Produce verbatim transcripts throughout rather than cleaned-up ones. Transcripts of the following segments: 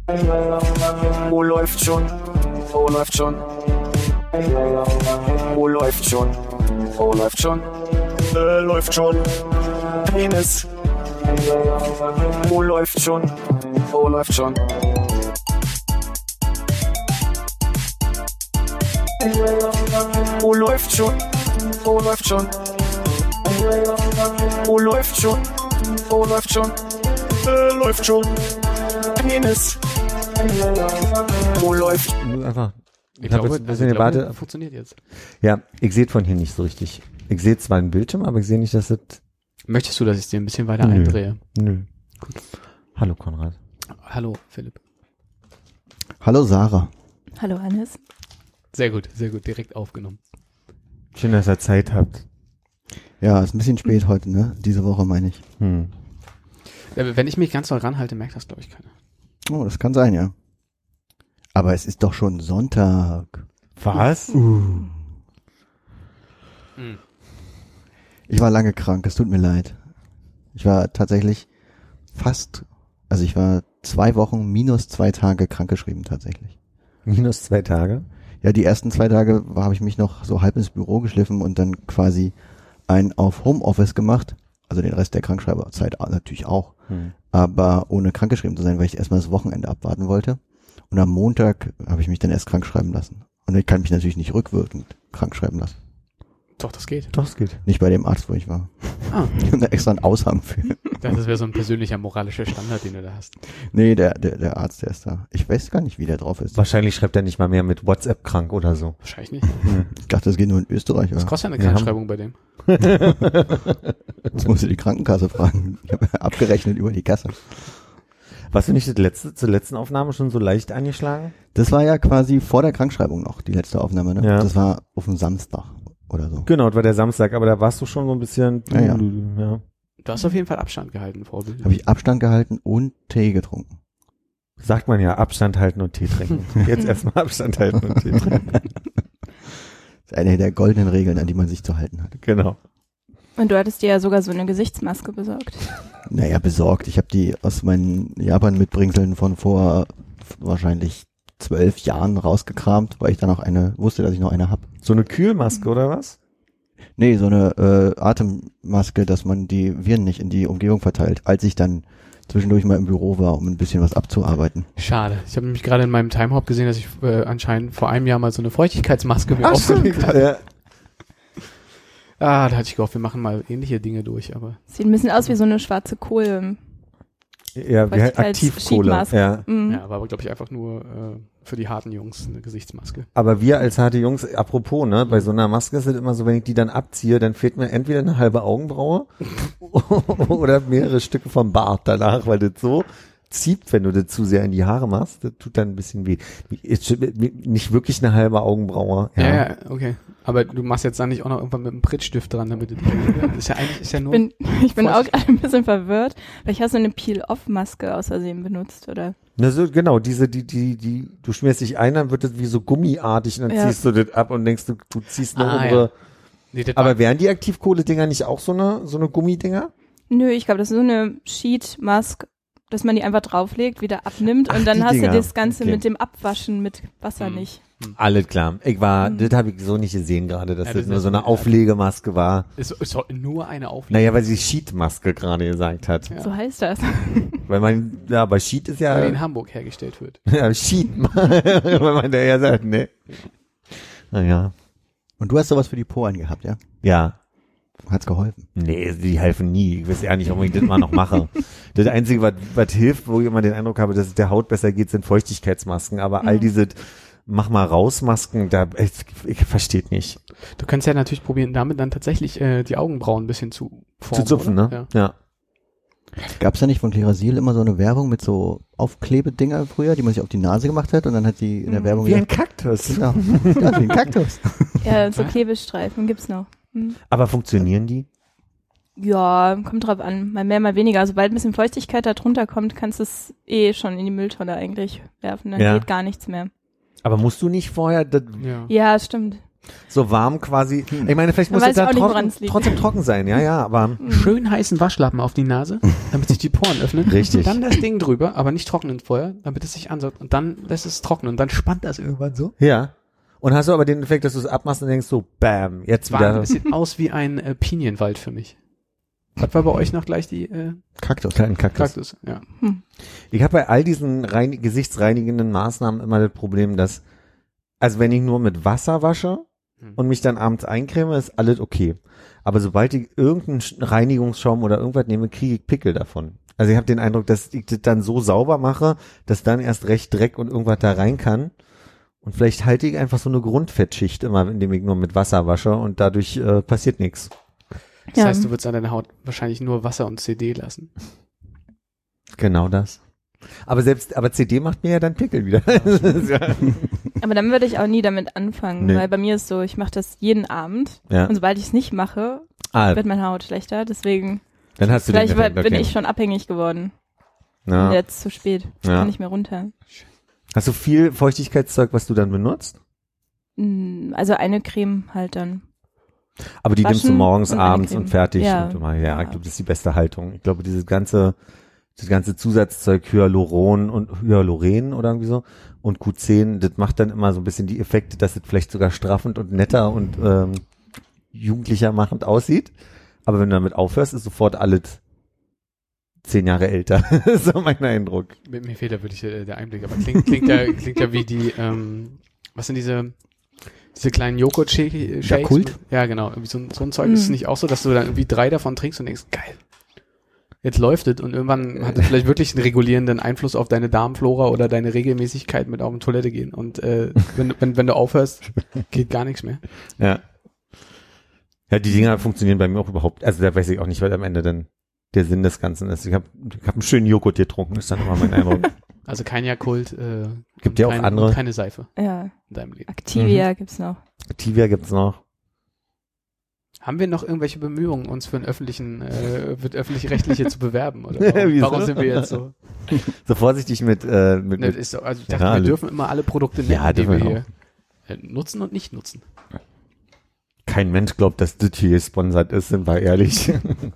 Oh, läuft schon. Oh, läuft schon. Oh, läuft schon. Oh, läuft schon. Äh, läuft schon. Penis. Oh, läuft schon. Oh, läuft schon. Oh, läuft schon. Oh, läuft schon. Oh, läuft schon. Oh, läuft schon. Äh, läuft schon. Penis. Oh, läuft. Einfach. Ich glaube, jetzt, also ich glaube das funktioniert jetzt. Ja, ich sehe von hier nicht so richtig. Ich sehe zwar einen Bildschirm, aber ich sehe nicht, dass es... Möchtest du, dass ich dir ein bisschen weiter Nö. eindrehe? Nö. Gut. Hallo Konrad. Hallo Philipp. Hallo Sarah. Hallo Hannes. Sehr gut, sehr gut, direkt aufgenommen. Schön, dass ihr Zeit habt. Ja, ist ein bisschen spät heute, ne? Diese Woche meine ich. Hm. Ja, wenn ich mich ganz doll ranhalte, merkt das, glaube ich, keiner. Oh, das kann sein, ja. Aber es ist doch schon Sonntag. Was? Uh. Mhm. Ich war lange krank, es tut mir leid. Ich war tatsächlich fast, also ich war zwei Wochen minus zwei Tage krankgeschrieben tatsächlich. Minus zwei Tage? Ja, die ersten zwei Tage habe ich mich noch so halb ins Büro geschliffen und dann quasi ein auf Homeoffice gemacht. Also den Rest der Krankschreiberzeit natürlich auch. Hm. Aber ohne krankgeschrieben zu sein, weil ich erstmal das Wochenende abwarten wollte. Und am Montag habe ich mich dann erst krank schreiben lassen. Und ich kann mich natürlich nicht rückwirkend krank schreiben lassen. Doch, das geht. Doch, es geht. Nicht bei dem Arzt, wo ich war. Ah. Ich habe da extra einen Aushang für. Das wäre so ein persönlicher moralischer Standard, den du da hast. Nee, der, der, der Arzt, der ist da. Ich weiß gar nicht, wie der drauf ist. Wahrscheinlich schreibt er nicht mal mehr mit WhatsApp krank oder so. Wahrscheinlich nicht. Ich dachte, das geht nur in Österreich. Was Oder? kostet eine Wir Krankschreibung bei dem? Das musst du die Krankenkasse fragen. Ich habe abgerechnet über die Kasse. Warst du nicht das letzte, zur letzten Aufnahme schon so leicht angeschlagen? Das war ja quasi vor der Krankschreibung noch, die letzte Aufnahme, ne? Ja. Das war auf dem Samstag oder so. Genau, das war der Samstag, aber da warst du schon so ein bisschen... Ja, ja. ja. Du hast auf jeden Fall Abstand gehalten, Vorbild. Habe ich Abstand gehalten und Tee getrunken. Sagt man ja, Abstand halten und Tee trinken. Jetzt erstmal Abstand halten und Tee trinken. Das ist eine der goldenen Regeln, an die man sich zu halten hat. Genau. Und du hattest dir ja sogar so eine Gesichtsmaske besorgt. Naja, besorgt. Ich habe die aus meinen Japan-Mitbringseln von vor wahrscheinlich zwölf Jahren rausgekramt, weil ich dann noch eine, wusste, dass ich noch eine hab. So eine Kühlmaske oder was? Nee, so eine äh, Atemmaske, dass man die Viren nicht in die Umgebung verteilt, als ich dann zwischendurch mal im Büro war, um ein bisschen was abzuarbeiten. Schade. Ich habe nämlich gerade in meinem Timehop gesehen, dass ich äh, anscheinend vor einem Jahr mal so eine Feuchtigkeitsmaske mir aufgelegt habe. Ja. Ah, da hatte ich gehofft, wir machen mal ähnliche Dinge durch, aber Sieht ein bisschen aus wie so eine schwarze Kohle. Ja, wie Aktivkohle. Sheetmaske. Ja. Mhm. ja, war aber glaube ich einfach nur äh, für die harten Jungs eine Gesichtsmaske. Aber wir als harte Jungs, apropos, ne, bei so einer Maske ist es immer so, wenn ich die dann abziehe, dann fehlt mir entweder eine halbe Augenbraue oder mehrere Stücke vom Bart danach, weil das so zieht, wenn du das zu sehr in die Haare machst. Das tut dann ein bisschen weh. Ist nicht wirklich eine halbe Augenbraue. Ja, ja, ja, okay. Aber du machst jetzt dann nicht auch noch irgendwann mit einem Prittstift dran, damit das ist ja eigentlich ist ja nur. Bin, ich bin auch gerade ein bisschen verwirrt. Vielleicht hast du eine Peel-Off-Maske aus Versehen benutzt, oder? Na so, genau, diese, die, die, die, du schmierst dich ein, dann wird das wie so gummiartig und dann Ja. ziehst du das ab und denkst, du, du ziehst eine Ah, obere. ja. Nee, das Aber war- wären die Aktivkohle-Dinger nicht auch so eine, so eine Gummidinger? Nö, ich glaube, das ist so eine Sheet-Mask, dass man die einfach drauflegt, wieder abnimmt Ach, und dann die hast Dinger. du das Ganze Okay. mit dem Abwaschen mit Wasser Hm. nicht. Alles klar. Ich war, Mhm. das habe ich so nicht gesehen gerade, dass Ja, das, das nur ist- so eine Auflegemaske war. ist, ist doch nur eine Auflage. Naja, weil sie Sheet-Maske gerade gesagt hat. Ja. So heißt das. Weil man, ja, bei Sheet ist ja, Weil die in Hamburg hergestellt wird. ja, Sheet, weil man da ja sagt, ne. Naja, Und du hast sowas für die Poren gehabt, ja? ja. Hat's geholfen? Nee, die helfen nie. Ich weiß ja nicht, ob ich das mal noch mache. Das Einzige, was, was hilft, wo ich immer den Eindruck habe, dass es der Haut besser geht, sind Feuchtigkeitsmasken. Aber all Mhm. diese Mach mal raus Masken, da, ich, ich verstehe nicht. Du kannst ja natürlich probieren, damit dann tatsächlich äh, die Augenbrauen ein bisschen zu formen. Zu zupfen, oder? ne? Ja. Ja. Gab's da nicht von Klerasil immer so eine Werbung mit so Aufklebedinger früher, die man sich auf die Nase gemacht hat und dann hat die in der Mhm. Werbung Wie ein gesagt, Kaktus. genau, ja, wie ein Kaktus. Ja, so Was? Klebestreifen gibt's noch. Mhm. Aber funktionieren die? Ja, kommt drauf an. Mal mehr, mal weniger. Sobald ein bisschen Feuchtigkeit da drunter kommt, kannst du es eh schon in die Mülltonne eigentlich werfen. Dann Ja. geht gar nichts mehr. Aber musst du nicht vorher, das, Ja. Ja, stimmt. So warm quasi. Ich meine, vielleicht Man muss es weiß da auch nicht, trocken, woran's liegt. trotzdem trocken sein. Ja, ja, aber Schön heißen Waschlappen auf die Nase, damit sich die Poren öffnen. Richtig. Dann das Ding drüber, aber nicht trocknen vorher, damit es sich ansaugt. Und dann lässt es trocknen und dann spannt das irgendwann so. ja. Und hast du aber den Effekt, dass du es abmachst und denkst so, bam, jetzt Wahnsinn, wieder es sieht aus wie ein äh, Pinienwald für mich. Was war bei euch noch gleich die äh, Kaktus. kleinen Kaktus. Kaktus? Ja. Ich habe bei all diesen rein, gesichtsreinigenden Maßnahmen immer das Problem, dass, also wenn ich nur mit Wasser wasche Hm. und mich dann abends eincreme, ist alles okay. Aber sobald ich irgendeinen Sch- Reinigungsschaum oder irgendwas nehme, kriege ich Pickel davon. Also ich habe den Eindruck, dass ich das dann so sauber mache, dass dann erst recht Dreck und irgendwas da rein kann. Und vielleicht halte ich einfach so eine Grundfettschicht immer, indem ich nur mit Wasser wasche und dadurch äh, passiert nichts. Das Ja. heißt, du würdest an deiner Haut wahrscheinlich nur Wasser und C D lassen. Genau das. Aber selbst, aber C D macht mir ja dann Pickel wieder. Das ist ja, Aber dann würde ich auch nie damit anfangen, Nee. weil bei mir ist so, ich mache das jeden Abend ja. und sobald ich es nicht mache, Ah, wird meine Haut schlechter. Deswegen, dann hast du den vielleicht Effekt, bin okay. ich schon abhängig geworden. Ja. Jetzt zu spät. Ich Ja. kann nicht mehr runter. Hast du viel Feuchtigkeitszeug, was du dann benutzt? Mm, Also eine Creme halt dann. Aber die nimmst du Waschen morgens, und eine abends Creme. und fertig. Ja. Und immer, ja, Ja. ich glaube, das ist die beste Haltung. Ich glaube, dieses ganze, das ganze Zusatzzeug Hyaluron und Hyaluron oder irgendwie so und Q zehn, das macht dann immer so ein bisschen die Effekte, dass es vielleicht sogar straffend und netter und ähm, jugendlicher machend aussieht. Aber wenn du damit aufhörst, ist sofort alles zehn Jahre älter. Das ist so mein Eindruck. Mit mir fehlt da wirklich äh, der Einblick, aber klingt, klingt ja, klingt ja wie die, ähm, was sind diese, diese kleinen Joghurt-Shakes? Yakult? Ja, genau. Irgendwie so, ein- so ein Zeug ist es Mhm. nicht auch so, dass du dann irgendwie drei davon trinkst und denkst, geil. Jetzt läuft es und irgendwann hat es vielleicht wirklich einen regulierenden Einfluss auf deine Darmflora oder deine Regelmäßigkeit mit auf die Toilette gehen. Und äh, wenn, wenn, wenn du aufhörst, geht gar nichts mehr. Ja. Ja, die Dinger funktionieren bei mir auch überhaupt. Also da weiß ich auch nicht, was am Ende dann der Sinn des Ganzen ist. Ich habe ich hab einen schönen Joghurt getrunken, ist dann immer mein Eindruck. Also kein Yakult, äh, Gibt ja auch kein, andere. keine Seife Ja, in deinem Leben. Activia gibt's noch. Tivia gibt's noch. Haben wir noch irgendwelche Bemühungen, uns für einen öffentlichen, äh, für öffentlich-rechtliche zu bewerben? Oder Ja, warum, wieso? warum sind wir jetzt so? So vorsichtig mit, äh, mit, Ne, mit ist so also ich Ja, dachte, wir alle- dürfen immer alle Produkte nennen, Ja, die dürfen wir wir hier äh, nutzen und nicht nutzen. kein Mensch glaubt, dass das hier gesponsert ist, sind wir ehrlich.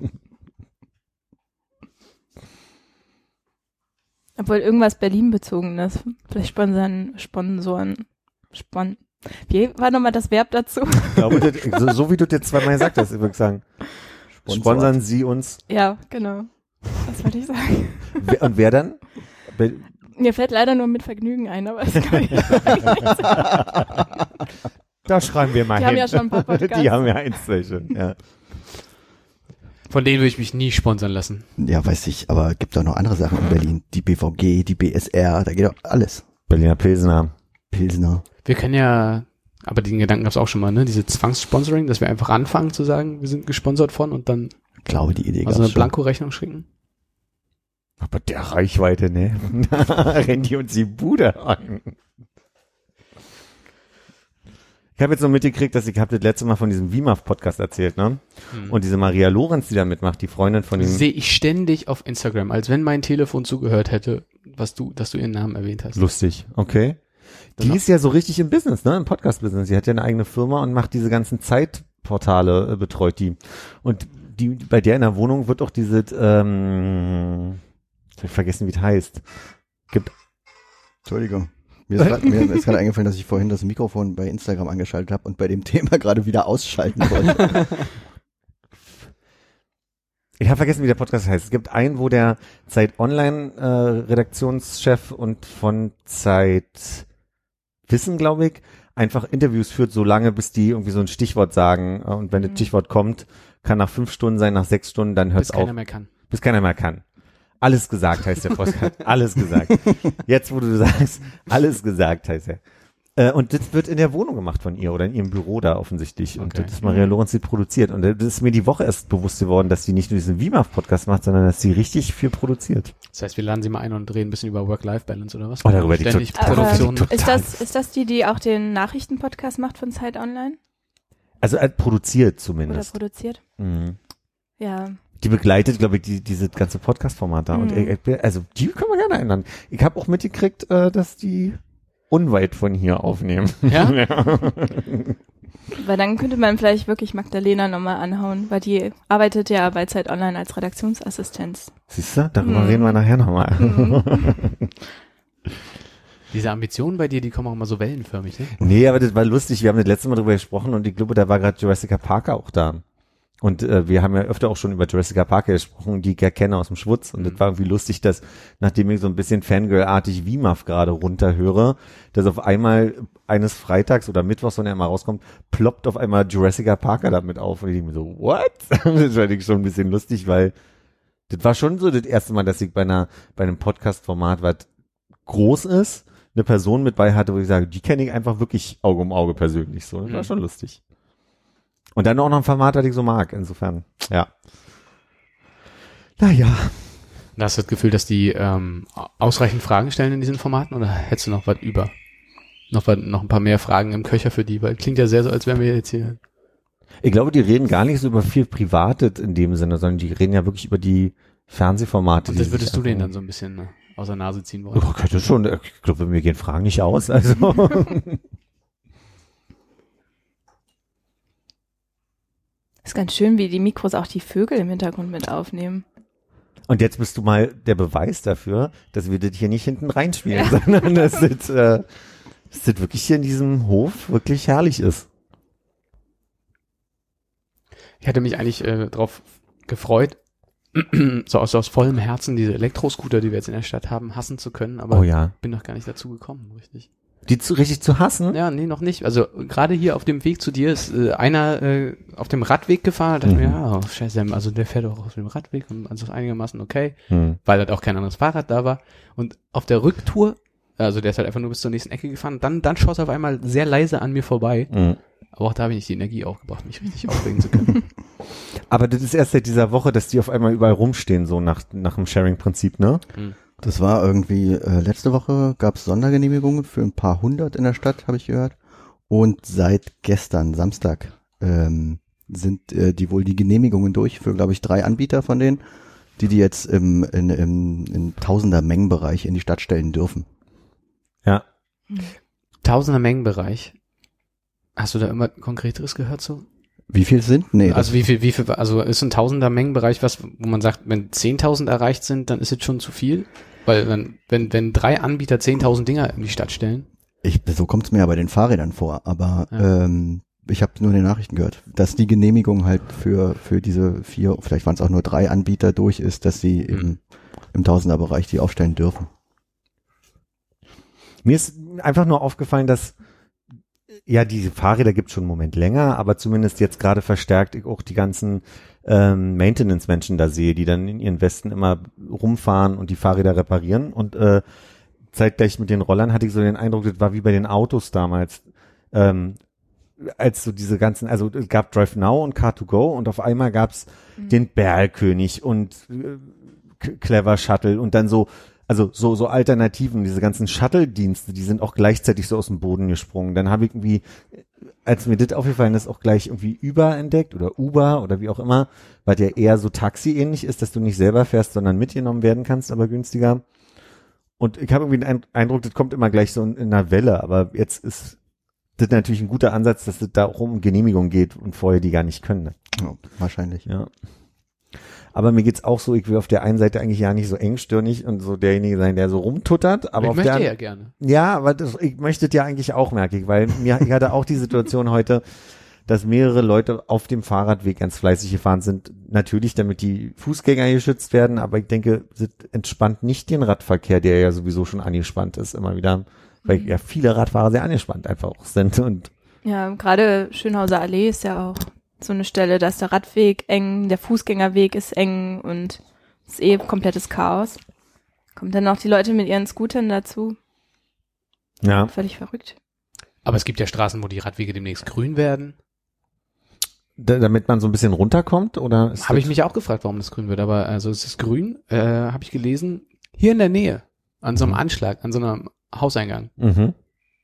Obwohl irgendwas Berlin-bezogenes. Vielleicht sponsern, Sponsoren, Spon. Wie war nochmal das Verb dazu? Ich glaube, das, so, so wie du dir zweimal gesagt hast, würde ich sagen. Sponsern Sie uns. Ja, genau. Das wollte ich sagen. Wer- Und wer dann? Be- Mir fällt leider nur mit Vergnügen ein, aber das kann ich nicht sagen. Da schreiben wir mal Die hin. haben ja schon ein paar Podcasts. Die haben ja eins, zwei schon, ja. Von denen würde ich mich nie sponsern lassen. Ja, weiß ich, aber gibt doch noch andere Sachen in Berlin. Die B V G, die B S R, da geht doch alles. Berliner Pilsener. Pilsner. Wir können ja, aber den Gedanken gab es auch schon mal, ne? Diese Zwangssponsoring, dass wir einfach anfangen zu sagen, wir sind gesponsert von und dann Ich glaube, die Idee also gab's eine schon. Blanko-Rechnung schicken. Aber der Reichweite, ne? Da rennt die uns die Bude an. Ich habe jetzt noch mitgekriegt, dass ich habe das letzte Mal von diesem W I M A F-Podcast erzählt, ne? Hm. Und diese Maria Lorenz, die da mitmacht, die Freundin von dem... Sehe ich ständig auf Instagram, als wenn mein Telefon zugehört hätte, was du, dass du ihren Namen erwähnt hast. Lustig, okay. Die Genau. ist ja so richtig im Business, ne? Im Podcast-Business. Sie hat ja eine eigene Firma und macht diese ganzen Zeitportale, äh, betreut die. Und die, bei der in der Wohnung wird auch diese, ähm, ich hab vergessen, wie es heißt. Gibt, Entschuldigung. Mir ist grad- mir ist gerade eingefallen, dass ich vorhin das Mikrofon bei Instagram angeschaltet habe und bei dem Thema gerade wieder ausschalten wollte. ich habe vergessen, wie der Podcast heißt. Es gibt einen, wo der Zeit Online äh, Redaktionschef und von Zeit Wissen, glaube ich, einfach Interviews führt, so lange, bis die irgendwie so ein Stichwort sagen. äh, Und wenn das Mhm. Stichwort kommt, kann nach fünf Stunden sein, nach sechs Stunden, dann hört Bis es auf. keiner mehr kann. Bis keiner mehr kann. Alles gesagt heißt der Podcast. Alles gesagt. Jetzt, wo du sagst, alles gesagt heißt er. Äh, und das wird in der Wohnung gemacht von ihr oder in ihrem Büro da offensichtlich. Und Okay. das ist Maria Lorenz, die produziert. Und das ist mir die Woche erst bewusst geworden, dass sie nicht nur diesen W I M A F-Podcast macht, sondern dass sie richtig viel produziert. Das heißt, wir laden sie mal ein und reden ein bisschen über Work-Life-Balance oder was? Oh, darüber hätte ich Ständig total- Produktion. total- Ist das, ist das die, die auch den Nachrichtenpodcast macht von Zeit Online? Also äh, produziert Oder zumindest. produziert? Mhm. Ja. Die begleitet, glaube ich, die, diese ganze Podcast-Format da. Und Mhm. äh, also die können wir gerne einladen. Ich habe auch mitgekriegt, äh, dass die unweit von hier aufnehmen. Ja? Weil dann könnte man vielleicht wirklich Magdalena nochmal anhauen, weil die arbeitet ja bei Zeit Online als Redaktionsassistenz. Siehst du? Darüber Hm. reden wir nachher nochmal. Hm. Diese Ambitionen bei dir, die kommen auch immer so wellenförmig, ne? Nee, aber das war lustig. Wir haben das letzte Mal drüber gesprochen und ich glaube, da war gerade Jurassic Park auch da. Und äh, wir haben ja öfter auch schon über Jurassic Park gesprochen, die ich ja kenne aus dem Schwutz. Und Mhm. das war irgendwie lustig, dass, nachdem ich so ein bisschen Fangirl-artig V M A F gerade runterhöre, dass auf einmal eines Freitags oder Mittwochs, wenn er mal rauskommt, ploppt auf einmal Jurassic Parker damit auf. Und ich denke mir so, what? Das war schon ein bisschen lustig, weil das war schon so das erste Mal, dass ich bei einer bei einem Podcast-Format, was groß ist, eine Person mit bei hatte, wo ich sage, die kenne ich einfach wirklich Auge um Auge persönlich. So, das war Mhm. schon lustig. Und dann auch noch ein Format, das ich so mag. Insofern, ja. Naja. Da hast du das Gefühl, dass die ähm, ausreichend Fragen stellen in diesen Formaten oder hättest du noch was über? Noch, was, noch ein paar mehr Fragen im Köcher für die, weil klingt ja sehr so, als wären wir jetzt hier. Ich glaube, die reden gar nicht so über viel Privates in dem Sinne, sondern die reden ja wirklich über die Fernsehformate. Und die das würdest sich du denen einfach- dann so ein bisschen ne, aus der Nase ziehen wollen. Oh, okay, das schon. Ich glaube, mir gehen Fragen nicht aus. Also. Ist ganz schön, wie die Mikros auch die Vögel im Hintergrund mit aufnehmen. Und jetzt bist du mal der Beweis dafür, dass wir das hier nicht hinten reinspielen, sondern dass das, äh, dass das wirklich hier in diesem Hof wirklich herrlich ist. Ich hatte mich eigentlich äh, drauf gefreut, so aus, aus vollem Herzen diese Elektroscooter, die wir jetzt in der Stadt haben, hassen zu können, aber Oh ja. bin noch gar nicht dazu gekommen, richtig. Die zu, richtig zu hassen? Ja, nee, noch nicht. Also gerade hier auf dem Weg zu dir ist äh, einer äh, auf dem Radweg gefahren, da dachte ich Mhm. mir, ja, oh, scheiße, also der fährt auch auf dem Radweg und also einigermaßen okay, Hm. weil halt auch kein anderes Fahrrad da war. Und auf der Rücktour, also der ist halt einfach nur bis zur nächsten Ecke gefahren, dann, dann schoss er auf einmal sehr leise an mir vorbei. Hm. Aber auch da habe ich nicht die Energie aufgebracht, mich richtig aufregen zu können. Aber das ist erst seit dieser Woche, dass die auf einmal überall rumstehen, so nach, nach dem Sharing-Prinzip, ne? Das war irgendwie, äh, letzte Woche gab es Sondergenehmigungen für ein paar hundert in der Stadt, habe ich gehört. Und seit gestern, Samstag, ähm, sind äh, die wohl die Genehmigungen durch für, glaube ich, drei Anbieter von denen, die die jetzt im, in, im, in tausender Mengenbereich in die Stadt stellen dürfen. Ja. Tausender Mengenbereich. Hast du da immer Konkreteres gehört so? Wie viel sind? Nee, Also wie viel, wie viel, also ist ein Tausender Mengenbereich was, wo man sagt, wenn zehntausend erreicht sind, dann ist es schon zu viel? Weil wenn, wenn, wenn drei Anbieter zehntausend Dinger in die Stadt stellen. Ich, so kommt es mir ja bei den Fahrrädern vor, aber Ja. ähm, ich habe nur in den Nachrichten gehört, dass die Genehmigung halt für für diese vier, vielleicht waren es auch nur drei Anbieter durch ist, dass sie Mhm. im, im Tausenderbereich die aufstellen dürfen. Mir ist einfach nur aufgefallen, dass ja, diese Fahrräder gibt es schon einen Moment länger, aber zumindest jetzt gerade verstärkt ich auch die ganzen ähm, Maintenance-Menschen da sehe, die dann in ihren Westen immer rumfahren und die Fahrräder reparieren. Und äh, zeitgleich mit den Rollern hatte ich so den Eindruck, das war wie bei den Autos damals. Ähm, als so diese ganzen, also es gab Drive Now und Car to Go und auf einmal gab's Mhm. den Berlkönig und äh, K- Clever Shuttle und dann so, also so so Alternativen, diese ganzen Shuttle-Dienste, die sind auch gleichzeitig so aus dem Boden gesprungen. Dann habe ich irgendwie, als mir das aufgefallen ist, auch gleich irgendwie Uber entdeckt oder Uber oder wie auch immer, weil der eher so Taxi-ähnlich ist, dass du nicht selber fährst, sondern mitgenommen werden kannst, aber günstiger. Und ich habe irgendwie den Eindruck, das kommt immer gleich so in, in einer Welle, aber jetzt ist das natürlich ein guter Ansatz, dass es da auch um Genehmigung geht und vorher die gar nicht können. Ne? Ja, wahrscheinlich. Ja. Aber mir geht's auch so, ich will auf der einen Seite eigentlich ja nicht so engstirnig und so derjenige sein, der so rumtuttert, aber ich auf möchte der ja gerne. ja, aber das, ich möchte ja eigentlich auch, merke ich, weil mir, ich hatte auch die Situation heute, dass mehrere Leute auf dem Fahrradweg ganz fleißig gefahren sind. Natürlich, damit die Fußgänger geschützt werden, aber ich denke, das entspannt nicht den Radverkehr, der ja sowieso schon angespannt ist, immer wieder, weil ja viele Radfahrer sehr angespannt einfach auch sind und Ja, gerade Schönhauser Allee ist ja auch so eine Stelle, da ist der Radweg eng, der Fußgängerweg ist eng und es ist eh komplettes Chaos. Kommen dann noch die Leute mit ihren Scootern dazu. ja. Völlig verrückt. Aber es gibt ja Straßen, wo die Radwege demnächst grün werden. Da, damit man so ein bisschen runterkommt, oder? ist Habe ich das- mich auch gefragt, warum das grün wird, aber also es ist grün, äh, habe ich gelesen, hier in der Nähe, an so einem Mhm. Anschlag, an so einem Hauseingang. Mhm.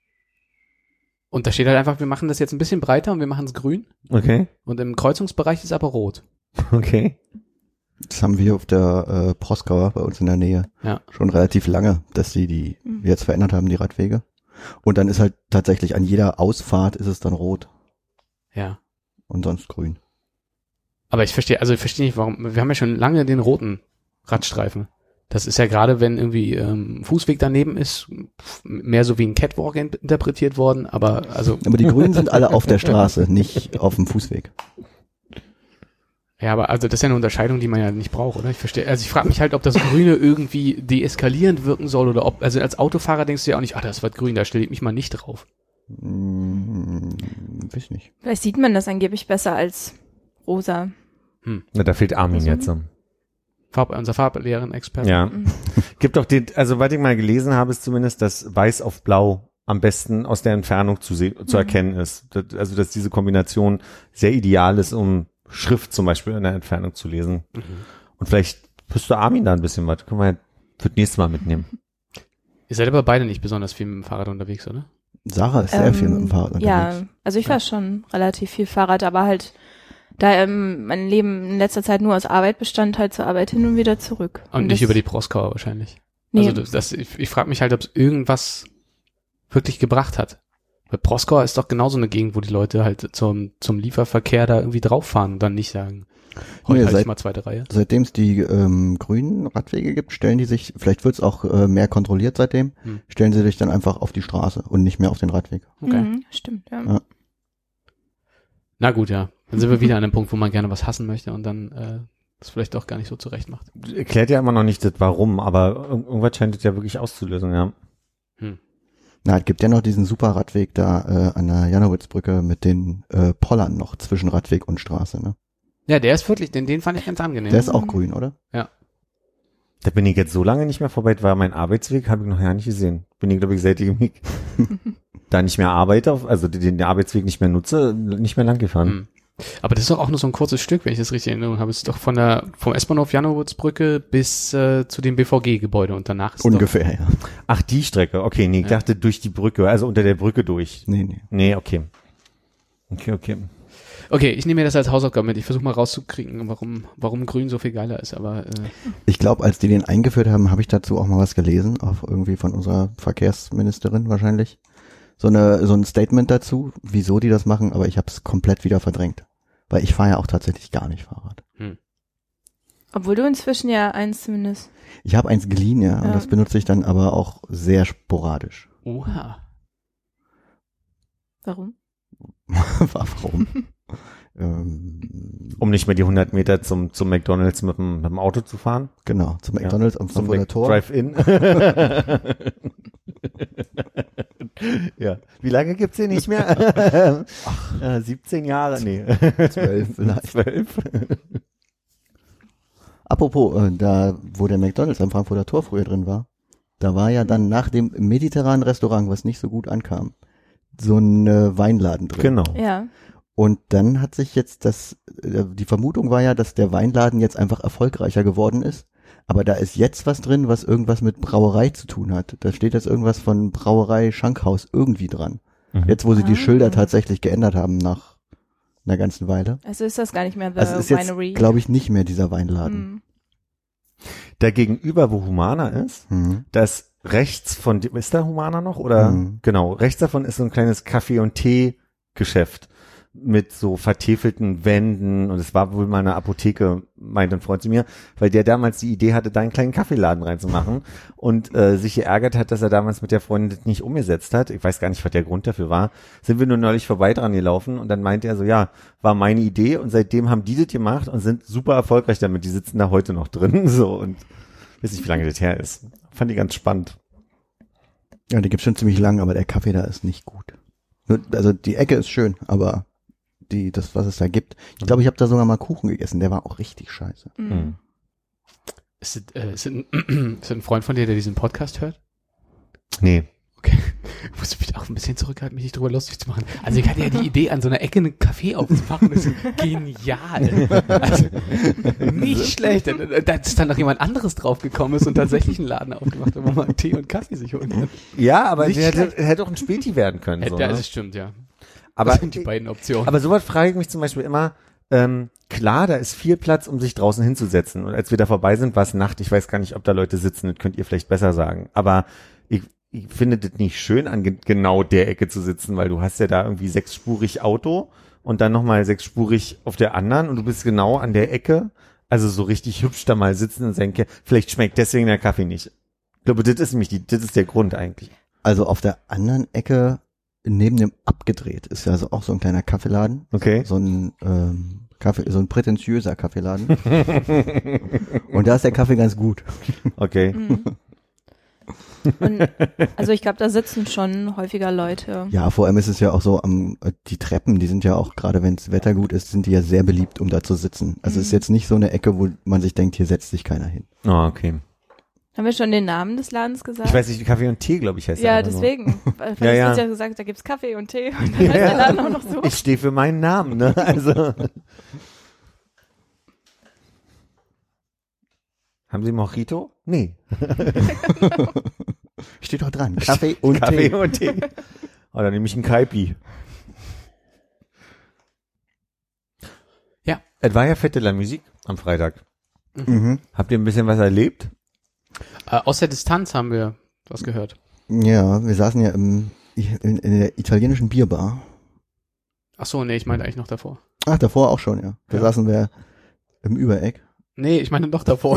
Und da steht halt einfach, wir machen das jetzt ein bisschen breiter und wir machen es grün. Okay, Und im Kreuzungsbereich ist aber rot. okay. Das haben wir auf der äh, Proskauer bei uns in der Nähe Ja. schon relativ lange, dass sie die Mhm. jetzt verändert haben, die Radwege. Und dann ist halt tatsächlich an jeder Ausfahrt ist es dann rot. Ja. Und sonst grün. Aber ich verstehe, also ich verstehe nicht, warum, wir haben ja schon lange den roten Radstreifen. Das ist ja gerade, wenn irgendwie ähm, Fußweg daneben ist, mehr so wie ein Catwalk in- interpretiert worden, aber also. Aber die Grünen sind alle auf der Straße, nicht auf dem Fußweg. Ja, aber also das ist ja eine Unterscheidung, die man ja nicht braucht, oder? Ich verstehe, also ich frage mich halt, ob das Grüne irgendwie deeskalierend wirken soll oder ob, also als Autofahrer denkst du ja auch nicht, ah, das wird grün, da stelle ich mich mal nicht drauf. Hm, weiß ich nicht. Vielleicht sieht man das angeblich besser als rosa. Na, da fehlt Armin Also- jetzt. so. Farb, unser Farblehrerin-Experte. Ja. Mhm. Gibt doch den, also was ich mal gelesen habe, ist zumindest, dass Weiß auf Blau am besten aus der Entfernung zu, se- zu Mhm. erkennen ist. Das, also dass diese Kombination sehr ideal ist, um Schrift zum Beispiel in der Entfernung zu lesen. Mhm. Und vielleicht wüsste Armin da ein bisschen was. Können wir ja für das nächste Mal mitnehmen. Ihr seid aber beide nicht besonders viel mit dem Fahrrad unterwegs, oder? Sarah ist sehr Ähm, viel mit dem Fahrrad unterwegs. Ja, also ich war schon relativ viel Fahrrad, aber halt, da ähm, mein Leben in letzter Zeit nur aus Arbeit bestand, halt zur Arbeit hin und wieder zurück. Und, nicht das- über die Proskauer wahrscheinlich. Nee, Also das, das, ich, ich frage mich halt, ob es irgendwas wirklich gebracht hat. Weil Proskauer ist doch genauso eine Gegend, wo die Leute halt zum, zum Lieferverkehr da irgendwie drauffahren und dann nicht sagen, heute Nee, halt ich seit- mal zweite Reihe. Seitdem es die ähm, grünen Radwege gibt, stellen die sich, vielleicht wird es auch äh, mehr kontrolliert seitdem, Hm. stellen sie sich dann einfach auf die Straße und nicht mehr auf den Radweg. Okay. Mhm, stimmt, ja. Ja. Na gut, ja. Dann sind wir wieder an einem Punkt, wo man gerne was hassen möchte und dann äh, das vielleicht doch gar nicht so zurecht macht. Erklärt ja immer noch nicht das Warum, aber ir- irgendwas scheint es ja wirklich auszulösen, ja. Na, es gibt ja noch diesen super Radweg da äh, an der Janowitzbrücke mit den äh, Pollern noch zwischen Radweg und Straße, ne? Ja, der ist wirklich, den, den fand ich ganz angenehm. Der ist auch grün, oder? Da bin ich jetzt so lange nicht mehr vorbei, war mein Arbeitsweg, habe ich noch gar nicht gesehen. Bin ich, glaube ich, seit ich mich da nicht mehr arbeite, auf- also den, den Arbeitsweg nicht mehr nutze, nicht mehr lang gefahren. Hm. Aber das ist doch auch nur so ein kurzes Stück, wenn ich das richtig in Erinnerung habe. Es ist doch von der vom S-Bahnhof Janowitzbrücke bis äh, zu dem B V G-Gebäude und danach ist Ungefähr, ja. Ach, die Strecke, okay, nee, ich Ja. dachte durch die Brücke, also unter der Brücke durch. Nee, nee. Nee, okay. Okay, okay. Doch, okay, ich nehme mir das als Hausaufgabe mit. Ich versuche mal rauszukriegen, warum warum Grün so viel geiler ist. Aber äh, Ich glaube, als die den eingeführt haben, habe ich dazu auch mal was gelesen, auch irgendwie von unserer Verkehrsministerin wahrscheinlich. So eine so ein Statement dazu, wieso die das machen, aber ich habe es komplett wieder verdrängt. Weil ich fahre ja auch tatsächlich gar nicht Fahrrad. Obwohl du inzwischen ja eins zumindest. Ich habe eins geliehen, ja, und Ja. das benutze ich dann aber auch sehr sporadisch. oha. Warum? Warum? ähm, Um nicht mehr die hundert Meter zum, zum McDonalds mit dem, mit dem Auto zu fahren. genau, zum Ja, McDonalds am Zum Frankfurter Mac- Tor. Drive-In. Ja. Wie lange gibt's den nicht mehr? Ach, siebzehn Jahre? Nee. Zwölf vielleicht. Zwölf. Apropos, äh, da wo der McDonalds am Frankfurter Tor früher drin war, da war ja dann nach dem mediterranen Restaurant, was nicht so gut ankam, so ein äh, Weinladen drin. Genau. Ja. Und dann hat sich jetzt das, äh, die Vermutung war ja, dass der Weinladen jetzt einfach erfolgreicher geworden ist. Aber da ist jetzt was drin, was irgendwas mit Brauerei zu tun hat. Da steht jetzt irgendwas von Brauerei Schankhaus irgendwie dran. Mhm. Jetzt, wo sie die Ah. Schilder tatsächlich geändert haben nach einer ganzen Weile. Also ist das gar nicht mehr The Also ist jetzt, Winery. glaube ich, nicht mehr dieser Weinladen. Hm. Da gegenüber, wo Humana ist, Mhm. das rechts von, dem- ist da Humana noch? Oder? Mhm. Genau. Rechts davon ist so ein kleines Kaffee- und Tee-Geschäft mit so vertäfelten Wänden und es war wohl mal eine Apotheke, meinte ein Freund zu mir, weil der damals die Idee hatte, da einen kleinen Kaffeeladen reinzumachen und äh, sich geärgert hat, dass er damals mit der Freundin das nicht umgesetzt hat. Ich weiß gar nicht, was der Grund dafür war. Sind wir nur neulich vorbei dran gelaufen und dann meinte er so, ja, war meine Idee und seitdem haben die das gemacht und sind super erfolgreich damit. Die sitzen da heute noch drin, so, und weiß nicht, wie lange das her ist. Fand ich ganz spannend. Ja, die gibt's schon ziemlich lang, aber der Kaffee da ist nicht gut. Nur, also die Ecke ist schön, aber die, das, was es da gibt. Ich glaube, ich habe da sogar mal Kuchen gegessen, der war auch richtig scheiße. Hm. Mhm. Ist es, äh, ist, es ein, ist es ein Freund von dir, der diesen Podcast hört? Nee. Okay. Ich muss mich auch ein bisschen zurückhalten, mich nicht drüber lustig zu machen. Also ich hatte ja die Idee, an so einer Ecke einen Kaffee aufzumachen. Das ist genial. Also, nicht schlecht. Da ist dann noch jemand anderes draufgekommen ist und tatsächlich einen Laden aufgemacht hat, wo man Tee und Kaffee sich holen kann. Ja, aber Nicht es hätte, schlecht. hätte auch ein Späti werden können. So, ja, ne? das stimmt, ja. aber, Das sind die beiden Optionen. aber sowas frage ich mich zum Beispiel immer, ähm, klar, da ist viel Platz, um sich draußen hinzusetzen. Und als wir da vorbei sind, war es Nacht. Ich weiß gar nicht, ob da Leute sitzen, das könnt ihr vielleicht besser sagen. Aber ich, ich finde das nicht schön, an ge genau der Ecke zu sitzen, weil du hast ja da irgendwie sechsspurig Auto und dann nochmal sechsspurig auf der anderen und du bist genau an der Ecke, also so richtig hübsch da mal sitzen und denke, vielleicht schmeckt deswegen der Kaffee nicht. Ich glaube, das ist nämlich die, das ist der Grund eigentlich. Also auf der anderen Ecke, neben dem abgedreht, ist ja so auch so ein kleiner Kaffeeladen. Okay. So ein ähm, Kaffee, so ein prätentiöser Kaffeeladen. Und da ist der Kaffee ganz gut. Okay. Mhm. Und, also ich glaube, da sitzen schon häufiger Leute. Ja, vor allem ist es ja auch so, am, die Treppen, die sind ja auch, gerade wenn das Wetter gut ist, sind die ja sehr beliebt, um da zu sitzen. Also Mhm. es ist jetzt nicht so eine Ecke, wo man sich denkt, hier setzt sich keiner hin. Oh, okay. Haben wir schon den Namen des Ladens gesagt? Ich weiß nicht, Kaffee und Tee, glaube ich, heißt Ja, der aber nur. deswegen. Weil Ja, ja. hast du ja gesagt, da gibt's Kaffee und Tee und dann heißt der Laden auch noch so. Ich stehe für meinen Namen, ne? Also. Haben Sie Mojito? Nee. Steht doch dran. Kaffee und Kaffee Tee. und Tee. Oh, dann nehme ich einen Kaipi. Ja. Es war ja Fête de la Musique am Freitag. Mhm. Habt ihr ein bisschen was erlebt? Äh, aus der Distanz haben wir was gehört. Ja, wir saßen ja im, in, in der italienischen Bierbar. Ach so, nee, ich meinte eigentlich noch davor. Ach, davor auch schon, ja. Da Ja. saßen wir im Übereck. Nee, ich meine noch davor.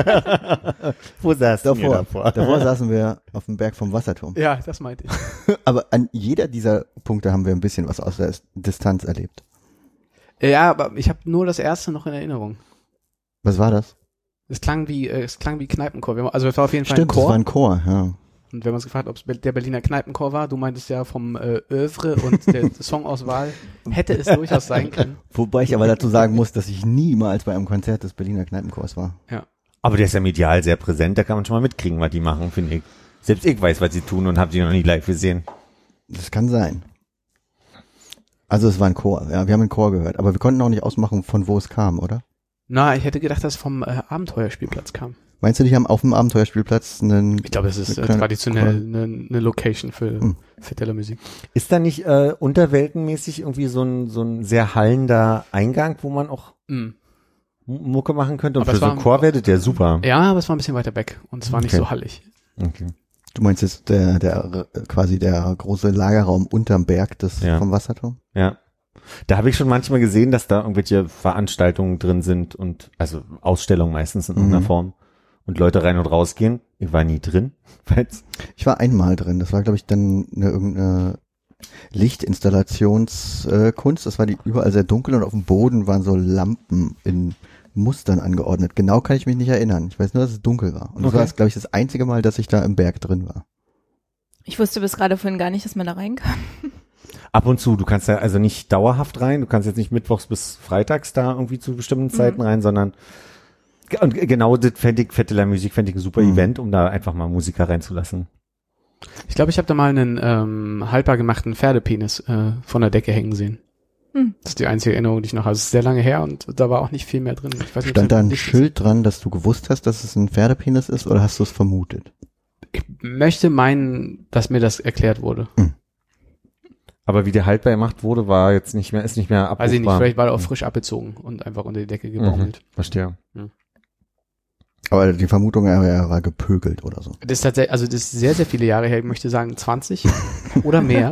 Wo saß du Davor, davor? davor saßen wir auf dem Berg vom Wasserturm. Ja, das meinte ich. Aber an jeder dieser Punkte haben wir ein bisschen was aus der Distanz erlebt. Ja, aber ich habe nur das erste noch in Erinnerung. Was war das? Es klang wie, äh, es klang wie Kneipenchor. Wir- Also es war auf jeden Fall Stimmt, ein das Chor. war ein Chor, ja. Und wir haben uns gefragt, ob es der Berliner Kneipenchor war. Du meintest ja vom äh, Övre und der Songauswahl hätte es durchaus sein können. Wobei ich aber dazu sagen muss, dass ich niemals bei einem Konzert des Berliner Kneipenchors war. Aber der ist ja medial sehr präsent, da kann man schon mal mitkriegen, was die machen, finde ich. Selbst ich weiß, was sie tun und habe sie noch nie live gesehen. Das kann sein. Also es war ein Chor, ja, wir haben einen Chor gehört, aber wir konnten auch nicht ausmachen, von wo es kam, oder? Na, ich hätte gedacht, dass es vom äh, Abenteuerspielplatz kam. Meinst du, die haben auf dem Abenteuerspielplatz einen... Ich glaube, es ist Eine äh, kleine- traditionell eine ne Location für Hm. Fête de la Musique. Ist da nicht äh, unterweltenmäßig irgendwie so ein, so ein sehr hallender Eingang, wo man auch Mm. M- Mucke machen könnte? Und Aber für es so war- einen Chor werdet ihr super. Ja, aber es war ein bisschen weiter weg und es war nicht Okay. so hallig. Okay. Du meinst jetzt der, der quasi der große Lagerraum unterm Berg des Ja. vom Wasserturm? Ja. Da habe ich schon manchmal gesehen, dass da irgendwelche Veranstaltungen drin sind und also Ausstellungen meistens in irgendeiner Mhm. Form und Leute rein und rausgehen. Ich war nie drin. weil's- Ich war einmal drin. Das war, glaube ich, dann eine irgendeine Lichtinstallationskunst. Das war die überall sehr dunkel und auf dem Boden waren so Lampen in Mustern angeordnet. Genau kann ich mich nicht erinnern. Ich weiß nur, dass es dunkel war. Und das Okay. war, glaube ich, das einzige Mal, dass ich da im Berg drin war. Ich wusste bis gerade vorhin gar nicht, dass man da rein kann. Ab und zu, du kannst ja also nicht dauerhaft rein, du kannst jetzt nicht mittwochs bis freitags da irgendwie zu bestimmten Zeiten rein, sondern und genau das fände ich, Fête de la Musique fände ich ein super Mhm. Event, um da einfach mal Musiker reinzulassen. Ich glaube, ich habe da mal einen ähm, haltbar gemachten Pferdepenis äh, von der Decke hängen sehen. Hm. Das ist die einzige Erinnerung, die ich noch habe. Es ist sehr lange her und da war auch nicht viel mehr drin. Ich weiß nicht, Stand ob da es ein Licht ist. Schild dran, dass du gewusst hast, dass es ein Pferdepenis ist, oder hast du es vermutet? Ich möchte meinen, dass mir das erklärt wurde. Aber wie der haltbar gemacht wurde, war jetzt nicht mehr, ist nicht mehr abrufbar. Weiß ich nicht, vielleicht war er auch frisch abgezogen und einfach unter die Decke gebaumelt. Mhm, verstehe. Aber die Vermutung, er er war gepögelt oder so. Das ist tatsächlich, also das ist sehr, sehr viele Jahre her. Ich möchte sagen zwanzig oder mehr.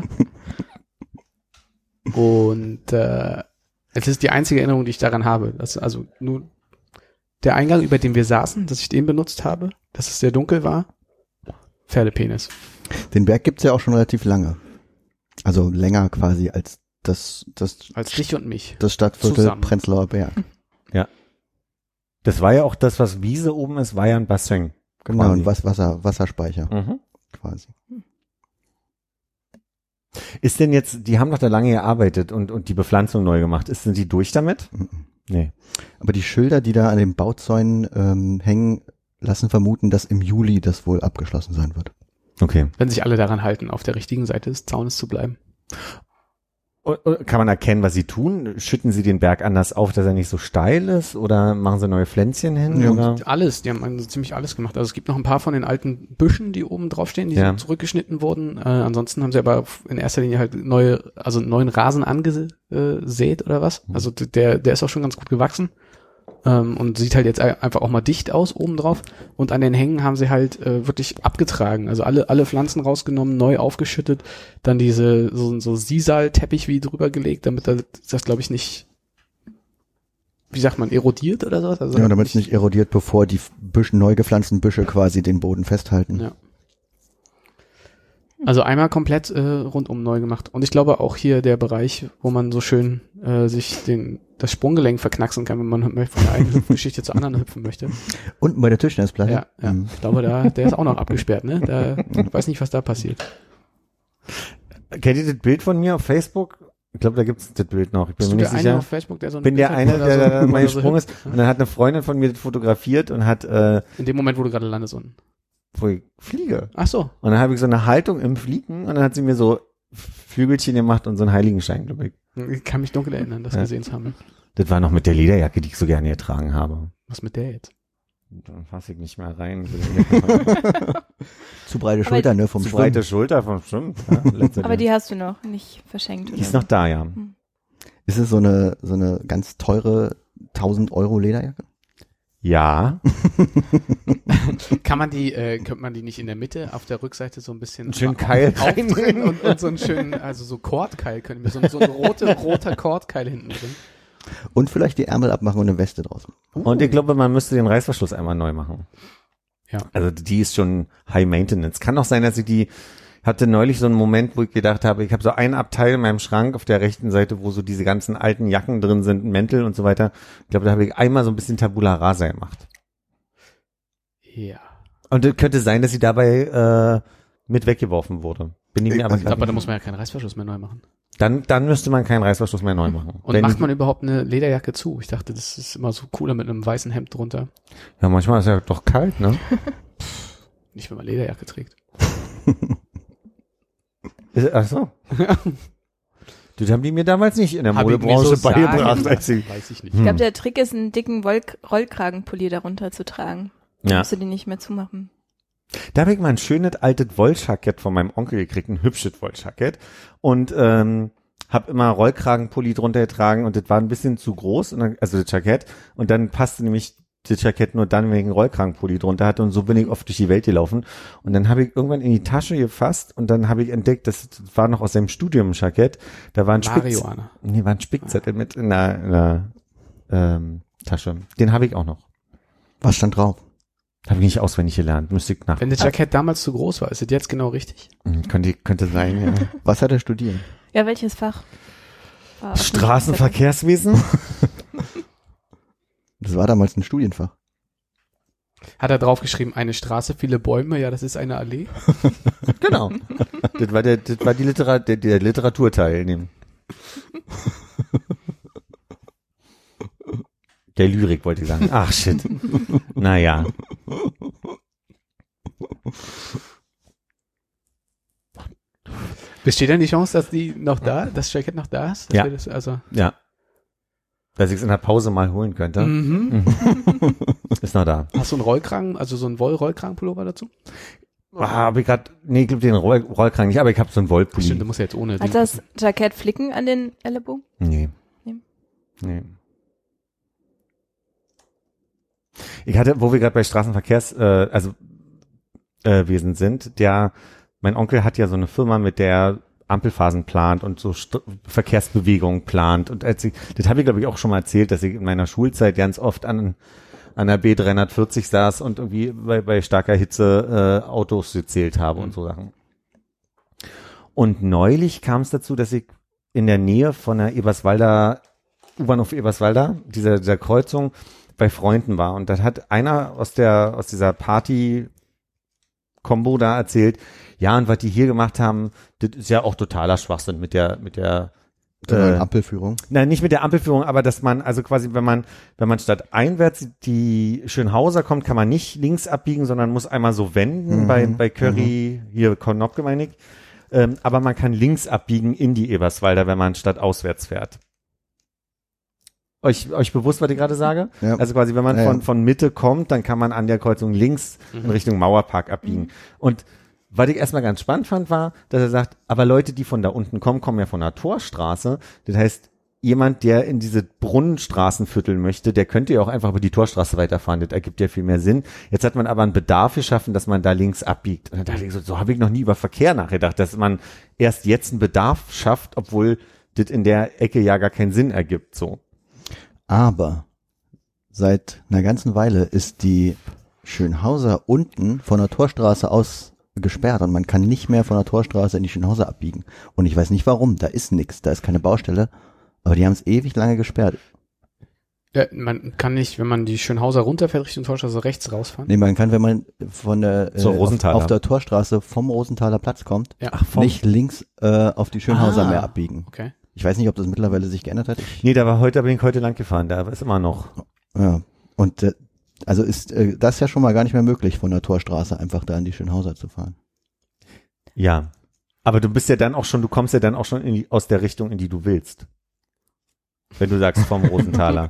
Und äh, es ist die einzige Erinnerung, die ich daran habe. Das, also nur der Eingang, über den wir saßen, dass ich den benutzt habe, dass es sehr dunkel war. Pferdepenis. Den Berg gibt's ja auch schon relativ lange. Also länger quasi als das, das, Als dich und mich. das Stadtviertel Zusammen. Prenzlauer Berg. Das war ja auch das, was Wiese oben ist, war ja ein Bassin. Genau, Quasi. und was, Wasser, Wasserspeicher Mhm. quasi. Ist denn jetzt, die haben doch da lange gearbeitet und, und die Bepflanzung neu gemacht. Ist, sind die durch damit? Mhm. Nee. Aber die Schilder, die da an den Bauzäunen ähm, hängen, lassen vermuten, dass im Juli das wohl abgeschlossen sein wird. Okay. Wenn sich alle daran halten, auf der richtigen Seite des Zaunes zu bleiben. Und- und kann man erkennen, was sie tun? Schütten sie den Berg anders auf, dass er nicht so steil ist? Oder machen sie neue Pflänzchen hin? Ja, oder? Alles, die haben also ziemlich alles gemacht. Also es gibt noch ein paar von den alten Büschen, die oben draufstehen, die Ja. so zurückgeschnitten wurden. Äh, ansonsten haben sie aber in erster Linie halt neue, also neuen Rasen angesät oder was. Also d- der, der ist auch schon ganz gut gewachsen. Ähm, und sieht halt jetzt einfach auch mal dicht aus obendrauf. Und an den Hängen haben sie halt äh, wirklich abgetragen. Also alle alle Pflanzen rausgenommen, neu aufgeschüttet, dann diese so, so Sisal-Teppich wie drüber gelegt, damit das, das glaube ich nicht, wie sagt man, erodiert oder so. Also ja, damit es nicht erodiert, bevor die Büsch, neu gepflanzten Büsche quasi den Boden festhalten. Ja. Also einmal komplett äh, rundum neu gemacht. Und ich glaube auch hier der Bereich, wo man so schön äh, sich den das Sprunggelenk verknacksen kann, wenn man von der einen Hüpfgeschichte zur anderen hüpfen möchte. Unten bei der Tischtennisplatte? Ja, ja. Mhm. Ich glaube, da, der ist auch noch abgesperrt, ne? Da, ich weiß nicht, was da passiert. Kennt ihr das Bild von mir auf Facebook? Ich glaube, da gibt's das Bild noch. Ich bin Bist mir du nicht der sicher. eine auf Facebook, der so ein bin Bild der hat, eine, wo der so, da mal wo so gesprungen ist. Und dann hat eine Freundin von mir das fotografiert und hat, äh, in dem Moment, wo du gerade landest unten. wo ich fliege. Ach so. Und dann habe ich so eine Haltung im Fliegen und dann hat sie mir so Flügelchen gemacht und so einen Heiligenschein, glaube ich. Ich kann mich dunkel erinnern, das Ja. gesehen zu haben. Das war noch mit der Lederjacke, die ich so gerne getragen habe. Was mit der jetzt? Dann fasse ich nicht mehr rein. Zu breite Aber Schulter, ne, vom Zu Schwimmen. breite Schulter vom Schwimmen. Ja, letztendlich. Aber die hast du noch nicht verschenkt, Die oder? ist noch da, ja. Ist es so eine, so eine ganz teure tausend Euro Lederjacke? Ja. Kann man die, äh, könnte man die nicht in der Mitte auf der Rückseite so ein bisschen Einen schönen auf- Keil aufdrehen reinnehmen. und, und so einen schönen, also so Kordkeil können wir, so, ein- so ein rote, roter Kordkeil hinten drin. Und vielleicht die Ärmel abmachen und eine Weste draus. Und ich glaube, man müsste den Reißverschluss einmal neu machen. Ja. Also die ist schon High Maintenance. Kann auch sein, dass ich die hatte neulich so einen Moment, wo ich gedacht habe, ich habe so ein Abteil in meinem Schrank auf der rechten Seite, wo so diese ganzen alten Jacken drin sind, Mäntel und so weiter. Ich glaube, da habe ich einmal so ein bisschen Tabula Rasa gemacht. Ja. Und es könnte sein, dass sie dabei äh, mit weggeworfen wurde. Bin ich mir aber Aber da muss man ja keinen Reißverschluss mehr neu machen. dann dann müsste man keinen Reißverschluss mehr neu machen. Und Wenn macht ich- man überhaupt eine Lederjacke zu? Ich dachte, das ist immer so cooler mit einem weißen Hemd drunter. Ja, manchmal ist ja doch kalt, ne? Nicht, wenn man Lederjacke trägt. Ist, ach so. Das haben die mir damals nicht in der Hab ich mir Modebranche so beigebracht. sagen Als ich, Weiß ich nicht. Ich glaube, der Trick ist, einen dicken Woll Rollkragenpulli darunter zu tragen. Dann ja. musst du die nicht mehr zumachen. Da habe ich mal ein schönes altes Wolljackett von meinem Onkel gekriegt, ein hübsches Wolljackett. Und ähm, habe immer Rollkragenpulli drunter getragen und das war ein bisschen zu groß, und dann, also das Jackett. Und dann passte nämlich das Jackett nur dann, wenn ich einen Rollkragenpulli drunter hatte. Und so bin ich oft durch die Welt gelaufen. Und dann habe ich irgendwann in die Tasche gefasst und dann habe ich entdeckt, das war noch aus seinem Studium ein Jackett. Da war ein Spick, Marihuana. nee, war ein Spickzettel mit in der, in der ähm, Tasche. Den habe ich auch noch. Was stand drauf? Habe ich nicht auswendig gelernt. Müsste ich nach. Wenn das Jackett damals zu groß war, ist es jetzt genau richtig? Hm, Könnte, könnte sein, ja. Was hat er studiert? Ja, welches Fach? War auf dem Straßenverkehrswesen? Das war damals ein Studienfach. Hat er draufgeschrieben, eine Straße, viele Bäume, ja, das ist eine Allee. Genau. Das war der, das war die Litera der, der Literaturteil in dem. Der Lyrik wollte ich sagen. Ach shit. Naja. Besteht denn die Chance, dass die noch da, das Jackett noch da ist? Dass Ja. wir Das, also, Ja. Dass ich es in der Pause mal holen könnte. mhm. Ist noch da. Hast du einen Rollkragen, also so einen Woll-Rollkragenpullover dazu? Ah, hab ich grad, nee, ich glaube den Roll, Rollkragen nicht, aber ich habe so einen Stimmt, Wollpulli. du musst ja jetzt ohne. Hat das Jackett Flicken an den Ellenbogen? Nee. Nee. Nee. Ich hatte, wo wir gerade bei Straßenverkehrs, äh, also äh, Wesen sind, der, mein Onkel hat ja so eine Firma, mit der Ampelphasen plant und so St- Verkehrsbewegungen plant. Und als ich, das habe ich glaube ich auch schon mal erzählt, dass ich in meiner Schulzeit ganz oft an an der B dreihundertvierzig saß und irgendwie bei, bei starker Hitze äh, Autos gezählt habe und so Sachen. Und neulich kam es dazu, dass ich in der Nähe von der Eberswalder U-Bahnhof Eberswalder, dieser, dieser Kreuzung, bei Freunden war. Und das hat einer aus der aus dieser Party-Kombo da erzählt, ja, und was die hier gemacht haben, das ist ja auch totaler Schwachsinn mit der mit der Der äh, Ampelführung. Nein, nicht mit der Ampelführung, aber dass man, also quasi, wenn man, wenn man statt einwärts die Schönhauser kommt, kann man nicht links abbiegen, sondern muss einmal so wenden, Mhm. bei, bei Curry, hier Kornopke meine ich. Ähm, aber man kann links abbiegen in die Eberswalder, wenn man statt auswärts fährt. Euch, euch bewusst, was ich gerade sage? Ja. Also quasi, wenn man Ja, ja. von, von Mitte kommt, dann kann man an der Kreuzung links in Richtung Mauerpark abbiegen. Und was ich erstmal ganz spannend fand, war, dass er sagt, aber Leute, die von da unten kommen, kommen ja von der Torstraße. Das heißt, jemand, der in diese Brunnenstraßenviertel möchte, der könnte ja auch einfach über die Torstraße weiterfahren. Das ergibt ja viel mehr Sinn. Jetzt hat man aber einen Bedarf geschaffen, dass man da links abbiegt. Und dann dachte ich so, so habe ich noch nie über Verkehr nachgedacht, dass man erst jetzt einen Bedarf schafft, obwohl das in der Ecke ja gar keinen Sinn ergibt, so. Aber seit einer ganzen Weile ist die Schönhauser unten von der Torstraße aus gesperrt und man kann nicht mehr von der Torstraße in die Schönhauser abbiegen. Und ich weiß nicht warum, da ist nichts, da ist keine Baustelle, aber die haben es ewig lange gesperrt. Ja, man kann nicht, wenn man die Schönhauser runterfährt, Richtung Torstraße rechts rausfahren. Nee, man kann, wenn man von der Zur äh, Rosenthaler. auf, auf der Torstraße vom Rosenthaler Platz kommt, Ja. Ach, vom- nicht links äh, auf die Schönhauser Ah. mehr abbiegen. Okay. Ich weiß nicht, ob das mittlerweile sich geändert hat. Ich, Nee, da war heute, da bin ich heute lang gefahren, da ist immer noch. ja. Und äh, also ist äh, das ja schon mal gar nicht mehr möglich, von der Torstraße einfach da in die Schönhauser zu fahren. Ja. Aber du bist ja dann auch schon, du kommst ja dann auch schon in die, aus der Richtung, in die du willst. Wenn du sagst vom Rosenthaler.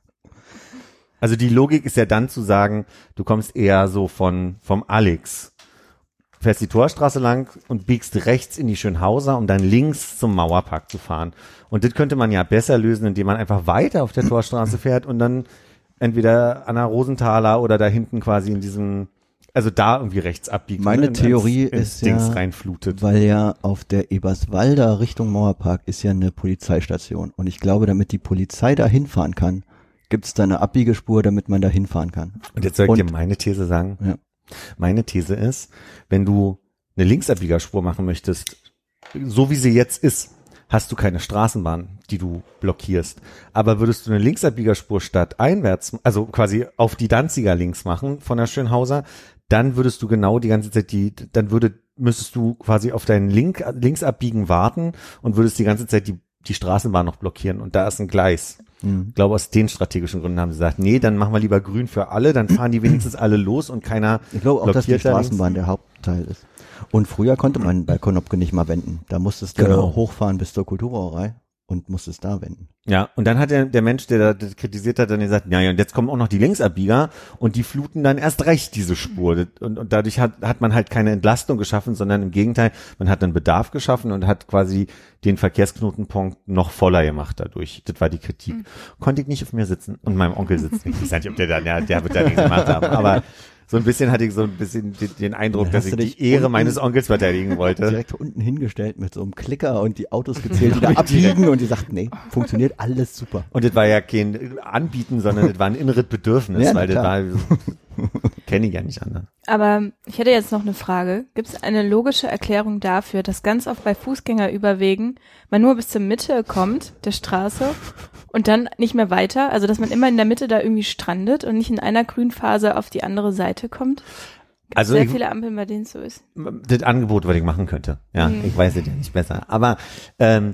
Also die Logik ist ja dann zu sagen, du kommst eher so von, vom Alex, fährst die Torstraße lang und biegst rechts in die Schönhauser, um dann links zum Mauerpark zu fahren. Und das könnte man ja besser lösen, indem man einfach weiter auf der Torstraße fährt und dann entweder an der Rosenthaler oder da hinten quasi in diesem, also da irgendwie rechts abbiegt. Meine ne, Theorie ins, ins ist Dings ja, reinflutet. weil ja auf der Eberswalder Richtung Mauerpark ist ja eine Polizeistation. Und ich glaube, damit die Polizei da hinfahren kann, gibt es da eine Abbiegespur, damit man da hinfahren kann. Und jetzt soll ich Und- dir meine These sagen. Ja. Meine These ist, wenn du eine Linksabbiegerspur machen möchtest, so wie sie jetzt ist, hast du keine Straßenbahn, die du blockierst. Aber würdest du eine Linksabbiegerspur statt einwärts, also quasi auf die Danziger links machen von der Schönhauser, dann würdest du genau die ganze Zeit die, dann würde, müsstest du quasi auf deinen Link, Linksabbiegen warten und würdest die ganze Zeit die, die Straßenbahn noch blockieren. Und da ist ein Gleis. Mhm. Ich glaube, aus den strategischen Gründen haben sie gesagt, nee, dann machen wir lieber grün für alle, dann fahren die wenigstens alle los und keiner Ich glaube auch, dass die blockiert da links. Straßenbahn der Hauptteil ist. Und früher konnte man bei Konopke nicht mal wenden. Da musstest du Genau. hochfahren bis zur Kulturbrauerei und musstest da wenden. Ja, und dann hat der, der Mensch, der das kritisiert hat, dann gesagt, ja, ja, und jetzt kommen auch noch die Linksabbieger und die fluten dann erst recht diese Spur. Und, und dadurch hat, hat man halt keine Entlastung geschaffen, sondern im Gegenteil, man hat einen Bedarf geschaffen und hat quasi den Verkehrsknotenpunkt noch voller gemacht dadurch. Das war die Kritik. Mhm. Konnte ich nicht auf mir sitzen und meinem Onkel sitzen. Ich weiß nicht, ob der da, der, der wird da nichts gemacht haben, aber so ein bisschen hatte ich so ein bisschen den, den Eindruck, Dann dass hast ich du dich die Ehre unten meines Onkels verteidigen wollte. Direkt unten hingestellt mit so einem Klicker und die Autos gezählt, die da abbiegen und die sagt, nee, funktioniert alles super. Und das war ja kein Anbieten, sondern das war ein inneres Bedürfnis, Ja, weil das klar. war, kenne ich ja nicht anders. Aber ich hätte jetzt noch eine Frage. Gibt es eine logische Erklärung dafür, dass ganz oft bei Fußgängerüberwegen man nur bis zur Mitte kommt, der Straße, und dann nicht mehr weiter? Also, dass man immer in der Mitte da irgendwie strandet und nicht in einer Grünphase auf die andere Seite kommt? Gibt Also sehr ich- viele Ampeln, bei denen es so ist. Das Angebot, was ich machen könnte. Ja, Mhm. ich weiß es ja nicht besser. Aber ähm,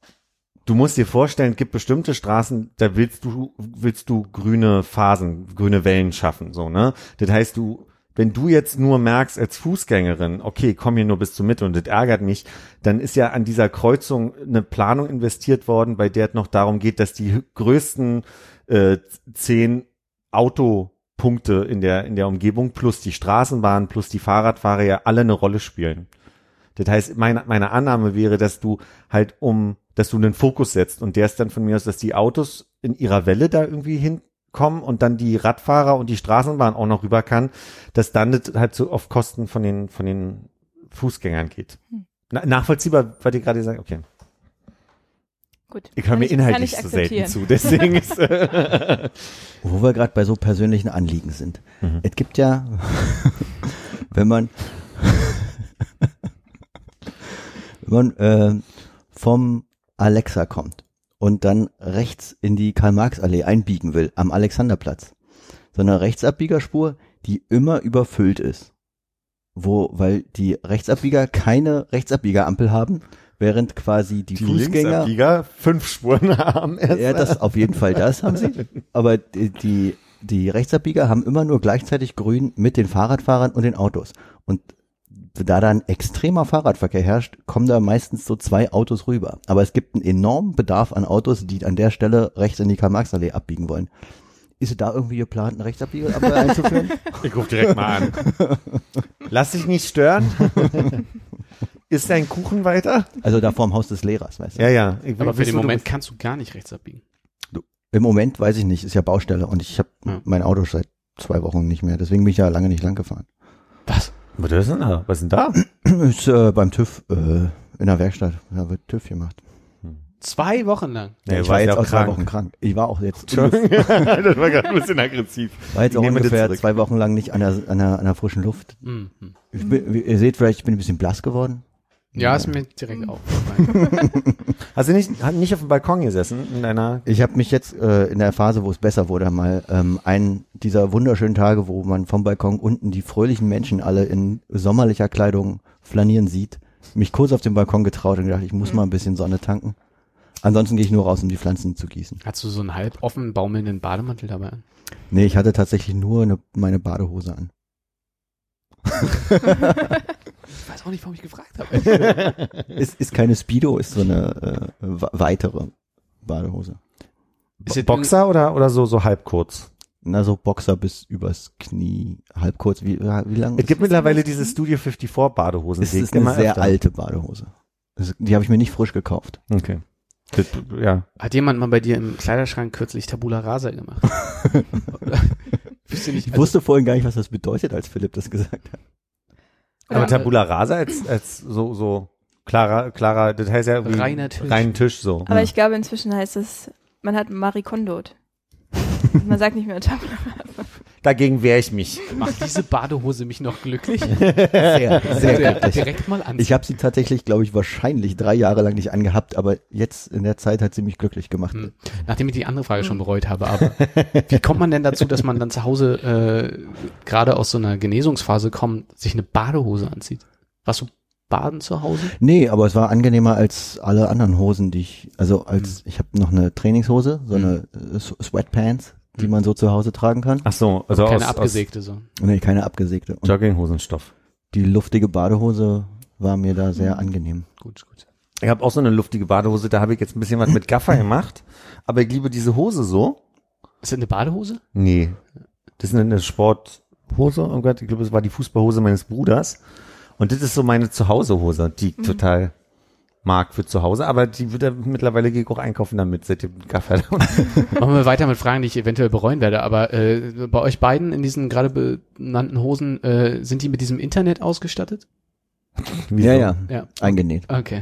du musst dir vorstellen, es gibt bestimmte Straßen, da willst du willst du grüne Phasen, grüne Wellen schaffen, so, ne? Das heißt, du, wenn du jetzt nur merkst als Fußgängerin, okay, komm hier nur bis zur Mitte und das ärgert mich, dann ist ja an dieser Kreuzung eine Planung investiert worden, bei der es noch darum geht, dass die größten äh, zehn Autopunkte in der in der Umgebung plus die Straßenbahn plus die Fahrradfahrer ja alle eine Rolle spielen. Das heißt, meine, meine Annahme wäre, dass du halt um, dass du einen Fokus setzt und der ist dann von mir aus, dass die Autos in ihrer Welle da irgendwie hinkommen und dann die Radfahrer und die Straßenbahn auch noch rüber kann, dass dann das halt so auf Kosten von den, von den Fußgängern geht. Na, nachvollziehbar, was ihr gerade sagt, okay. Gut. Ich höre Kann mir kann inhaltlich ich so selten akzeptieren. zu, deswegen ist, äh, Wo wir gerade bei so persönlichen Anliegen sind. Mhm. Es gibt ja, wenn man, wenn man äh, vom Alexa kommt und dann rechts in die Karl-Marx-Allee einbiegen will, am Alexanderplatz, so eine Rechtsabbiegerspur, die immer überfüllt ist. Wo, weil die Rechtsabbieger keine Rechtsabbieger-Ampel haben, während quasi die, die Fußgänger Linksabbieger fünf Spuren haben. ja, das auf jeden Fall, das haben sie. Aber die, die, die Rechtsabbieger haben immer nur gleichzeitig grün mit den Fahrradfahrern und den Autos. Und da dann extremer Fahrradverkehr herrscht, kommen da meistens so zwei Autos rüber. Aber es gibt einen enormen Bedarf an Autos, die an der Stelle rechts in die Karl-Marx-Allee abbiegen wollen. Ist da irgendwie geplant, eine Rechtsabbieger einzuführen? Ich rufe direkt mal an. Lass dich nicht stören. Ist dein Kuchen weiter? Also da vorm Haus des Lehrers, weißt du. Ja, ja. Ich, Aber für wisst den du, Moment du- kannst du gar nicht rechts abbiegen. Im Moment weiß ich nicht, ist ja Baustelle und ich habe Ja. mein Auto seit zwei Wochen nicht mehr, deswegen bin ich ja lange nicht lang gefahren. Was? Was ist denn da? Was ist denn da? Ist äh, beim TÜV äh, in der Werkstatt, da wird TÜV gemacht. Zwei Wochen lang. Ja, ich du war warst jetzt ja auch auch zwei krank. Wochen krank. Ich war auch jetzt Entschuldigung. Das war gerade ein bisschen aggressiv. war jetzt Ich auch nehme das ungefähr zurück. zwei Wochen lang nicht an der, an der, an der frischen Luft. Mhm. Ich bin, wie ihr seht vielleicht, ich bin ein bisschen blass geworden. Ja, ist mir direkt aufgefallen. Hast du nicht, hat nicht auf dem Balkon gesessen in deiner, Ich habe mich jetzt äh, in der Phase, wo es besser wurde, mal ähm, einen dieser wunderschönen Tage, wo man vom Balkon unten die fröhlichen Menschen alle in sommerlicher Kleidung flanieren sieht, mich kurz auf den Balkon getraut und gedacht, ich muss mal ein bisschen Sonne tanken. Ansonsten gehe ich nur raus, um die Pflanzen zu gießen. Hast du so einen halb offen baumelnden Bademantel dabei an? Nee, ich hatte tatsächlich nur eine, meine Badehose an. Ich weiß auch nicht, warum ich gefragt habe. Es ist keine Speedo, ist so eine äh, we- weitere Badehose. Ist jetzt Boxer oder, oder so, so halb kurz? Na, so Boxer bis übers Knie, halb kurz. Wie, wie lang Es gibt mittlerweile diese Studio fünfundfünfzig Badehosen. ist die es eine immer sehr öfter. alte Badehose. Das, die habe ich mir nicht frisch gekauft. Okay. Das, ja. Hat jemand mal bei dir im Kleiderschrank kürzlich Tabula Rasa gemacht? Oder? Wisst ihr nicht? Ich wusste vorhin gar nicht, was das bedeutet, als Philipp das gesagt hat. Aber Ja. Tabula Rasa als, als so, so klarer, klarer, das heißt ja wie Reiner Tisch. reinen Tisch so. Aber ich glaube, inzwischen heißt es, man hat Marie Kondot. Man sagt nicht mehr Tabula Rasa. Dagegen wehre ich mich. Macht diese Badehose mich noch glücklich? Sehr, sehr Der- glücklich. Direkt mal an. Ich habe sie tatsächlich, glaube ich, wahrscheinlich drei Jahre lang nicht angehabt, aber jetzt in der Zeit hat sie mich glücklich gemacht. Hm. Nachdem ich die andere Frage schon bereut habe, aber wie kommt man denn dazu, dass man dann zu Hause äh, gerade aus so einer Genesungsphase kommt, sich eine Badehose anzieht? Warst du baden zu Hause? Nee, aber es war angenehmer als alle anderen Hosen, die ich, also als, ich habe noch eine Trainingshose, so eine äh, Sweatpants, die man so zu Hause tragen kann. Ach so, also Keine aus, abgesägte so. Nee, keine abgesägte. aus Und Jogginghosenstoff. die luftige Badehose war mir da sehr angenehm. Gut, gut. Ich habe auch so eine luftige Badehose, da habe ich jetzt ein bisschen was mit Gaffer gemacht, aber ich liebe diese Hose so. Ist das eine Badehose? Nee, das ist eine Sporthose, oh Gott, ich glaube, es war die Fußballhose meines Bruders und das ist so meine Zuhausehose, die ich total mag für zu Hause, aber die wird ja mittlerweile gehe ich auch einkaufen damit, seit dem Gaffer. Machen wir weiter mit Fragen, die ich eventuell bereuen werde, aber äh, bei euch beiden in diesen gerade benannten Hosen, äh, sind die mit diesem Internet ausgestattet? Wieso? Ja, ja, Ja. eingenäht. Okay.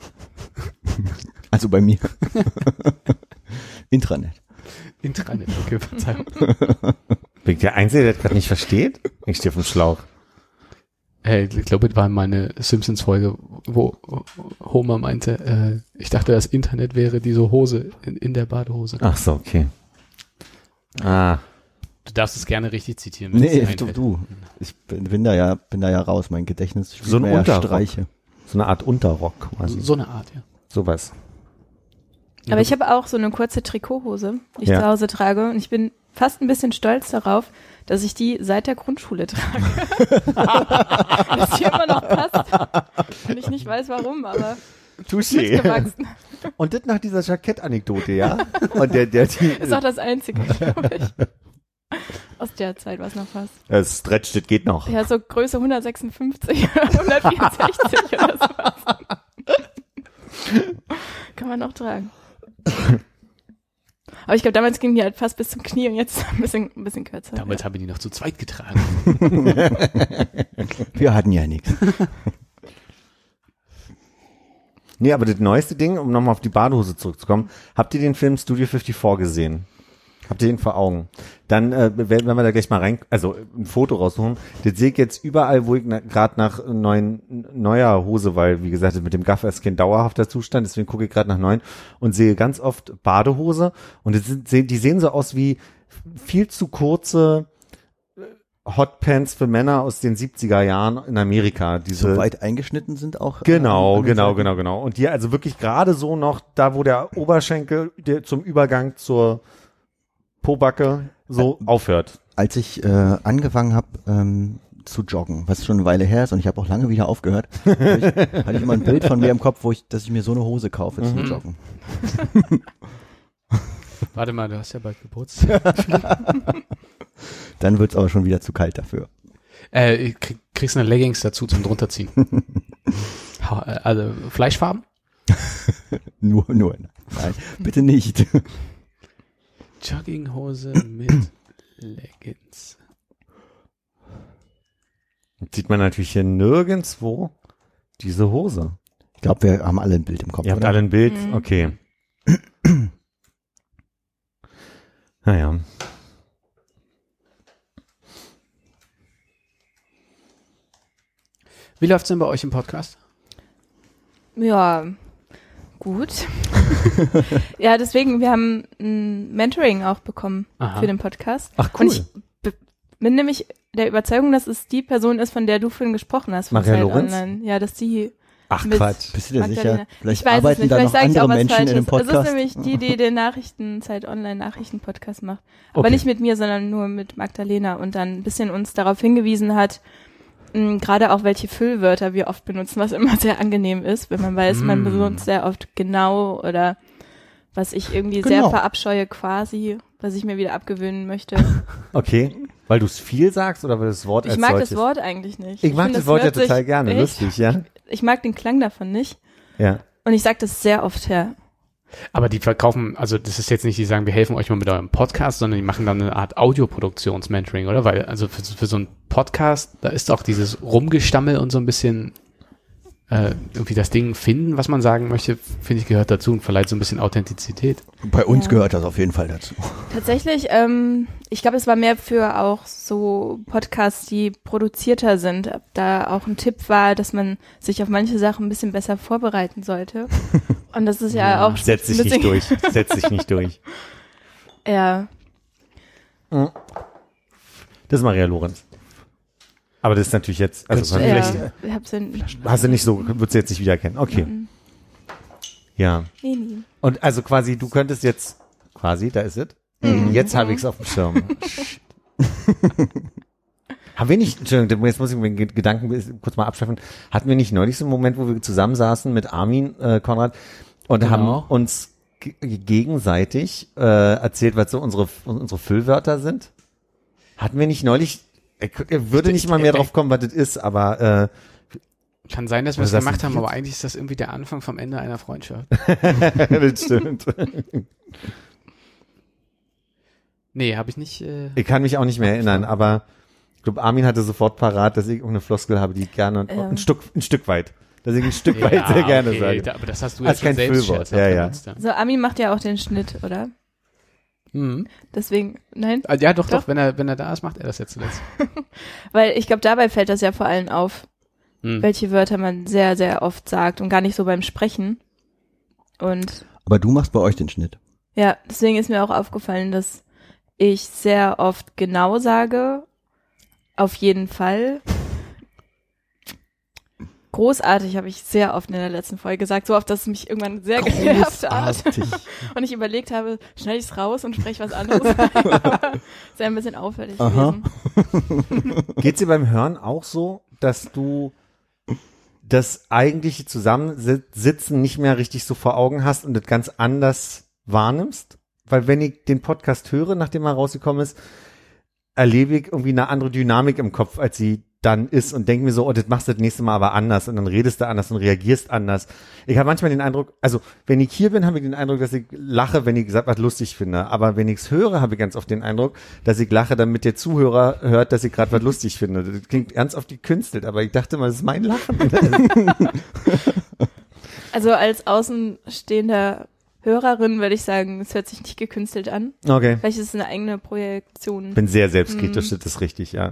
Also bei mir. Intranet. Intranet, okay, Verzeihung. Bin ich der Einzige, der das gerade nicht versteht? Ich stehe auf dem Schlauch. Äh, ich glaube, das war meine Simpsons-Folge, wo Homer meinte, äh, ich dachte, das Internet wäre diese Hose in, in der Badehose. Ach so, okay. Ah, Du darfst es gerne richtig zitieren. wenn es Nee, dir du, einfällt. du. Ich bin, bin da ja, bin da ja raus. Mein Gedächtnis spielt So ein mir ja Unterrock. Streiche. so eine Art Unterrock quasi. So, so eine Art, ja. Sowas. Aber ich habe auch so eine kurze Trikothose, die ich Ja. zu Hause trage. Und ich bin fast ein bisschen stolz darauf, dass ich die seit der Grundschule trage. Dass die immer noch passt. Und ich nicht weiß warum, aber Touché. mitgewachsen. Und das nach dieser Jackett-Anekdote, ja? Und der, der, die, Ist auch das Einzige, glaube ich. Aus der Zeit, was noch passt. das Stretch, das geht noch. Ja, so Größe hundertsechsundfünfzig oder hundertvierundsechzig oder sowas. Kann man noch tragen. Aber ich glaube, damals ging die halt fast bis zum Knie und jetzt ein bisschen, ein bisschen kürzer. Damals habe ich die noch zu zweit getragen. Wir hatten ja nichts. Nee, aber das neueste Ding, um nochmal auf die Badehose zurückzukommen, habt ihr den Film Studio fünfundfünfzig gesehen? Habt ihr den vor Augen? Dann, äh, wenn wenn wir da gleich mal rein, also ein Foto raussuchen, das sehe ich jetzt überall, wo ich na, gerade nach neuen, neuer Hose, weil, wie gesagt, mit dem Gaffer ist kein dauerhafter Zustand, deswegen gucke ich gerade nach neuen und sehe ganz oft Badehose und das sind, die sehen so aus wie viel zu kurze Hotpants für Männer aus den siebziger Jahren in Amerika. Diese, So weit eingeschnitten sind auch. äh, Genau, an den genau, Seiten. genau, genau. Und die also wirklich gerade so noch, da wo der Oberschenkel der zum Übergang zur Pobacke so aufhört. Als ich äh, angefangen habe ähm, zu joggen, was schon eine Weile her ist und ich habe auch lange wieder aufgehört, hatte ich, hatte ich immer ein Bild von mir im Kopf, wo ich, dass ich mir so eine Hose kaufe zum Mhm. Joggen. Warte mal, du hast ja bald geputzt. Dann wird's aber schon wieder zu kalt dafür. äh, krieg, kriegst eine Leggings dazu zum drunterziehen. Ha- Also Fleischfarben? Nur, nur. Nein, bitte nicht. Jogginghose mit Leggings. Jetzt sieht man natürlich hier nirgendwo diese Hose. Ich glaube, wir haben alle ein Bild im Kopf. Ihr habt oder? alle ein Bild? Mhm. Okay. Naja. Wie läuft's denn bei euch im Podcast? Ja, gut. Ja, deswegen, wir haben ein Mentoring auch bekommen Aha. für den Podcast. Ach, cool. Und ich b- bin nämlich der Überzeugung, dass es die Person ist, von der du vorhin gesprochen hast. von Maria Zeit Lorenz? Online. Ja, dass die Ach mit- Quatsch. Bist du dir Magdalena. sicher? Vielleicht ich weiß es arbeiten nicht, da vielleicht noch sage ich auch andere was Menschen in dem Falsches. Podcast. Es ist nämlich die, die den Nachrichten, Zeit Online Nachrichten-Podcast macht. Aber Okay. nicht mit mir, sondern nur mit Magdalena und dann ein bisschen uns darauf hingewiesen hat, mh, gerade auch welche Füllwörter wir oft benutzen, was immer sehr angenehm ist, wenn man weiß, man Mm. benutzt sehr oft genau oder was ich irgendwie Genau. sehr verabscheue quasi, was ich mir wieder abgewöhnen möchte. Okay. Weil du es viel sagst oder weil du das Wort Ich als mag solches? das Wort eigentlich nicht. Ich mag finde, das Wort ja hört sich total gerne. echt- Lustig, ja? Ich mag den Klang davon nicht. Ja. Und ich sage das sehr oft her. Aber die verkaufen, also das ist jetzt nicht, die sagen, wir helfen euch mal mit eurem Podcast, sondern die machen dann eine Art Audioproduktions-Mentoring, oder? Weil, also für, für so einen Podcast, da ist auch dieses Rumgestammel und so ein bisschen äh, irgendwie das Ding finden, was man sagen möchte, finde ich, gehört dazu und verleiht so ein bisschen Authentizität. Bei uns Ja. gehört das auf jeden Fall dazu. Tatsächlich, ähm, ich glaube, es war mehr für auch so Podcasts, die produzierter sind. Ob da auch ein Tipp war, dass man sich auf manche Sachen ein bisschen besser vorbereiten sollte. Und das ist ja, auch Setz dich ein nicht durch. bisschen- Setz dich nicht durch. Ja, Das ist Maria Lorenz. Aber das ist natürlich jetzt, also Könntest du- vielleicht ja, ich hab's ja, hast du nicht so, würdest du jetzt nicht wiedererkennen. Okay. Mhm. Ja. nee, nie. Und also quasi, du könntest jetzt, quasi, da ist es. Mhm. Jetzt habe ich es auf dem Schirm. Shit. Haben wir nicht, Entschuldigung, jetzt muss ich den Gedanken kurz mal abschaffen. Hatten wir nicht neulich so einen Moment, wo wir zusammensaßen mit Armin, äh, Konrad und Genau. haben uns g- gegenseitig äh, erzählt, was so unsere unsere Füllwörter sind? Hatten wir nicht neulich, er, er würde nicht mal mehr drauf kommen, was das ist, aber äh, Kann sein, dass wir Was es ist das gemacht denn haben, jetzt? aber eigentlich ist das irgendwie der Anfang vom Ende einer Freundschaft. das stimmt. Nee, habe ich nicht. Äh, Ich kann mich auch nicht mehr erinnern, aber ich glaube, Armin hatte sofort parat, dass ich irgendeine Floskel habe, die ich gerne Ja. ein Stück ein Stück weit, dass ich ein Stück weit sehr gerne okay, sage. Da, aber das hast du Als jetzt schon kein selbst Füllwort, scherzhaft ja, ja. benutzt, ja. So, Ami macht ja auch den Schnitt, oder? Mhm. Deswegen, nein? Ah, ja, doch, doch, Doch. wenn er, wenn er da ist, macht er das jetzt zuletzt. Weil ich glaube, dabei fällt das ja vor allem auf, Mhm. welche Wörter man sehr, sehr oft sagt und gar nicht so beim Sprechen. Und Aber du machst bei euch den Schnitt. ja, deswegen ist mir auch aufgefallen, dass ich sehr oft genau sage, auf jeden Fall. Großartig habe ich sehr oft in der letzten Folge gesagt, so oft, dass es mich irgendwann sehr genervt hat. Großartig. Und ich überlegt habe, schneide ich es raus und spreche was anderes. Aber ist ja ein bisschen auffällig Aha. gewesen. Geht's dir beim Hören auch so, dass du das eigentliche Zusammensitzen nicht mehr richtig so vor Augen hast und das ganz anders wahrnimmst? Weil wenn ich den Podcast höre, nachdem er rausgekommen ist, erlebe ich irgendwie eine andere Dynamik im Kopf, als sie dann ist und denke mir so, oh, das machst du das nächste Mal aber anders und dann redest du anders und reagierst anders. Ich habe manchmal den Eindruck, also wenn ich hier bin, habe ich den Eindruck, dass ich lache, wenn ich gesagt was lustig finde. Aber wenn ich es höre, habe ich ganz oft den Eindruck, dass ich lache, damit der Zuhörer hört, dass ich gerade was lustig finde. Das klingt ganz oft gekünstelt, aber ich dachte mal, das ist mein Lachen. Also als außenstehender Hörerin würde ich sagen, es hört sich nicht gekünstelt an. Okay. Vielleicht ist es eine eigene Projektion. Bin sehr selbstkritisch, Hm. das ist richtig, ja.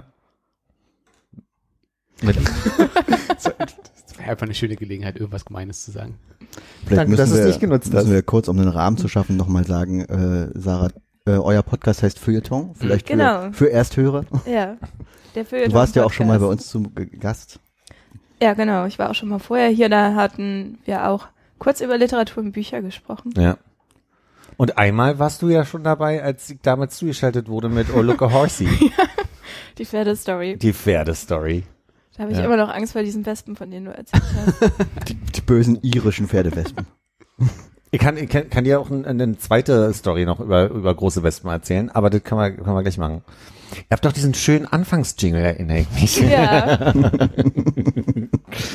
Mit, Das wäre einfach eine schöne Gelegenheit, irgendwas Gemeines zu sagen. Vielleicht Danke, müssen dass du es wir, nicht genutzt müssen hast. wir kurz, um den Rahmen zu schaffen, nochmal sagen, äh, Sarah, äh, euer Podcast heißt Feuilleton, vielleicht Genau. für, für Ersthörer. Ja. Der Du warst ja auch schon mal bei uns zu G- Gast. Ja, genau. Ich war auch schon mal vorher hier. Da hatten wir auch kurz über Literatur und Bücher gesprochen. ja. Und einmal warst du ja schon dabei, als ich damals zugeschaltet wurde mit Oh Look a Horsey, Die Pferdestory. die Pferdestory. Da habe ich Ja. immer noch Angst vor diesen Wespen, von denen du erzählt hast. Die, die bösen irischen Pferdewespen. Ich kann, ich kann, kann dir auch ein, eine zweite Story noch über, über große Wespen erzählen, aber das können wir, können wir gleich machen. Ihr habt doch diesen schönen Anfangsjingle, erinnere ich mich. Ja.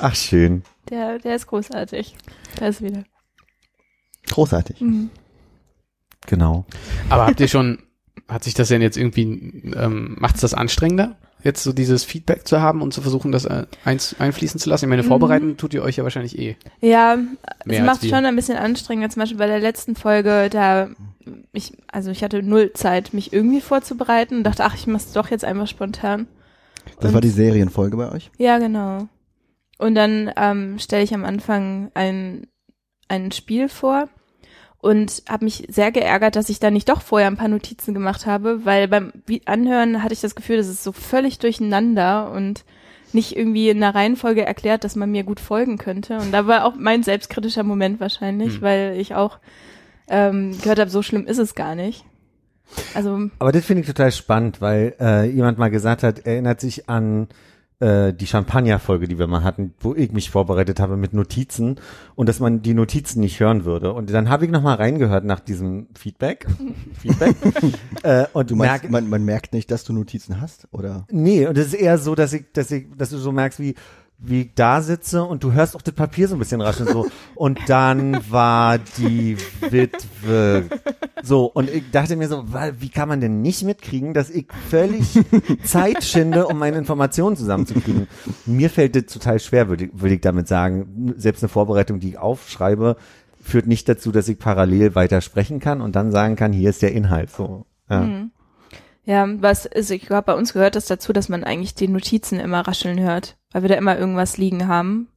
Ach, schön. Der, der ist großartig. Da ist wieder. Großartig. Mhm. Genau. Aber habt ihr schon, hat sich das denn jetzt irgendwie, ähm, macht's das anstrengender, jetzt so dieses Feedback zu haben und zu versuchen, das äh, eins, einfließen zu lassen? Ich meine, Mhm. vorbereiten tut ihr euch ja wahrscheinlich eh. Ja, Mehr es als macht wir. schon ein bisschen anstrengender. Zum Beispiel bei der letzten Folge, da ich, also ich hatte null Zeit, mich irgendwie vorzubereiten und dachte, ach, ich mach's doch jetzt einfach spontan. Das Und- war die Serienfolge bei euch? Ja, genau. Und dann ähm, stelle ich am Anfang ein, ein Spiel vor und habe mich sehr geärgert, dass ich da nicht doch vorher ein paar Notizen gemacht habe, weil beim Wie- Anhören hatte ich das Gefühl, das ist so völlig durcheinander und nicht irgendwie in einer Reihenfolge erklärt, dass man mir gut folgen könnte. Und da war auch mein selbstkritischer Moment wahrscheinlich, Hm. weil ich auch ähm, gehört habe, so schlimm ist es gar nicht. Also Aber das finde ich total spannend, weil äh, jemand mal gesagt hat, erinnert sich an äh, die Champagner-Folge, die wir mal hatten, wo ich mich vorbereitet habe mit Notizen und dass man die Notizen nicht hören würde. Und dann habe ich nochmal reingehört nach diesem Feedback. Feedback. äh, und Du meinst, merke, man, man merkt nicht, dass du Notizen hast, oder? nee, und es ist eher so, dass ich, dass ich, dass du so merkst, wie wie ich da sitze und du hörst auch das Papier so ein bisschen rascheln so und dann war die Witwe so und ich dachte mir so, weil, wie kann man denn nicht mitkriegen, dass ich völlig Zeit schinde, um meine Informationen zusammenzukriegen. Mir fällt das total schwer, würde ich, würde ich damit sagen. Selbst eine Vorbereitung, die ich aufschreibe, führt nicht dazu, dass ich parallel weiter sprechen kann und dann sagen kann, hier ist der Inhalt so. Ja. Mhm. Ja, was ist, ich glaube, bei uns gehört das dazu, dass man eigentlich die Notizen immer rascheln hört, weil wir da immer irgendwas liegen haben.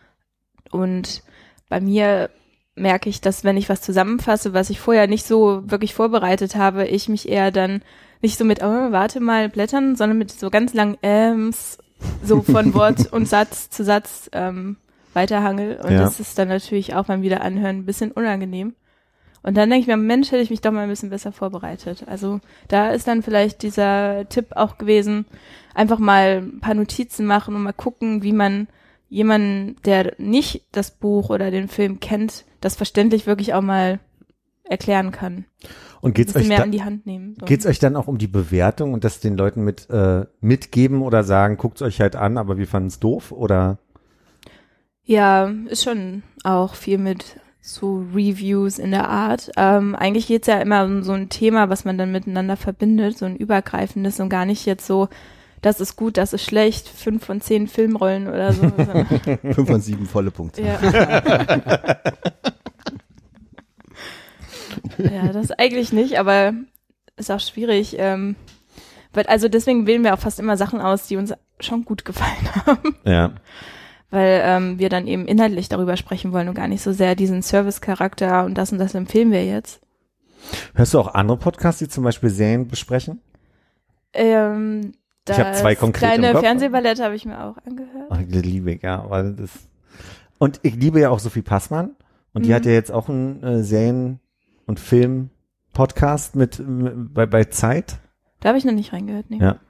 Und bei mir merke ich, dass wenn ich was zusammenfasse, was ich vorher nicht so wirklich vorbereitet habe, ich mich eher dann nicht so mit, oh, warte mal, blättern, sondern mit so ganz langen Äms, so von Wort und Satz zu Satz ähm, weiterhangel. Und Ja. das ist dann natürlich auch beim Wiederanhören ein bisschen unangenehm. Und dann denke ich mir, Mensch, hätte ich mich doch mal ein bisschen besser vorbereitet. Also da ist dann vielleicht dieser Tipp auch gewesen, einfach mal ein paar Notizen machen und mal gucken, wie man jemanden, der nicht das Buch oder den Film kennt, das verständlich wirklich auch mal erklären kann. Und Ein geht's bisschen euch mehr da, an die Hand nehmen. So. geht's euch dann auch um die Bewertung und das den Leuten mit äh, mitgeben oder sagen, guckt's euch halt an, aber wir fanden's doof oder? Ja, ist schon auch viel mit so Reviews in der Art. Ähm, eigentlich geht's ja immer um so ein Thema, was man dann miteinander verbindet, so ein übergreifendes und gar nicht jetzt so, das ist gut, das ist schlecht, fünf von zehn Filmrollen oder so. Fünf von sieben volle Punkte. Ja. Ja, das eigentlich nicht, aber ist auch schwierig. Ähm, weil, also deswegen wählen wir auch fast immer Sachen aus, die uns schon gut gefallen haben. Ja. Weil ähm, wir dann eben inhaltlich darüber sprechen wollen und gar nicht so sehr diesen Service-Charakter und das und das empfehlen wir jetzt. Hörst du auch andere Podcasts, die zum Beispiel Serien besprechen? Ähm, Ich hab zwei das konkret im kleine Kopf. Fernsehballett habe ich mir auch angehört. Ach, das liebe ich, ja. Aber das und ich liebe ja auch Sophie Passmann und die Mhm. hat ja jetzt auch einen äh, Serien- und Film-Podcast mit, mit bei, bei Zeit. Da habe ich noch nicht reingehört. Nee. Ja.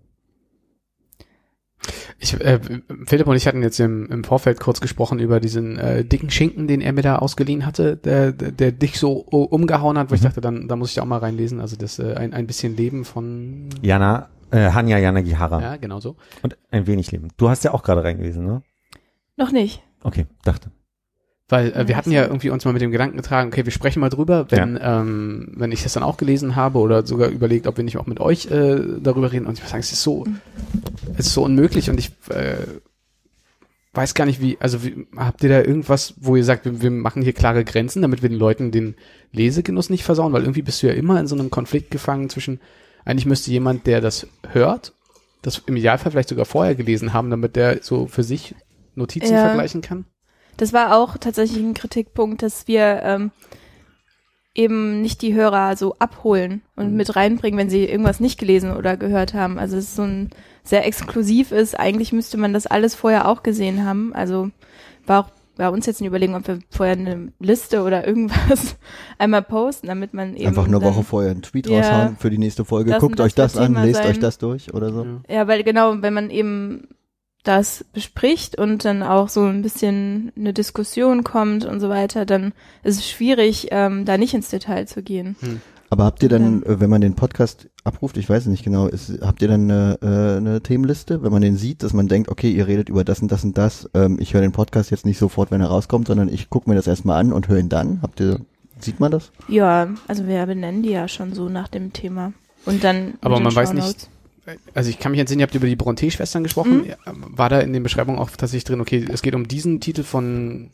Ich, äh, Philipp und ich hatten jetzt im, im Vorfeld kurz gesprochen über diesen äh, dicken Schinken, den er mir da ausgeliehen hatte, der, der, der dich so umgehauen hat, wo ich Mhm. dachte, dann da muss ich da auch mal reinlesen. Also das äh, ein, ein bisschen Leben von Jana, äh, Hanya Yanagihara. ja, genau so. Und ein wenig Leben. Du hast ja auch gerade reingelesen, ne? Noch nicht. Okay, dachte. Weil äh, wir Ja, hatten so. ja irgendwie uns mal mit dem Gedanken getragen, okay, wir sprechen mal drüber, wenn ähm, wenn ich das dann auch gelesen habe oder sogar überlegt, ob wir nicht auch mit euch äh, darüber reden. Und ich muss sagen, es ist so, es ist so unmöglich und ich äh, weiß gar nicht wie, also wie, habt ihr da irgendwas, wo ihr sagt, wir, wir machen hier klare Grenzen, damit wir den Leuten den Lesegenuss nicht versauen, weil irgendwie bist du ja immer in so einem Konflikt gefangen zwischen, eigentlich müsste jemand, der das hört, das im Idealfall vielleicht sogar vorher gelesen haben, damit der so für sich Notizen Ja. vergleichen kann. Das war auch tatsächlich ein Kritikpunkt, dass wir ähm, eben nicht die Hörer so abholen und Mhm. mit reinbringen, wenn sie irgendwas nicht gelesen oder gehört haben. Also es ist so ein sehr exklusiv ist. Eigentlich müsste man das alles vorher auch gesehen haben. Also war auch bei uns jetzt eine Überlegung, ob wir vorher eine Liste oder irgendwas einmal posten, damit man eben Einfach eine dann, Woche vorher einen Tweet Ja. raushauen für die nächste Folge. Das Guckt und das euch das wird an, Thema lest sein. euch das durch oder so. Ja. Ja, weil genau, wenn man eben das bespricht und dann auch so ein bisschen eine Diskussion kommt und so weiter, dann ist es schwierig, ähm, da nicht ins Detail zu gehen. Aber habt ihr dann, äh, wenn man den Podcast abruft, ich weiß es nicht genau, ist, habt ihr dann eine, äh, eine Themenliste, wenn man den sieht, dass man denkt, okay, ihr redet über das und das und das, ähm, ich höre den Podcast jetzt nicht sofort, wenn er rauskommt, sondern ich gucke mir das erstmal an und höre ihn dann. Habt ihr, sieht man das? Ja, also wir benennen die ja schon so nach dem Thema. Und dann Aber mit man den weiß Shownotes. nicht, also ich kann mich entsinnen, ihr habt über die Brontë-Schwestern gesprochen. Mhm. War da in den Beschreibungen auch tatsächlich drin, okay, es geht um diesen Titel von...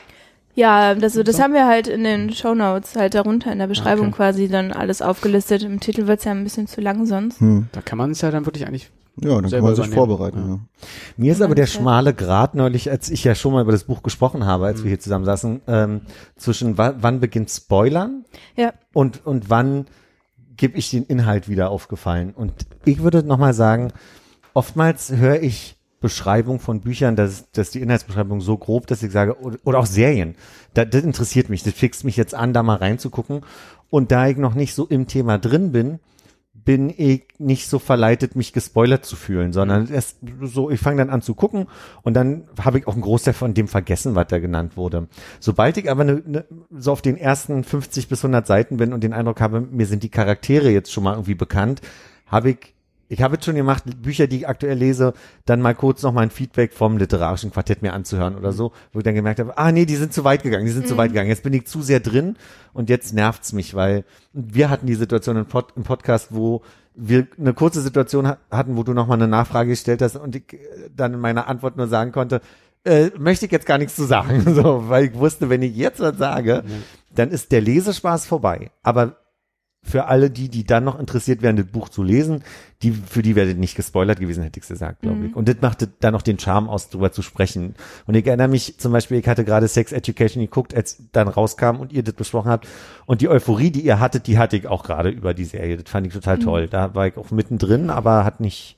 Ja, das, das So? haben wir halt in den Shownotes halt darunter in der Beschreibung Okay. quasi dann alles aufgelistet. Im Titel wird's ja ein bisschen zu lang sonst. Hm. Da kann man es ja dann wirklich eigentlich... Ja, dann kann Selber man sich übernehmen. vorbereiten. Ja. Ja. Mir ist aber Man der ist ja- schmale Grat neulich, als ich ja schon mal über das Buch gesprochen habe, als wir hier zusammen saßen, ähm, zwischen wa- wann beginnt Spoilern Ja. und, und wann gebe ich den Inhalt wieder aufgefallen. Und ich würde nochmal sagen, oftmals höre ich Beschreibung von Büchern, dass, dass die Inhaltsbeschreibung so grob, dass ich sage, oder, oder auch Serien, da, das interessiert mich, das fixt mich jetzt an, da mal reinzugucken. Und da ich noch nicht so im Thema drin bin, bin ich nicht so verleitet, mich gespoilert zu fühlen, sondern erst so, ich fange dann an zu gucken und dann habe ich auch einen Großteil von dem vergessen, was da genannt wurde. Sobald ich aber ne, ne, so auf den ersten fünfzig bis hundert Seiten bin und den Eindruck habe, mir sind die Charaktere jetzt schon mal irgendwie bekannt, habe ich Ich habe jetzt schon gemacht, Bücher, die ich aktuell lese, dann mal kurz noch mal ein Feedback vom literarischen Quartett mir anzuhören oder so, wo ich dann gemerkt habe, ah nee, die sind zu weit gegangen, die sind mhm. zu weit gegangen. Jetzt bin ich zu sehr drin und jetzt nervt's mich, weil wir hatten die Situation im, Pod, im Podcast, wo wir eine kurze Situation ha- hatten, wo du noch mal eine Nachfrage gestellt hast und ich dann in meiner Antwort nur sagen konnte, äh, möchte ich jetzt gar nichts zu sagen, so, weil ich wusste, wenn ich jetzt was sage, mhm. dann ist der Lesespaß vorbei. Aber für alle die, die dann noch interessiert wären, das Buch zu lesen, die, für die wäre das nicht gespoilert gewesen, hätte ich gesagt, glaube Mhm. ich. Und das machte dann noch den Charme aus, drüber zu sprechen. Und ich erinnere mich zum Beispiel, ich hatte gerade Sex Education geguckt, als dann rauskam und ihr das besprochen habt. Und die Euphorie, die ihr hattet, die hatte ich auch gerade über die Serie. Das fand ich total Mhm. toll. Da war ich auch mittendrin, aber hat nicht...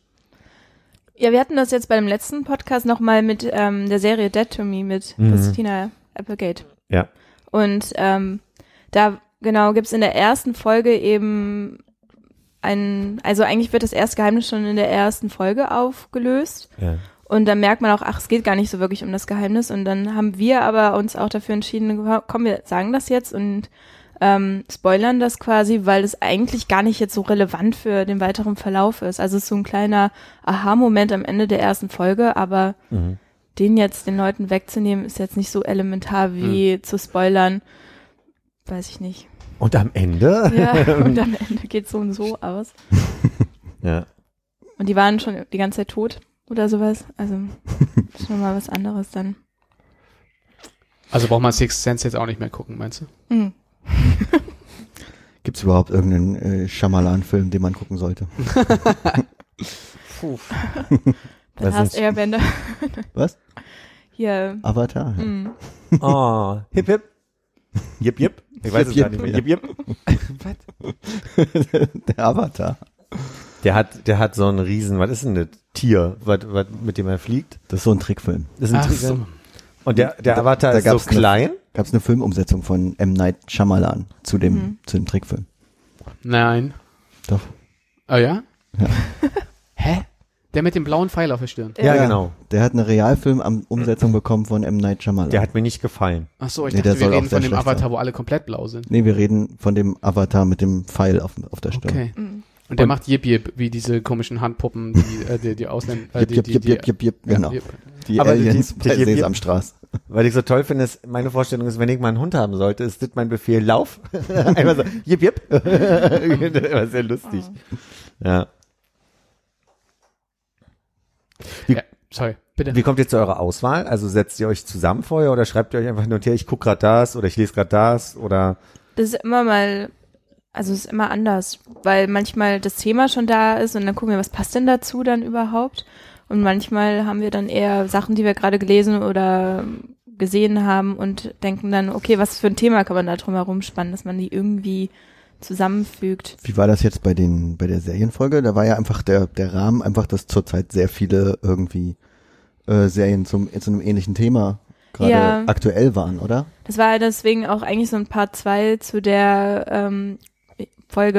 Ja, wir hatten das jetzt bei dem letzten Podcast nochmal mit ähm, der Serie Dead to Me mit Mhm. Christina Applegate. Ja. Und ähm, da genau gibt's in der ersten Folge eben ein, also eigentlich wird das erste Geheimnis schon in der ersten Folge aufgelöst. Ja. Und dann merkt man auch, ach, es geht gar nicht so wirklich um das Geheimnis. Und dann haben wir aber uns auch dafür entschieden, komm, wir sagen das jetzt und ähm, spoilern das quasi, weil es eigentlich gar nicht jetzt so relevant für den weiteren Verlauf ist. Also es ist so ein kleiner Aha-Moment am Ende der ersten Folge, aber Mhm. den jetzt den Leuten wegzunehmen, ist jetzt nicht so elementar wie Mhm. zu spoilern. Weiß ich nicht. Und am Ende? Ja, und am Ende geht's so und so aus. Ja. Und die waren schon die ganze Zeit tot oder sowas. Also schon mal was anderes dann. Also braucht man Sixth Sense jetzt auch nicht mehr gucken, meinst du? Mhm. Gibt's überhaupt irgendeinen äh, Shyamalan-Film, den man gucken sollte? Puh. The Was Last ist- Airbender. Was? Hier. Avatar. Ja. Mhm. Oh, hip hip. Jip jip. Ich weiß es Jip, gar nicht mehr. jip, Jip jip. Der Avatar. Der hat, der hat so einen riesen, was ist denn das? Tier, was, was, mit dem er fliegt. Das ist so ein Trickfilm. Das ist ein Ach Trick. so. Und der, der Da- Avatar da ist so gab's eine- klein. Gab es eine Filmumsetzung von M. Night Shyamalan zu dem, Mhm. zu dem Trickfilm. Nein. Doch. Oh ja? Ja. Hä? Der mit dem blauen Pfeil auf der Stirn. Ja, genau. Der hat eine Realfilm-Umsetzung bekommen von M. Night Shyamalan. Der hat mir nicht gefallen. Ach so, ich Nee, der dachte, wir soll auch reden sehr von dem schlecht Avatar, sein. wo alle komplett blau sind. Nee, wir reden von dem Avatar mit dem Pfeil auf, auf der Stirn. Okay. Mhm. Und der Und- macht Jip Jip, wie diese komischen Handpuppen, die äh, die, die Ausländer... Äh, Jip, die, jip, die, jip, die, jip, jip, jip, genau. Jip. Die Aber die- Aliens die- bei die- die- Sesamstraße. Weil ich so toll finde, ist, meine Vorstellung ist, wenn ich mal einen Hund haben sollte, ist das mein Befehl, lauf. Einfach so, jip, jip. Das war sehr lustig. Ja. Wie, Ja, sorry, bitte. wie kommt ihr zu eurer Auswahl? Also setzt ihr euch zusammen vorher oder schreibt ihr euch einfach nur her, ich gucke gerade das oder ich lese gerade das oder? Das ist immer mal, also es ist immer anders, weil manchmal das Thema schon da ist und dann gucken wir, was passt denn dazu dann überhaupt? Und manchmal haben wir dann eher Sachen, die wir gerade gelesen oder gesehen haben und denken dann, okay, was für ein Thema kann man da drum herum spannen, dass man die irgendwie zusammenfügt. Wie war das jetzt bei den, bei der Serienfolge? Da war ja einfach der, der Rahmen einfach, dass zurzeit sehr viele irgendwie äh, Serien zum, zu einem ähnlichen Thema gerade Ja. aktuell waren, oder? Das war deswegen auch eigentlich so ein Part zwei zu der ähm, Folge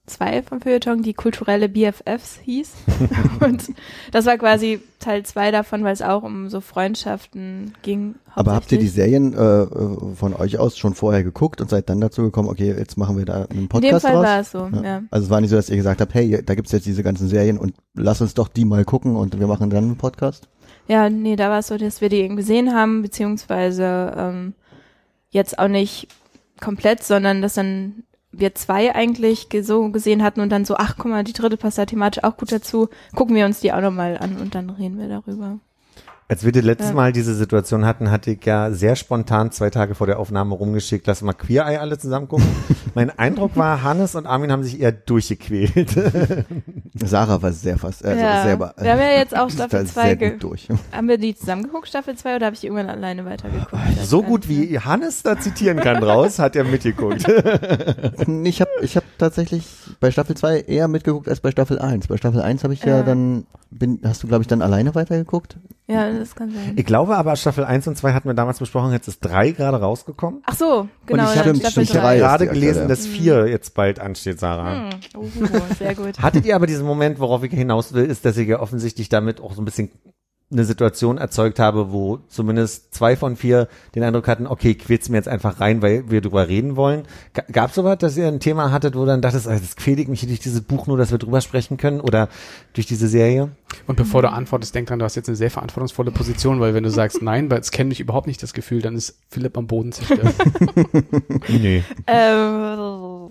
zwei vom Feuilleton, die kulturelle B F Fs hieß. Und das war quasi Teil zwei davon, weil es auch um so Freundschaften ging. Aber habt ihr die Serien äh, von euch aus schon vorher geguckt und seid dann dazu gekommen, okay, jetzt machen wir da einen Podcast draus? In dem Fall draus? war es so, ja. ja. Also es war nicht so, dass ihr gesagt habt, hey, da gibt's jetzt diese ganzen Serien und lass uns doch die mal gucken und wir machen dann einen Podcast? Ja, nee, da war es so, dass wir die eben gesehen haben, beziehungsweise ähm, jetzt auch nicht komplett, sondern dass dann wir zwei eigentlich ge- so gesehen hatten und dann so, ach guck mal, die dritte passt da thematisch auch gut dazu, gucken wir uns die auch nochmal an und dann reden wir darüber. Als wir das letztes Ja. Mal diese Situation hatten, hatte ich ja sehr spontan zwei Tage vor der Aufnahme rumgeschickt, lass mal Queer Eye alle zusammen gucken. Mein Eindruck war, Hannes und Armin haben sich eher durchgequält. Sarah war sehr fast, also Ja, selber. wir haben ja jetzt auch ist da Staffel zwei sehr ge- gut durch. Haben wir die zusammen geguckt, Staffel zwei, oder habe ich irgendwann alleine weitergeguckt? So gut wie Hannes da zitieren kann draus, hat er mitgeguckt. Ich habe ich hab tatsächlich bei Staffel zwei eher mitgeguckt als bei Staffel eins. Bei Staffel eins habe ich ja, Ja. dann, bin, hast du glaube ich dann alleine weitergeguckt? Ja, das kann sein. Ich glaube aber, Staffel eins und zwei hatten wir damals besprochen, jetzt ist drei gerade rausgekommen. Ach so, genau, ich dann hab- Staffel ich Ich habe drei drei. ist gerade die gelesen, aktuelle. dass vier jetzt bald ansteht, Sarah. Hm. Oh, sehr gut. Hattet ihr aber diesen Moment, worauf ich hinaus will, ist, dass ich ja offensichtlich damit auch so ein bisschen eine Situation erzeugt habe, wo zumindest zwei von vier den Eindruck hatten, okay, quält's mir jetzt einfach rein, weil wir drüber reden wollen. G- Gab's sowas, dass ihr ein Thema hattet, wo dann dachtest, also das quält mich durch dieses Buch nur, dass wir drüber sprechen können oder durch diese Serie? Und bevor du antwortest, denk dran, du hast jetzt eine sehr verantwortungsvolle Position, weil wenn du sagst, nein, weil es kenne ich überhaupt nicht das Gefühl, dann ist Philipp am Boden zerstört. Nee. Ähm,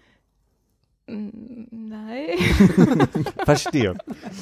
nein. Verstehe.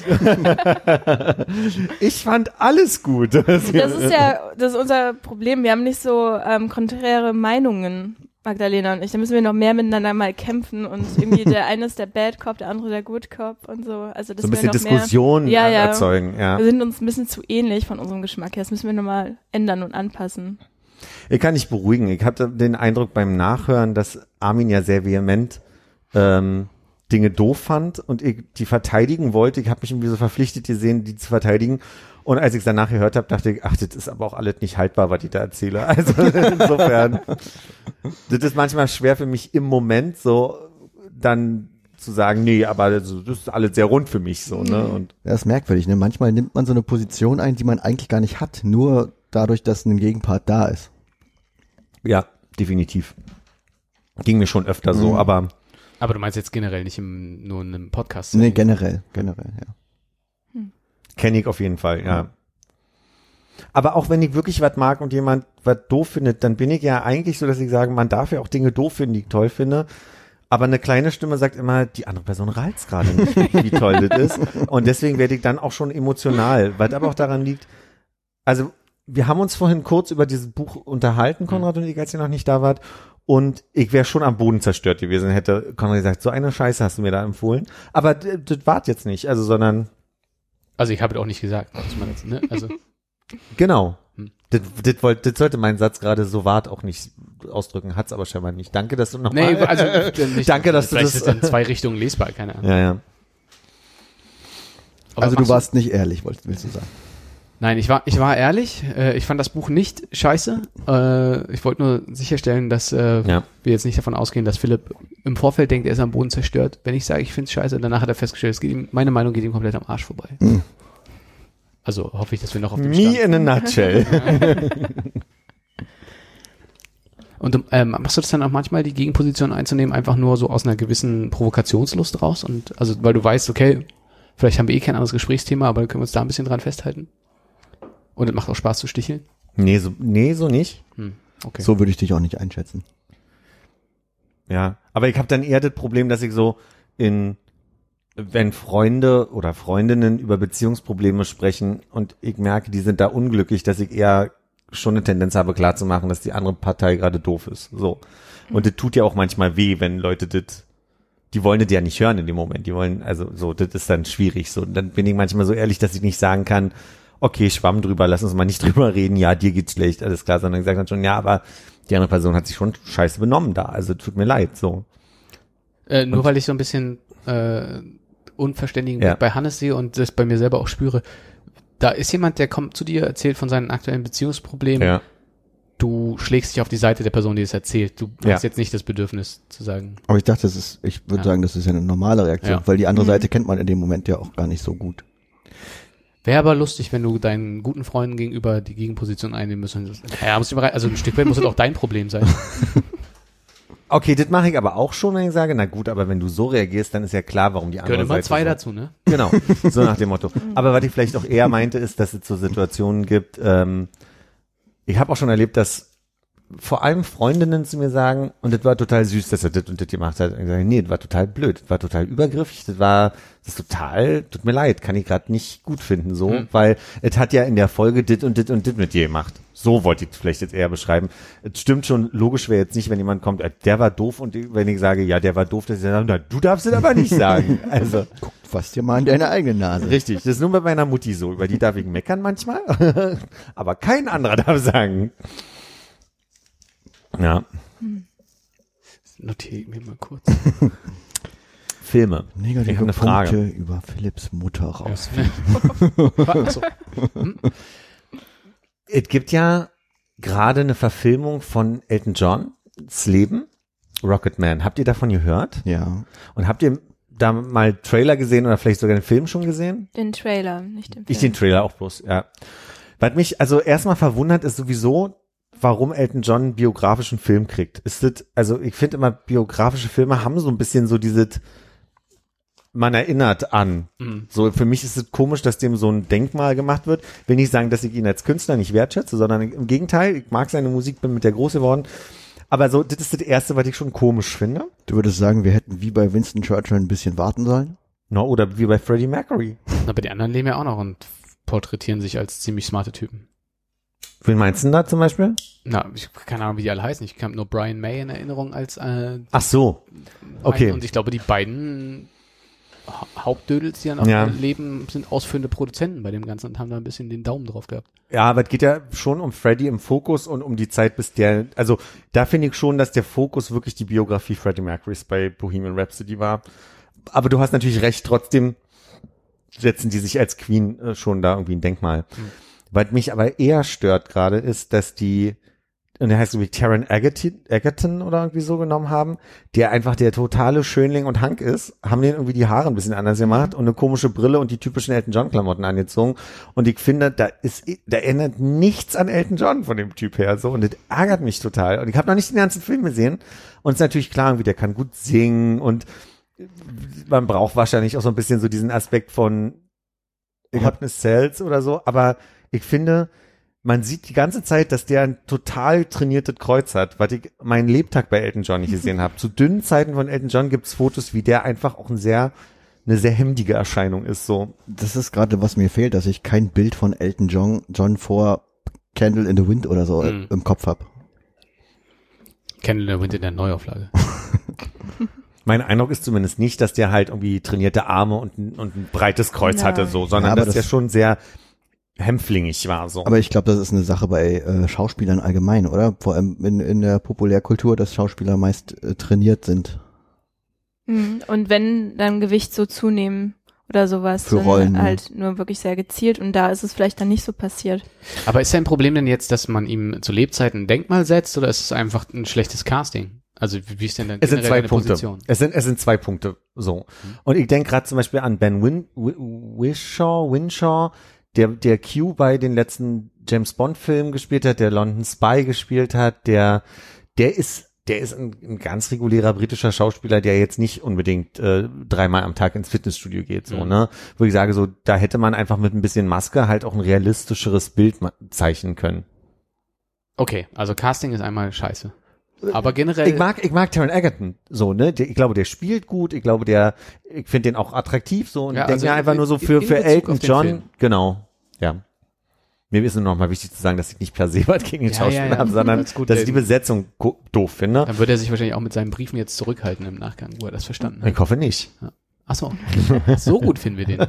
Ich fand alles gut. Das ist ja, das ist unser Problem. Wir haben nicht so ähm, konträre Meinungen, Magdalena und ich. Da müssen wir noch mehr miteinander mal kämpfen und irgendwie der eine ist der Bad Cop, der andere der Good Cop und so. Also das So ein bisschen noch Diskussion mehr, ja, ja. erzeugen, ja. Wir sind uns ein bisschen zu ähnlich von unserem Geschmack her. Das müssen wir nochmal ändern und anpassen. Ich kann dich beruhigen. Ich hatte den Eindruck beim Nachhören, dass Armin ja sehr vehement ähm, Dinge doof fand und ich die verteidigen wollte. Ich habe mich irgendwie so verpflichtet gesehen, die zu verteidigen. Und als ich es danach gehört habe, dachte ich, ach, das ist aber auch alles nicht haltbar, was ich da erzähle. Also insofern, das ist manchmal schwer für mich im Moment so dann zu sagen, nee, aber das, das ist alles sehr rund für mich so, ne? Und Das ist merkwürdig, ne? Manchmal nimmt man so eine Position ein, die man eigentlich gar nicht hat, nur dadurch, dass ein Gegenpart da ist. ja, definitiv. Ging mir schon öfter so, Mhm. aber Aber du meinst jetzt generell nicht im, nur in einem Podcast? Nee, generell, generell, ja. kenne ich auf jeden Fall, ja. Aber auch wenn ich wirklich was mag und jemand was doof findet, dann bin ich ja eigentlich so, dass ich sage, man darf ja auch Dinge doof finden, die ich toll finde. Aber eine kleine Stimme sagt immer, die andere Person reizt gerade nicht, wie toll das ist. Und deswegen werde ich dann auch schon emotional, was aber auch daran liegt, also wir haben uns vorhin kurz über dieses Buch unterhalten, Konrad und ich, als ihr noch nicht da wart. Und ich wäre schon am Boden zerstört gewesen, hätte Konrad gesagt, so eine Scheiße hast du mir da empfohlen. Aber d- das wart jetzt nicht, also sondern Also ich habe es auch nicht gesagt, muss man jetzt, ne? Also genau. Hm. Das, das, wollt, das sollte mein Satz gerade so wart auch nicht ausdrücken, hat's aber scheinbar nicht. Danke, dass du nochmal. nee, also äh, nicht, Danke, dass du vielleicht das- ist es in zwei Richtungen lesbar, keine Ahnung. Ja, ja. Aber Also du machst warst nicht ehrlich, wolltest, willst du sagen. Nein, ich war, ich war ehrlich. Äh, ich fand das Buch nicht scheiße. Äh, ich wollte nur sicherstellen, dass äh, Ja. wir jetzt nicht davon ausgehen, dass Philipp im Vorfeld denkt, er ist am Boden zerstört. Wenn ich sage, ich finde es scheiße, danach hat er festgestellt, es geht ihm, meine Meinung geht ihm komplett am Arsch vorbei. Mhm. Also hoffe ich, dass wir noch auf dem Me Stand. in a nutshell. Und ähm, machst du das dann auch manchmal, die Gegenposition einzunehmen, einfach nur so aus einer gewissen Provokationslust raus? Und also, weil du weißt, okay, vielleicht haben wir eh kein anderes Gesprächsthema, aber können wir uns da ein bisschen dran festhalten? Und es macht auch Spaß zu sticheln? nee, so, nee, so nicht. Hm, okay. So würde ich dich auch nicht einschätzen. Ja. Aber ich habe dann eher das Problem, dass ich so in, wenn Freunde oder Freundinnen über Beziehungsprobleme sprechen und ich merke, die sind da unglücklich, dass ich eher schon eine Tendenz habe, klarzumachen, dass die andere Partei gerade doof ist. So. Und das tut ja auch manchmal weh, wenn Leute das, die wollen das ja nicht hören in dem Moment. Die wollen, also so, das ist dann schwierig. So. Und dann bin ich manchmal so ehrlich, dass ich nicht sagen kann, okay, schwamm drüber, lass uns mal nicht drüber reden, ja, dir geht's schlecht, alles klar, sondern ich sage dann schon, ja, aber die andere Person hat sich schon scheiße benommen da, also tut mir leid, so. Äh, nur weil ich so ein bisschen äh, unverständigen Ja. Blick bei Hannes sehe und das bei mir selber auch spüre. Da ist jemand, der kommt zu dir, erzählt von seinen aktuellen Beziehungsproblemen. Ja. Du du schlägst dich auf die Seite der Person, die es erzählt. Du Ja. hast jetzt nicht das Bedürfnis zu sagen, Aber ich dachte, das ist, ich würde Ja. sagen, das ist ja eine normale Reaktion, Ja. weil die andere Mhm. Seite kennt man in dem Moment ja auch gar nicht so gut. wäre aber lustig, wenn du deinen guten Freunden gegenüber die Gegenposition einnehmen müsstest. Ja, muss immer, also ein Stück weit muss das auch dein Problem sein. Okay, das mache ich aber auch schon, wenn ich sage, na gut, aber wenn du so reagierst, dann ist ja klar, warum die andere Gehören immer Seite zwei so. dazu, ne? Genau, so nach dem Motto. Aber was ich vielleicht auch eher meinte, ist, dass es so Situationen gibt, ähm, ich habe auch schon erlebt, dass vor allem Freundinnen zu mir sagen, und das war total süß, dass er das und das gemacht hat. Und ich sage, nee, das war total blöd, das war total übergriffig, das war, das ist total, tut mir leid, kann ich gerade nicht gut finden, so, Hm. weil es hat ja in der Folge dit und dit und dit mit dir gemacht. So wollte ich es vielleicht jetzt eher beschreiben. Es stimmt schon, logisch wäre jetzt nicht, wenn jemand kommt, äh, der war doof, und ich- wenn ich sage, ja, der war doof, dass ich sage, na, du darfst es aber nicht sagen. Also, Fass dir mal in deine eigene Nase. richtig, das ist nur bei meiner Mutti so, über die darf ich meckern manchmal, aber kein anderer darf sagen. Ja, Notiere ich mir mal kurz. Filme. Ich Negative habe eine Frage. Punkte über Philipps Mutter raus. Achso. Es gibt ja gerade eine Verfilmung von Elton Johns Leben, Rocketman. Habt ihr davon gehört? Ja. Und habt ihr da mal Trailer gesehen oder vielleicht sogar den Film schon gesehen? Den Trailer, nicht den Film. Ich den Trailer auch bloß, ja. Was mich also erstmal verwundert, ist sowieso, warum Elton John einen biografischen Film kriegt. Ist das, also ich finde immer, biografische Filme haben so ein bisschen so dieses, man erinnert an. Mhm. So, für mich ist es komisch, dass dem so ein Denkmal gemacht wird. Will nicht sagen, dass ich ihn als Künstler nicht wertschätze, sondern im Gegenteil, ich mag seine Musik, bin mit der groß geworden. Aber so, das ist das Erste, was ich schon komisch finde. Du würdest sagen, wir hätten wie bei Winston Churchill ein bisschen warten sollen? No, oder wie bei Freddie Mercury. Aber die anderen leben ja auch noch und porträtieren sich als ziemlich smarte Typen. Wen meinst du denn da zum Beispiel? Na, ich keine Ahnung, wie die alle heißen. Ich habe nur Brian May in Erinnerung als äh, Ach so. Okay. einen. Und ich glaube, die beiden Ha- Hauptdödels, die dann auch Ja. leben, sind ausführende Produzenten bei dem Ganzen und haben da ein bisschen den Daumen drauf gehabt. Ja, aber es geht ja schon um Freddie im Fokus und um die Zeit, bis der, also da finde ich schon, dass der Fokus wirklich die Biografie Freddie Mercurys bei Bohemian Rhapsody war. Aber du hast natürlich recht, trotzdem setzen die sich als Queen äh, schon da irgendwie ein Denkmal. Mhm. Was mich aber eher stört gerade ist, dass die, und der heißt so wie Taron Egerton, Egerton oder irgendwie so genommen haben, der einfach der totale Schönling und Hank ist, haben den irgendwie die Haare ein bisschen anders gemacht und eine komische Brille und die typischen Elton John Klamotten angezogen. Und ich finde, da ist, da erinnert nichts an Elton John von dem Typ her, so. Und das ärgert mich total. Und ich habe noch nicht den ganzen Film gesehen. Und es ist natürlich klar, irgendwie, der kann gut singen und man braucht wahrscheinlich auch so ein bisschen so diesen Aspekt von Hotness Cells oder so, aber ich finde, man sieht die ganze Zeit, dass der ein total trainiertes Kreuz hat, was ich meinen Lebtag bei Elton John nicht gesehen habe. Zu dünnen Zeiten von Elton John gibt's Fotos, wie der einfach auch ein sehr, eine sehr hemdige Erscheinung ist, so. Das ist gerade, was mir fehlt, dass ich kein Bild von Elton John, John vor Candle in the Wind oder so Mhm. im Kopf habe. Candle in the Wind in der Neuauflage. Mein Eindruck ist zumindest nicht, dass der halt irgendwie trainierte Arme und ein, und ein breites Kreuz Nein. hatte, so, sondern Ja, aber dass der das- schon sehr hämpflingig war, so. Aber ich glaube, das ist eine Sache bei äh, Schauspielern allgemein, oder? Vor allem in, in der Populärkultur, dass Schauspieler meist äh, trainiert sind. Mhm. Und wenn dann Gewicht so zunehmen oder sowas, Für dann Rollen, ne? halt nur wirklich sehr gezielt und da ist es vielleicht dann nicht so passiert. Aber ist sein Problem denn jetzt, dass man ihm zu Lebzeiten ein Denkmal setzt oder ist es einfach ein schlechtes Casting? Also wie wie ist denn dann Es sind generell zwei deine Punkte. Position? Es sind, es sind zwei Punkte, so. Und ich denke gerade zum Beispiel an Ben Win, Wi- Whishaw, Winshaw, der, der Q bei den letzten James Bond Filmen gespielt hat, der London Spy gespielt hat, der, der ist, der ist ein, ein ganz regulärer britischer Schauspieler, der jetzt nicht unbedingt äh, dreimal am Tag ins Fitnessstudio geht, so, Mhm. ne? Wo ich sage, so, da hätte man einfach mit ein bisschen Maske halt auch ein realistischeres Bild ma- zeichnen können. Okay, also Casting ist einmal scheiße. Aber generell, Ich mag, ich mag Taron Egerton, so, ne, der, ich glaube, der spielt gut, ich glaube, der, ich finde den auch attraktiv, so, und Ja, denke also mir einfach in- nur so in- für, in für Bezug Elton auf den John, Film. genau, ja. Mir ist nur noch mal wichtig zu sagen, dass ich nicht per se was gegen den Ja, Schauspieler ja, ja. habe, sondern, Alles gut, dass ich ey. die Besetzung ko- doof finde. dann wird er sich wahrscheinlich auch mit seinen Briefen jetzt zurückhalten im Nachgang, wo er das verstanden hat. Ich hoffe nicht. Ach so, so gut finden wir den.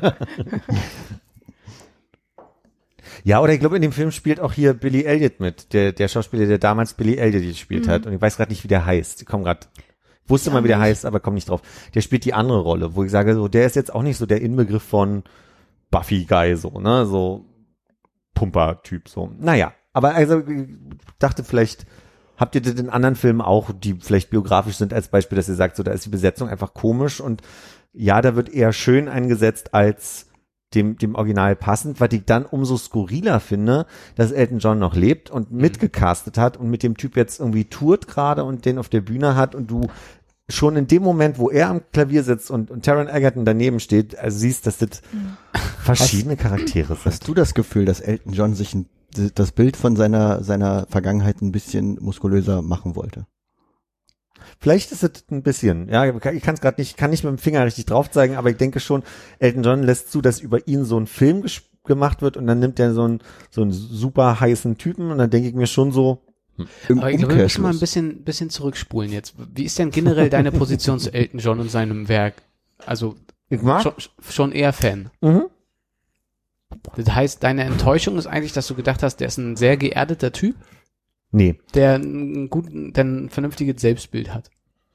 Ja, oder ich glaube, in dem Film spielt auch hier Billy Elliot mit, der, der Schauspieler, der damals Billy Elliot gespielt Mhm. hat. Und ich weiß gerade nicht, wie der heißt. Ich komme gerade, wusste Ich mal, auch wie der nicht. heißt, aber komme nicht drauf. Der spielt die andere Rolle, wo ich sage, so, der ist jetzt auch nicht so der Inbegriff von Buffy-Guy, so, ne, so Pumper-Typ, so. Naja, Aber also ich dachte vielleicht, habt ihr das in anderen Filmen auch, die vielleicht biografisch sind als Beispiel, dass ihr sagt, so da ist die Besetzung einfach komisch und ja, da wird eher schön eingesetzt als dem, dem Original passend, was ich dann umso skurriler finde, dass Elton John noch lebt und mitgecastet hat und mit dem Typ jetzt irgendwie tourt gerade und den auf der Bühne hat und du schon in dem Moment, wo er am Klavier sitzt und, und Taron Egerton daneben steht, also siehst, dass das mhm. verschiedene hast, Charaktere sind. Hast du das Gefühl, dass Elton John sich ein, das Bild von seiner, seiner Vergangenheit ein bisschen muskulöser machen wollte? Vielleicht ist es ein bisschen, ja, ich kann es gerade nicht, kann nicht mit dem Finger richtig drauf zeigen, aber ich denke schon, Elton John lässt zu, dass über ihn so ein Film ges- gemacht wird und dann nimmt er so einen, so einen super heißen Typen und dann denke ich mir schon so, hm. Aber ich glaube, wir müssen mal ein bisschen, bisschen zurückspulen jetzt. Wie ist denn generell deine Position zu Elton John und seinem Werk? Also, ich mag. Schon, schon eher Fan. Mhm. Das heißt, deine Enttäuschung ist eigentlich, dass du gedacht hast, der ist ein sehr geerdeter Typ? Nee. Der einen guten, der ein vernünftiges Selbstbild hat.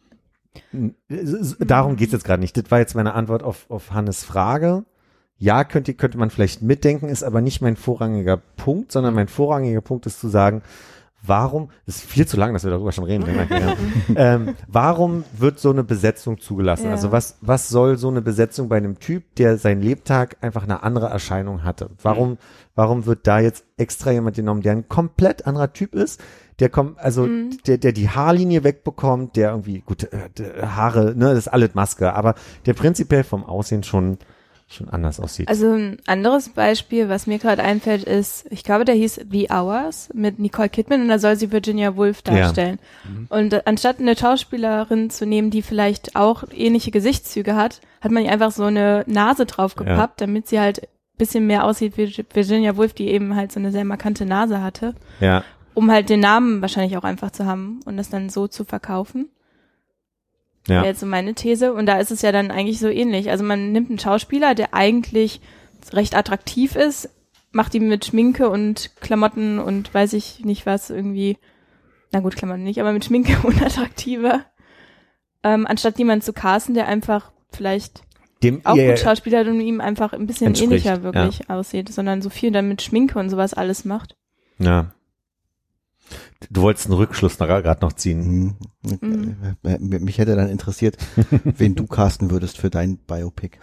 Darum geht's jetzt gerade nicht. Das war jetzt meine Antwort auf, auf Hannes Frage. Ja, könnte, könnte man vielleicht mitdenken, ist aber nicht mein vorrangiger Punkt, sondern mein vorrangiger Punkt ist zu sagen, warum, das ist viel zu lang, dass wir darüber schon reden, ähm, warum wird so eine Besetzung zugelassen? Ja. Also was, was soll so eine Besetzung bei einem Typ, der seinen Lebtag einfach eine andere Erscheinung hatte? Warum, mhm. warum wird da jetzt extra jemand genommen, der ein komplett anderer Typ ist? Der kommt, also mhm. der, der die Haarlinie wegbekommt, der irgendwie, gut, äh, Haare, ne, das ist alles Maske, aber der prinzipiell vom Aussehen schon schon anders aussieht. Also ein anderes Beispiel, was mir gerade einfällt, ist, ich glaube, der hieß The Hours mit Nicole Kidman und da soll sie Virginia Woolf darstellen. Ja. Mhm. Und äh, anstatt eine Schauspielerin zu nehmen, die vielleicht auch ähnliche Gesichtszüge hat, hat man ihr einfach so eine Nase drauf gepappt, ja. damit sie halt ein bisschen mehr aussieht wie Virginia Woolf, die eben halt so eine sehr markante Nase hatte. Ja. Um halt den Namen wahrscheinlich auch einfach zu haben und das dann so zu verkaufen. Ja. Wäre jetzt so meine These. Und da ist es ja dann eigentlich so ähnlich. Also man nimmt einen Schauspieler, der eigentlich recht attraktiv ist, macht ihn mit Schminke und Klamotten und weiß ich nicht was irgendwie, na gut, Klamotten nicht, aber mit Schminke unattraktiver, ähm, anstatt jemanden zu casten, der einfach vielleicht dem auch gut Schauspieler und ihm einfach ein bisschen entspricht, ähnlicher wirklich ja. aussieht, sondern so viel dann mit Schminke und sowas alles macht. Ja. Du wolltest einen Rückschluss gerade noch ziehen. Mhm. Mhm. Mich hätte dann interessiert, wen du casten würdest für dein Biopic.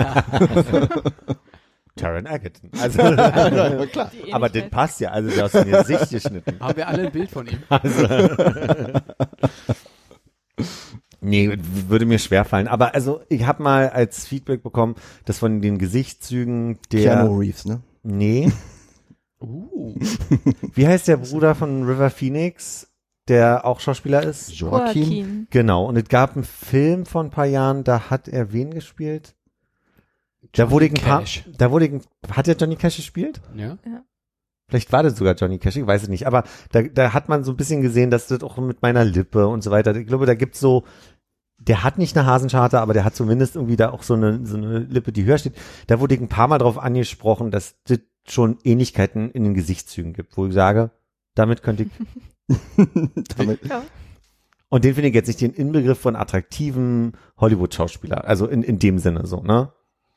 Taron Egerton. Also, ja, klar. Aber das passt ja, also der aus dem Gesicht geschnitten. Haben wir alle ein Bild von ihm? Also, nee, würde mir schwerfallen. Aber also ich habe mal als Feedback bekommen, dass von den Gesichtszügen der... Keanu Reeves, ne? Nee. Uh. Wie heißt der Bruder von River Phoenix, der auch Schauspieler ist? Joaquin. Joaquin. Genau. Und es gab einen Film vor ein paar Jahren, da hat er wen gespielt? Da wurde ich ein paar, da wurde ich ein, hat er Johnny Cash gespielt? Ja. ja. Vielleicht war das sogar Johnny Cash, ich weiß es nicht. Aber da, da hat man so ein bisschen gesehen, dass das auch mit meiner Lippe und so weiter. Ich glaube, da gibt's so, der hat nicht eine Hasenscharte, aber der hat zumindest irgendwie da auch so eine, so eine Lippe, die höher steht. Da wurde ich ein paar Mal drauf angesprochen, dass das schon Ähnlichkeiten in den Gesichtszügen gibt, wo ich sage, damit könnte ich. damit. Ja. Und den finde ich jetzt nicht den Inbegriff von attraktiven Hollywood-Schauspieler. Also in, in dem Sinne so, ne?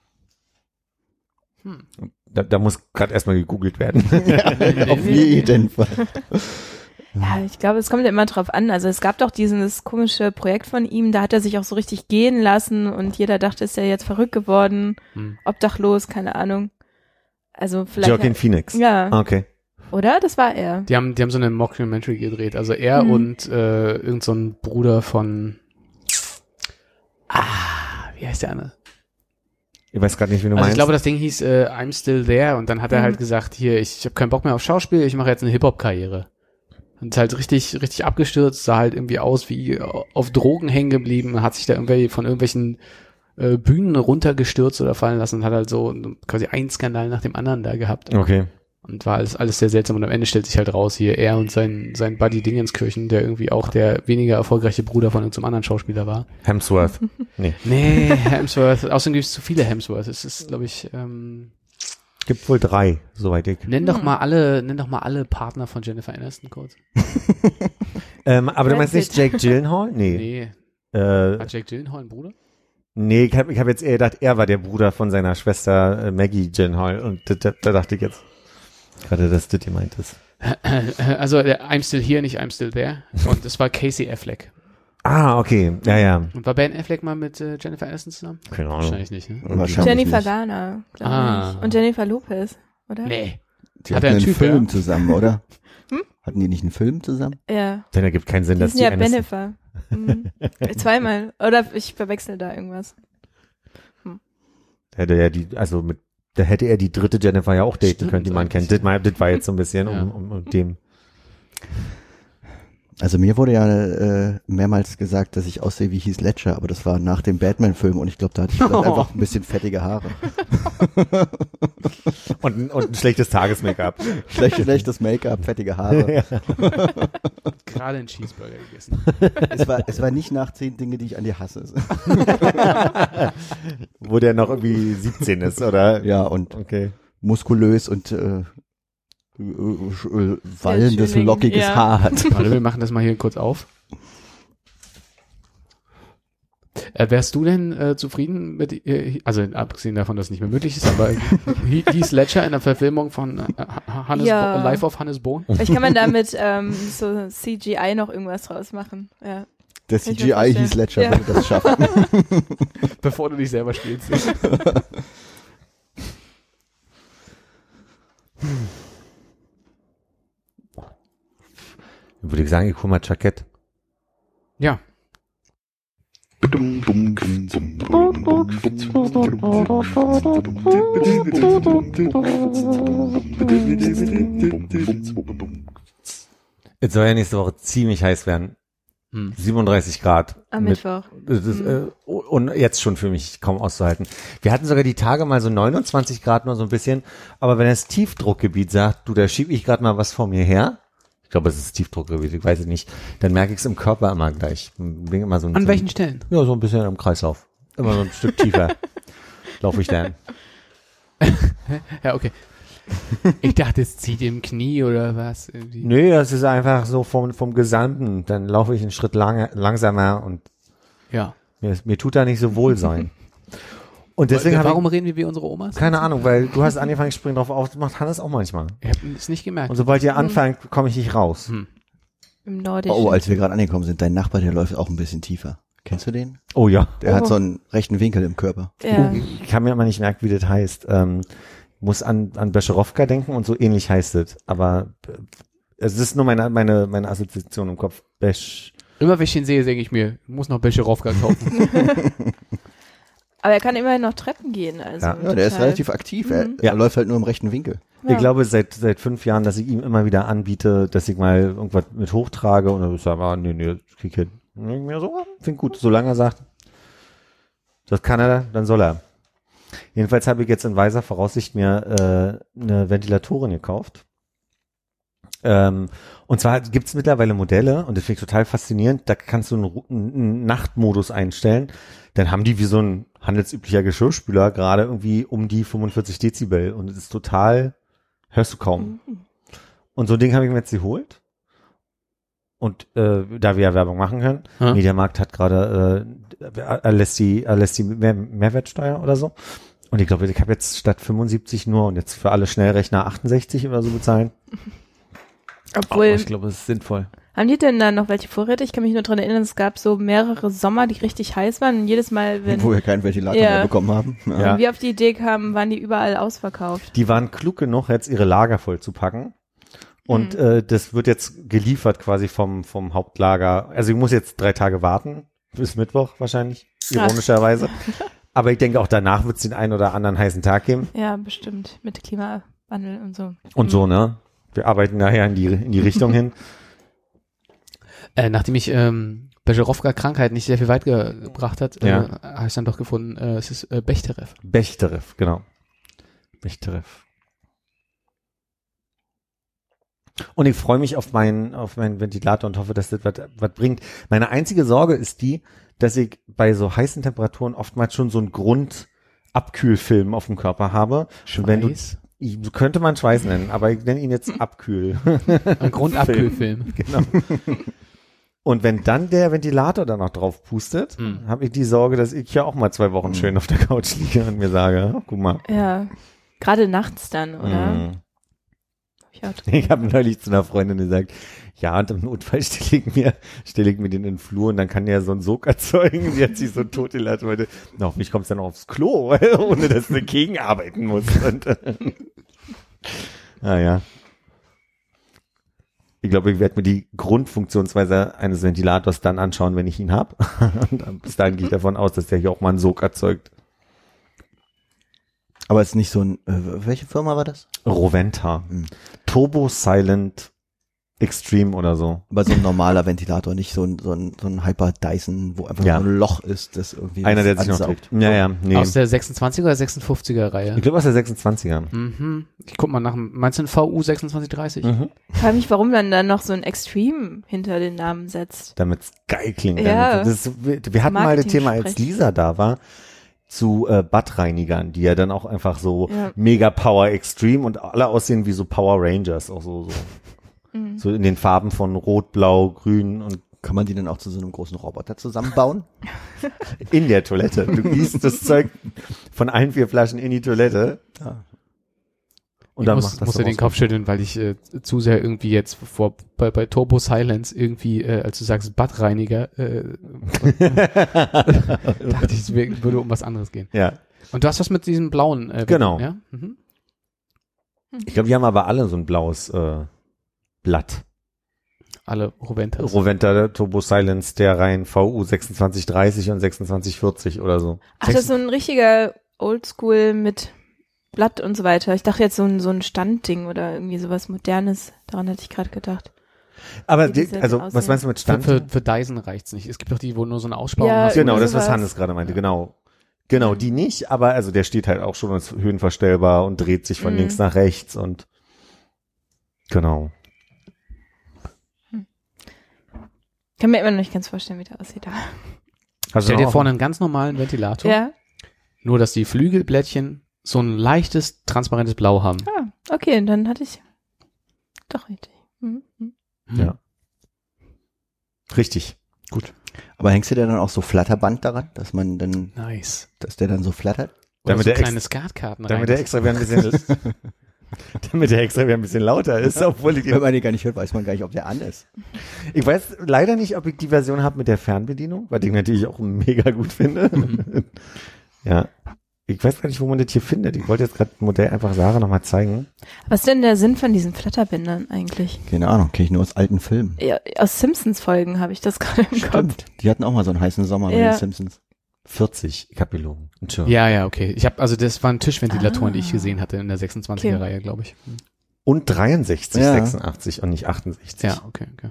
Hm. Da, da muss gerade erstmal gegoogelt werden. Ja, auf jeden Fall. Ja, ich glaube, es kommt ja immer drauf an. Also es gab doch dieses komische Projekt von ihm, da hat er sich auch so richtig gehen lassen und jeder dachte, ist er jetzt verrückt geworden, hm. obdachlos, keine Ahnung. Also vielleicht. Joaquin Phoenix. Ja. Ah, okay. Oder? Das war er. Die haben, die haben so eine Mockumentary gedreht. Also er mhm. und äh, irgend so ein Bruder von Ah, wie heißt der andere? Ich weiß gerade nicht, wie du also meinst. Ich glaube, das Ding hieß äh, I'm Still There und dann hat er mhm. halt gesagt, hier, ich, ich habe keinen Bock mehr auf Schauspiel, ich mache jetzt eine Hip-Hop-Karriere. Und ist halt richtig, richtig abgestürzt, sah halt irgendwie aus wie auf Drogen hängen geblieben, hat sich da irgendwie von irgendwelchen äh, Bühnen runtergestürzt oder fallen lassen und hat halt so quasi einen Skandal nach dem anderen da gehabt. Okay. Und war alles, alles sehr seltsam und am Ende stellt sich halt raus, hier er und sein, sein Buddy Dingenskirchen, der irgendwie auch der weniger erfolgreiche Bruder von irgendeinem anderen Schauspieler war. Hemsworth. Nee. Nee, Hemsworth. Außerdem gibt es zu viele Hemsworth. Es ist, glaube ich, ähm, gibt wohl drei, soweit ich. Nenn doch mal alle, nenn doch mal alle Partner von Jennifer Aniston kurz. ähm, aber du meinst nicht Jake Gyllenhaal? Nee. Nee. Äh, Hat Jake Gyllenhaal einen Bruder? Nee, ich habe ich hab jetzt eher gedacht, er war der Bruder von seiner Schwester äh, Maggie Gyllenhaal und da, da, da dachte ich jetzt gerade, dass das gemeint ist. Also der I'm Still Here, nicht I'm Still There. Und das war Casey Affleck. Ah, okay. Ja, ja. Und war Ben Affleck mal mit äh, Jennifer Aniston zusammen? Keine Ahnung. Wahrscheinlich nicht, ne? Wahrscheinlich Jennifer nicht. Garner, glaube Ah. ich. Und Jennifer Lopez, oder? Nee. Die Hat hatten er einen einen Typ, Film ja? zusammen, oder? Hm? Hatten die nicht einen Film zusammen? Ja. Denn ergibt keinen Sinn, Die dass sind die ja Aniston- Bennifer. Mhm. Zweimal. Oder ich verwechsel da irgendwas. hätte er die, also mit, da hätte er die dritte Jennifer ja auch daten Stimmt, können, die man kennt. Das, eigentlich, war- das war jetzt so ein bisschen Ja. um, um, um dem. Also mir wurde ja äh, mehrmals gesagt, dass ich aussehe wie Heath Ledger, aber das war nach dem Batman-Film und ich glaube, da hatte ich vielleicht Oh. einfach ein bisschen fettige Haare. Und, ein- und ein schlechtes Tages-Make-up. Schlecht, schlechtes Make-up, fettige Haare. Gerade einen Cheeseburger gegessen. Es war, es war nicht nach zehn Dinge, die ich an dir hasse. Wo der noch irgendwie siebzehn ist, oder? Ja, und Okay. muskulös und äh, äh, äh, wallendes, schön, lockiges ja. Haar hat. Warte, wir machen das mal hier kurz auf. Äh, wärst du denn äh, zufrieden mit, äh, also abgesehen davon, dass es nicht mehr möglich ist, aber He- Heath Ledger in der Verfilmung von äh, Hannes Ja. Bo- Life of Hannes Bohn? Vielleicht kann man damit ähm, so C G I noch irgendwas draus machen. Ja. Der Kann C ich G mir I vorstellen. Heath Ledger Ja. würde das schaffen. Bevor du dich selber spielst. Dann würde ich sagen, ich hol mal Jackett. Ja. Es soll ja nächste Woche ziemlich heiß werden. Hm. siebenunddreißig Grad. Am Mit- Mittwoch. Das ist, äh, und jetzt schon für mich kaum auszuhalten. Wir hatten sogar die Tage mal so neunundzwanzig Grad nur so ein bisschen, aber wenn das Tiefdruckgebiet sagt, du, da schiebe ich gerade mal was vor mir her, ich glaube, es ist Tiefdruckgebiet, ich weiß es nicht, dann merke ich es im Körper immer gleich. Bin immer so ein, An so welchen ein, Stellen? Ja, so ein bisschen im Kreislauf. Immer so ein Stück tiefer laufe ich dann. Ja, okay. Ich dachte, es zieht im Knie oder was. Irgendwie. Nee, das ist einfach so vom, vom Gesamten. Dann laufe ich einen Schritt lang, langsamer und Ja. mir, mir tut da nicht so wohl sein. Und deswegen habe Warum reden wir wie unsere Omas? ich, keine Ahnung, weil du hast angefangen, ich springe drauf auf, das macht Hannes auch manchmal. Ich habe es nicht gemerkt. Und sobald ihr anfangt, komme ich nicht raus. Hm. Im Nordischen. Oh, als wir gerade angekommen sind, dein Nachbar, der läuft auch ein bisschen tiefer. Kennst du den? Oh ja. Der Oh. hat so einen rechten Winkel im Körper. ja. Ich kann mir immer nicht merken, wie das heißt. Ähm, muss an, an Becherowka denken und so ähnlich heißt es. Aber äh, es ist nur meine, meine, meine Assoziation im Kopf. Besch. Immer wenn ich ihn sehe, denke ich mir, ich muss noch Becherowka kaufen. Aber er kann immerhin noch Treppen gehen. Also Ja. Ja, der ist total. relativ aktiv. Er, Mhm. er Ja. läuft halt nur im rechten Winkel. Ja. Ich glaube seit seit fünf Jahren, dass ich ihm immer wieder anbiete, dass ich mal irgendwas mit hochtrage und er sagt, ah, nee, nee, das krieg ich hin. Und ich mir so, ah, find gut. Solange er sagt, das kann er, dann soll er. Jedenfalls habe ich jetzt in weiser Voraussicht mir äh, eine Ventilatorin gekauft. Ähm, und zwar gibt's mittlerweile Modelle, und das finde ich total faszinierend, da kannst du einen, Ru- einen Nachtmodus einstellen, dann haben die wie so ein handelsüblicher Geschirrspüler gerade irgendwie um die fünfundvierzig Dezibel und es ist total, hörst du kaum. Und so ein Ding habe ich mir jetzt geholt. Und äh, da wir ja Werbung machen können, Hm? Mediamarkt hat gerade, äh, er lässt die, er lässt die Mehr Mehrwertsteuer oder so. Und ich glaube, ich habe jetzt statt fünfundsiebzig nur und jetzt für alle Schnellrechner achtundsechzig oder so bezahlen. Obwohl, Aber ich glaube, es ist sinnvoll. haben die denn da noch welche Vorräte? Ich kann mich nur dran erinnern, es gab so mehrere Sommer, die richtig heiß waren. Und jedes Mal, wenn Wo wir keinen Ventilator Ja. mehr bekommen haben. Ja. wir auf die Idee kamen, waren die überall ausverkauft. Die waren klug genug, jetzt ihre Lager voll zu packen. Und Mhm. äh, das wird jetzt geliefert quasi vom, vom Hauptlager. Also ich muss jetzt drei Tage warten, bis Mittwoch wahrscheinlich, ironischerweise. Aber ich denke, auch danach wird es den einen oder anderen heißen Tag geben. Ja, bestimmt. Mit Klimawandel und so. Und Mhm. so, ne? Wir arbeiten daher in die, in die Richtung hin. Äh, nachdem ich ähm, Becherowka-Krankheit nicht sehr viel weit ge gebracht hat, Ja. äh, habe ich dann doch gefunden, äh, es ist äh, Bechterew. Bechterew, genau. Bechterew. Und ich freue mich auf meinen, auf meinen Ventilator und hoffe, dass das was, was bringt. Meine einzige Sorge ist die, dass ich bei so heißen Temperaturen oftmals schon so einen Grundabkühlfilm auf dem Körper habe. Und wenn du, Schweiß. ich, könnte man Schweiß nennen, aber ich nenne ihn jetzt Abkühl. Ein Grundabkühlfilm. Genau. Und wenn dann der Ventilator da noch drauf pustet, Hm. habe ich die Sorge, dass ich ja auch mal zwei Wochen schön auf der Couch liege und mir sage, oh, guck mal. Ja, gerade nachts dann, oder? Mm. Ich, auch Ich habe neulich zu einer Freundin gesagt, ja, und im Notfall stelle ich mir, stelle ich mir den in den Flur und dann kann der so einen Sog erzeugen. Die hat sich so totgelacht, weil na, auf mich kommst du dann auch aufs Klo, weil, ohne dass du dagegen arbeiten musst. Und, ah ja. Ich glaube, ich werde mir die Grundfunktionsweise eines Ventilators dann anschauen, wenn ich ihn habe. Und bis dahin gehe ich davon aus, dass der hier auch mal einen Sog erzeugt. Aber es ist nicht so ein, äh, welche Firma war das? Roventa. Hm. Turbo Silent Extreme oder so. Aber so ein normaler Ventilator, nicht so ein, so ein, so ein Hyper Dyson, wo einfach Ja. so ein Loch ist, das irgendwie Einer, der was sich noch ansaugt. trägt. Ja, ja, nee. Aus der sechsundzwanziger oder sechsundfünfziger Reihe? Ich glaube aus der sechsundzwanziger. Mhm. Ich guck mal nach, dem- meinst du ein V U sechsundzwanzig dreißig? Mhm. Ich frage mich, warum man dann noch so ein Extreme hinter den Namen setzt. Damit's geil klingt. Ja. Damit- Das ist, wir, wir hatten mal das Thema, als Marketing-Sprech. Lisa da war, zu äh, Badreinigern, die ja dann auch einfach so Ja. mega Power Extreme und alle aussehen wie so Power Rangers, auch so, so, Mhm. so in den Farben von Rot, Blau, Grün und Kann man die dann auch zu so einem großen Roboter zusammenbauen? in der Toilette. Du gießt das Zeug von allen vier Flaschen in die Toilette. Ja. Und ich dann muss, macht das musste so den raus. Kopf schütteln, weil ich äh, zu sehr irgendwie jetzt vor bei, bei Turbo Silence irgendwie, äh, als du sagst Badreiniger, äh, dachte ich, es wär- würde um was anderes gehen. Ja. Und du hast was mit diesem blauen, äh, Genau. Ja? Mhm. Ich glaube, die haben aber alle so ein blaues äh, Blatt. Alle Roventas. Roventa Turbo Silence, der Reihen V U sechsundzwanzig dreißig und sechsundzwanzig vierzig oder so. Ach, das ist so ein richtiger Oldschool mit Blatt und so weiter. Ich dachte jetzt so ein, so ein Standding oder irgendwie sowas Modernes. Daran hatte ich gerade gedacht. Aber Wie die, die also, aussehen. was meinst du mit Für, Stand? für, für Dyson reicht's nicht. Es gibt doch die, wo nur so eine Aussparung Ja, hast. Genau, irgendwie das, was sowas. Hannes gerade meinte, genau. Genau, die nicht, aber also der steht halt auch schon als höhenverstellbar und dreht sich von Mhm. links nach rechts und genau. Kann mir immer noch nicht ganz vorstellen, wie der aussieht. Hast Stell du dir noch vor einen ganz normalen Ventilator, Ja? nur dass die Flügelblättchen so ein leichtes, transparentes Blau haben. Ah, okay, dann hatte ich doch richtig. Mhm. mhm. Ja. Richtig. Gut. Aber hängst du dir dann auch so Flatterband daran, dass man dann, Nice. dass der dann so flattert? Oder Damit so der ex- kleine Skatkarten Damit rein. der extra wieder ein bisschen damit der extra wieder ein bisschen lauter ist, obwohl ich Wenn man den gar nicht hört, weiß man gar nicht, ob der an ist. ich weiß leider nicht, ob ich die Version habe mit der Fernbedienung, weil ich natürlich auch mega gut finde. Ja. Ich weiß gar nicht, wo man das hier findet. Ich wollte jetzt gerade ein Modell einfach Sarah nochmal zeigen. Was ist denn der Sinn von diesen Flatterbändern eigentlich? Keine Ahnung, kenne ich nur aus alten Filmen. Ja, aus Simpsons-Folgen habe ich das gerade im Kopf. Stimmt. Die hatten auch mal so einen heißen Sommer mit Ja. den Simpsons. vierzig, ich hab gelogen. Entschuldigung. Ja, ja, okay. Ich habe also das waren Tischventilatoren, Ah. die ich gesehen hatte in der sechsundzwanziger Okay. Reihe, glaube ich. Und dreiundsechzig, Ja. sechsundachtzig und nicht achtundsechzig. Ja, okay, okay.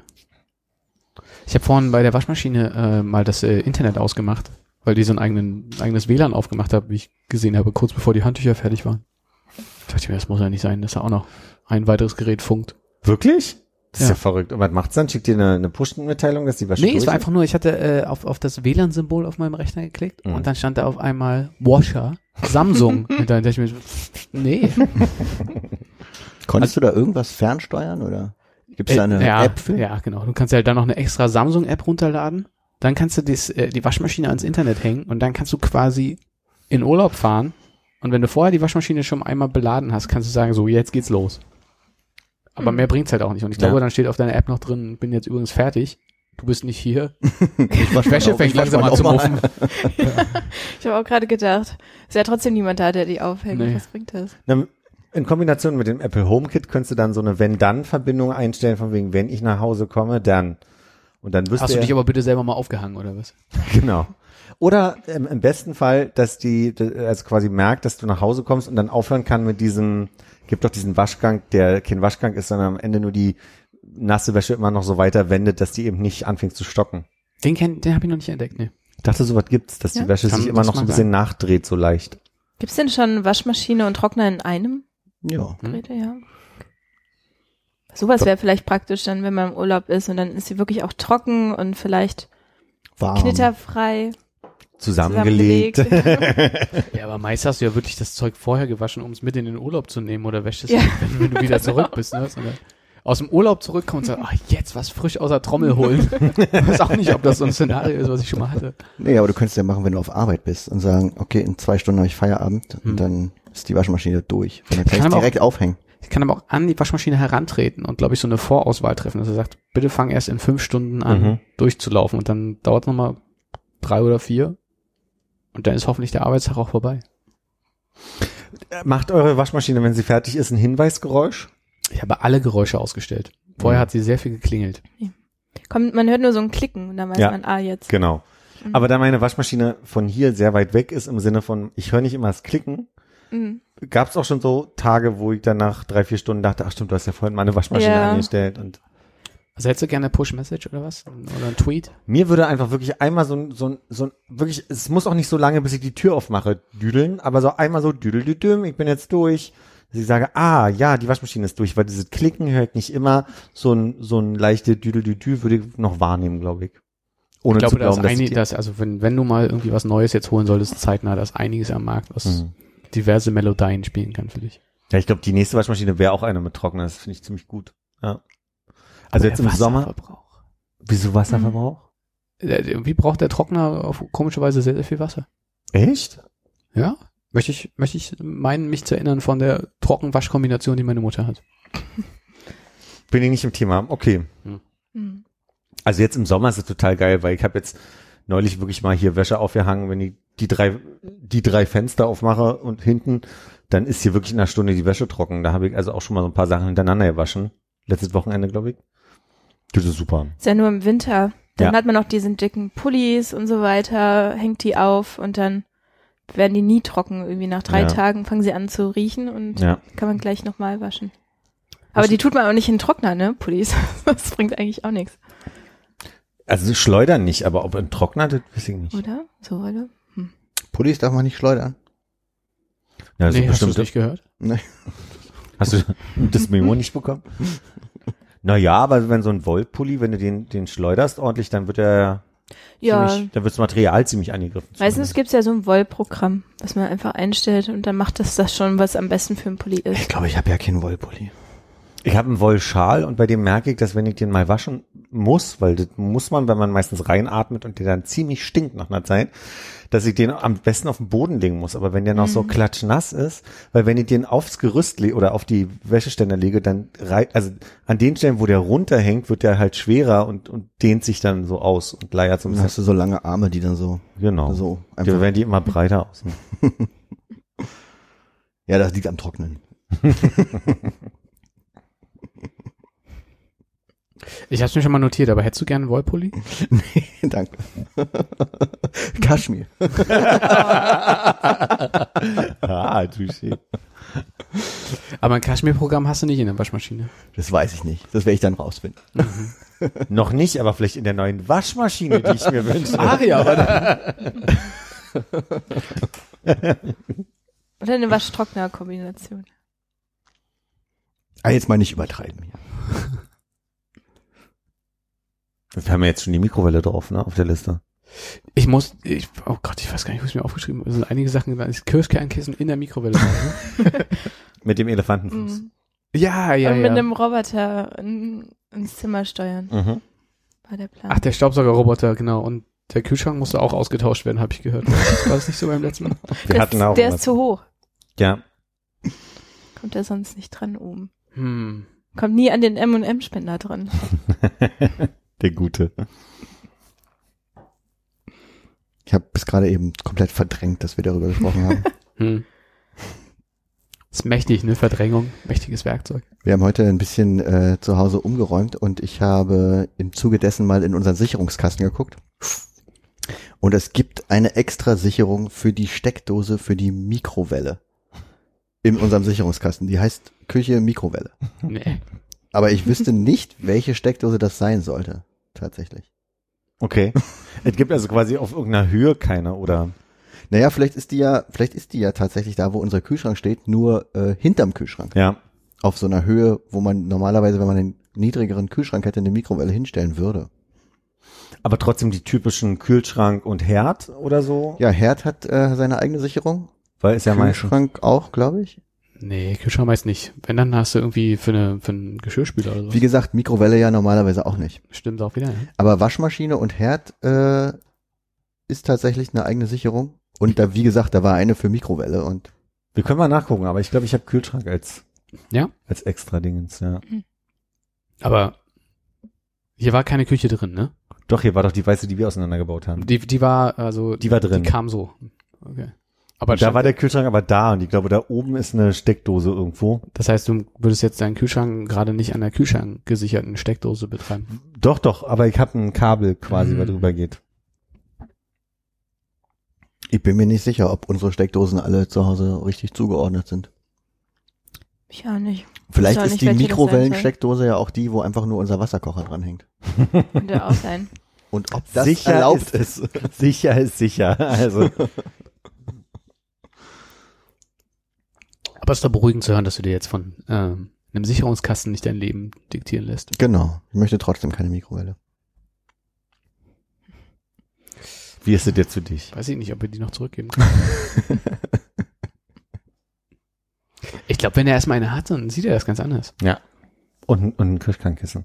Ich habe vorhin bei der Waschmaschine äh, mal das äh, Internet ausgemacht, weil die so ein eigenen, eigenes W L A N aufgemacht haben, wie ich gesehen habe, kurz bevor die Handtücher fertig waren. Da dachte ich mir, das muss ja nicht sein, dass da auch noch ein weiteres Gerät funkt. Wirklich? Das ist Ja. ja verrückt. Und was macht's dann? Schickt dir eine, eine Push-Mitteilung, dass die Wäsche Nee, durch es war ist? einfach nur, ich hatte äh, auf, auf das W L A N-Symbol auf meinem Rechner geklickt Mhm. und dann stand da auf einmal Washer, Samsung. Und dann dachte ich mir, nee. Konntest du da irgendwas fernsteuern oder gibt's da eine Äh, ja, App für? Ja, genau. Du kannst ja halt dann noch eine extra Samsung-App runterladen. Dann kannst du das, äh, die Waschmaschine ans Internet hängen und dann kannst du quasi in Urlaub fahren. Und wenn du vorher die Waschmaschine schon einmal beladen hast, kannst du sagen, so, jetzt geht's los. Aber Mhm. mehr bringt's halt auch nicht. Und ich Ja. glaube, dann steht auf deiner App noch drin, bin jetzt übrigens fertig. Du bist nicht hier. Ich wasch Wäsche mal auf, fängt ich wasch langsam mal an zu auch muffen. Ich habe auch gerade gedacht, ist ja trotzdem niemand da, der die aufhängt. Nee. Was bringt das? Na, in Kombination mit dem Apple HomeKit könntest du dann so eine Wenn-Dann-Verbindung einstellen, von wegen, wenn ich nach Hause komme, dann. Und dann wüsste Hast du er, dich aber bitte selber mal aufgehangen, oder was? genau. Oder ähm, im besten Fall, dass die, d- also quasi merkt, dass du nach Hause kommst und dann aufhören kann mit diesem, gibt doch diesen Waschgang, der kein Waschgang ist, sondern am Ende nur die nasse Wäsche immer noch so weiter wendet, dass die eben nicht anfängt zu stocken. Den, kenn- den habe ich noch nicht entdeckt, ne. Ich dachte, sowas gibt's, dass Ja? die Wäsche Kann- sich immer das noch so mag ein bisschen sein. nachdreht, so leicht. Gibt's denn schon Waschmaschine und Trockner in einem Ja. Hm? Gerät? Ja. Sowas wäre vielleicht praktisch dann, wenn man im Urlaub ist und dann ist sie wirklich auch trocken und vielleicht Warm. knitterfrei Zusammengelegt. zusammengelegt. Ja, aber meist hast du ja wirklich das Zeug vorher gewaschen, um es mit in den Urlaub zu nehmen oder wäschst es, Ja. wenn, wenn du wieder zurück bist, ne? Sondern aus dem Urlaub zurückkommst und sagst, ach, jetzt was frisch aus der Trommel holen. Ich weiß auch nicht, ob das so ein Szenario ist, was ich schon mal hatte. Nee, aber du könntest ja machen, wenn du auf Arbeit bist und sagen, okay, in zwei Stunden habe ich Feierabend Hm. und dann ist die Waschmaschine durch. Und dann kann Kann ich aber direkt aufhängen. Ich kann aber auch an die Waschmaschine herantreten und, glaube ich, so eine Vorauswahl treffen, dass er sagt, bitte fang erst in fünf Stunden an, Mhm. durchzulaufen und dann dauert es nochmal drei oder vier und dann ist hoffentlich der Arbeitstag auch vorbei. Macht eure Waschmaschine, wenn sie fertig ist, ein Hinweisgeräusch? Ich habe alle Geräusche ausgestellt. Vorher Mhm. hat sie sehr viel geklingelt. Kommt, man hört nur so ein Klicken und dann weiß Ja. man, ah, jetzt. Genau. Mhm. Aber da meine Waschmaschine von hier sehr weit weg ist, im Sinne von, ich höre nicht immer das Klicken, Mhm. gab es auch schon so Tage, wo ich dann nach drei, vier Stunden dachte, ach stimmt, du hast ja vorhin meine Waschmaschine Ja. angestellt. Und Also hättest du gerne eine Push-Message oder was? Oder ein Tweet? mir würde einfach wirklich einmal so ein, so ein, so ein, wirklich, es muss auch nicht so lange, bis ich die Tür aufmache, düdeln, aber so einmal so düdel-düdüm, ich bin jetzt durch. Dass ich sage, ah, ja, die Waschmaschine ist durch, weil dieses Klicken höre ich nicht immer. So ein, so ein leichte Düdel-Düdü würde ich noch wahrnehmen, glaube ich. Ohne Ich glaube, zu da ist glauben, dass einig, ich dass, also wenn, wenn du mal irgendwie was Neues jetzt holen solltest, zeitnah, da ist einiges am Markt, was Mhm. diverse Melodien spielen kann für dich. Ja, ich glaube, die nächste Waschmaschine wäre auch eine mit Trockner. Das finde ich ziemlich gut. Ja. Also jetzt im Sommer. Wasserverbrauch. Wieso Wasserverbrauch? Äh, Irgendwie braucht der Trockner auf komischerweise sehr, sehr viel Wasser. Echt? Ja? Möchte ich, möchte ich meinen, mich zu erinnern von der Trockenwaschkombination, die meine Mutter hat. Bin ich nicht im Thema. Okay. Mhm. Also jetzt im Sommer ist es total geil, weil ich habe jetzt neulich wirklich mal hier Wäsche aufgehangen. Wenn ich die drei, die drei Fenster aufmache und hinten, dann ist hier wirklich in einer Stunde die Wäsche trocken. Da habe ich also auch schon mal so ein paar Sachen hintereinander gewaschen. Letztes Wochenende, glaube ich. Das ist super. Ist ja nur im Winter. Dann Ja. hat man noch diesen dicken Pullis und so weiter, hängt die auf und dann werden die nie trocken. Irgendwie nach drei Ja. Tagen fangen sie an zu riechen und Ja. kann man gleich nochmal waschen. Aber die tut man auch nicht in den Trockner, ne, Pullis. Das bringt eigentlich auch nichts, Also schleudern nicht, aber ob ein Trockner, das weiß ich nicht. oder? So, oder? Pullis darf man nicht schleudern. Ja, also Nee, hast du bestimmt, es nicht gehört? hast du das Memo nicht bekommen? Naja, aber wenn so ein Wollpulli, wenn du den, den schleuderst ordentlich, dann wird er Ja, ziemlich, dann wird das Material ziemlich angegriffen. meistens zumindest. gibt's ja so ein Wollprogramm, was man einfach einstellt und dann macht das das schon, was am besten für einen Pulli ist. Ich glaube, ich habe ja keinen Wollpulli. Ich habe einen Wollschal und bei dem merke ich, dass wenn ich den mal waschen muss, weil das muss man, wenn man meistens reinatmet und der dann ziemlich stinkt nach einer Zeit, dass ich den am besten auf den Boden legen muss. Aber wenn der noch so klatschnass ist, weil wenn ich den aufs Gerüst lege oder auf die Wäscheständer lege, dann rei- also an den Stellen, wo der runterhängt, wird der halt schwerer und, und dehnt sich dann so aus und leiert so ein Dann bisschen. hast du so lange Arme, die dann so, Genau. so Da einfach. werden die immer breiter aus. Ja, das liegt am Trocknen. Ich hab's mir schon mal notiert, aber hättest du gerne einen Wollpulli? Danke. Kaschmir. Ah, touché. Aber ein Kaschmir-Programm hast du nicht in der Waschmaschine. Das weiß ich nicht. Das werde ich dann rausfinden. Noch nicht, aber vielleicht in der neuen Waschmaschine, die ich mir wünsche. ja, aber Oder eine Waschtrockner-Kombination. Ah, jetzt mal nicht übertreiben hier. Wir haben ja jetzt schon die Mikrowelle drauf, ne, auf der Liste. ich muss, ich, oh Gott, ich weiß gar nicht, wo ich mir aufgeschrieben habe. Es sind einige Sachen, da ist Kirschkernkissen in der Mikrowelle. Ne? Mit dem Elefantenfuß. Mhm. Ja, ja, und ja. mit einem Roboter in, ins Zimmer steuern, Mhm. war der Plan. Ach, der Staubsaugerroboter, genau. Und der Kühlschrank musste auch ausgetauscht werden, habe ich gehört. War das nicht so beim letzten Mal? Wir der hatten ist, auch der was. ist zu hoch. Ja. Kommt er sonst nicht dran oben. Hm. Kommt nie an den M und M-Spender dran. Der Gute. Ich habe bis gerade eben komplett verdrängt, dass wir darüber gesprochen haben. Hm. Ist mächtig, ne? Verdrängung. Mächtiges Werkzeug. Wir haben heute ein bisschen äh, zu Hause umgeräumt und ich habe im Zuge dessen mal in unseren Sicherungskasten geguckt. Und es gibt eine extra Sicherung für die Steckdose für die Mikrowelle in unserem Sicherungskasten. Die heißt Küche Mikrowelle. Nee. Aber ich wüsste nicht, welche Steckdose das sein sollte. Tatsächlich. Okay. Es gibt also quasi auf irgendeiner Höhe keine, oder? Naja, vielleicht ist die ja, vielleicht ist die ja tatsächlich da, wo unser Kühlschrank steht, nur äh, hinterm Kühlschrank. Ja. Auf so einer Höhe, wo man normalerweise, wenn man einen niedrigeren Kühlschrank hätte, eine Mikrowelle hinstellen würde. Aber trotzdem die typischen Kühlschrank und Herd oder so? Ja, Herd hat äh, seine eigene Sicherung. Weil ist ja meistens. Kühlschrank auch, glaube ich. Nee, Kühlschrank meist nicht. Wenn, dann hast du irgendwie für, eine, für einen Geschirrspüler oder so. Wie gesagt, Mikrowelle ja normalerweise auch nicht. Stimmt auch wieder, ne? Aber Waschmaschine und Herd äh, ist tatsächlich eine eigene Sicherung. Und da, wie gesagt, da war eine für Mikrowelle und Wir können mal nachgucken, aber ich glaube, ich habe Kühlschrank als Ja? Als extra Dingens, ja. Aber hier war keine Küche drin, ne? Doch, hier war doch die weiße, die wir auseinandergebaut haben. Die, die war, also. Die war drin. Die kam so. Okay. Aber Und da war der Kühlschrank aber da und ich glaube, da oben ist eine Steckdose irgendwo. Das heißt, du würdest jetzt deinen Kühlschrank gerade nicht an der Kühlschrank gesicherten Steckdose betreiben. Doch, doch, aber ich habe ein Kabel quasi, Mhm. was drüber geht. Ich bin mir nicht sicher, ob unsere Steckdosen alle zu Hause richtig zugeordnet sind. Ich auch nicht. Vielleicht auch ist nicht, die welche das sein Mikrowellensteckdose ja auch die, wo einfach nur unser Wasserkocher dranhängt. Könnte auch sein. Und ob das Sicher erlaubt ist- ist. Sicher ist sicher. Also Aber es ist doch beruhigend zu hören, dass du dir jetzt von ähm, einem Sicherungskasten nicht dein Leben diktieren lässt. Genau. Ich möchte trotzdem keine Mikrowelle. wie ist es jetzt für dich? Weiß ich nicht, ob wir die noch zurückgeben können. Ich glaube, wenn er erstmal eine hat, dann sieht er das ganz anders. Und, und ein Kühlschrankkissen.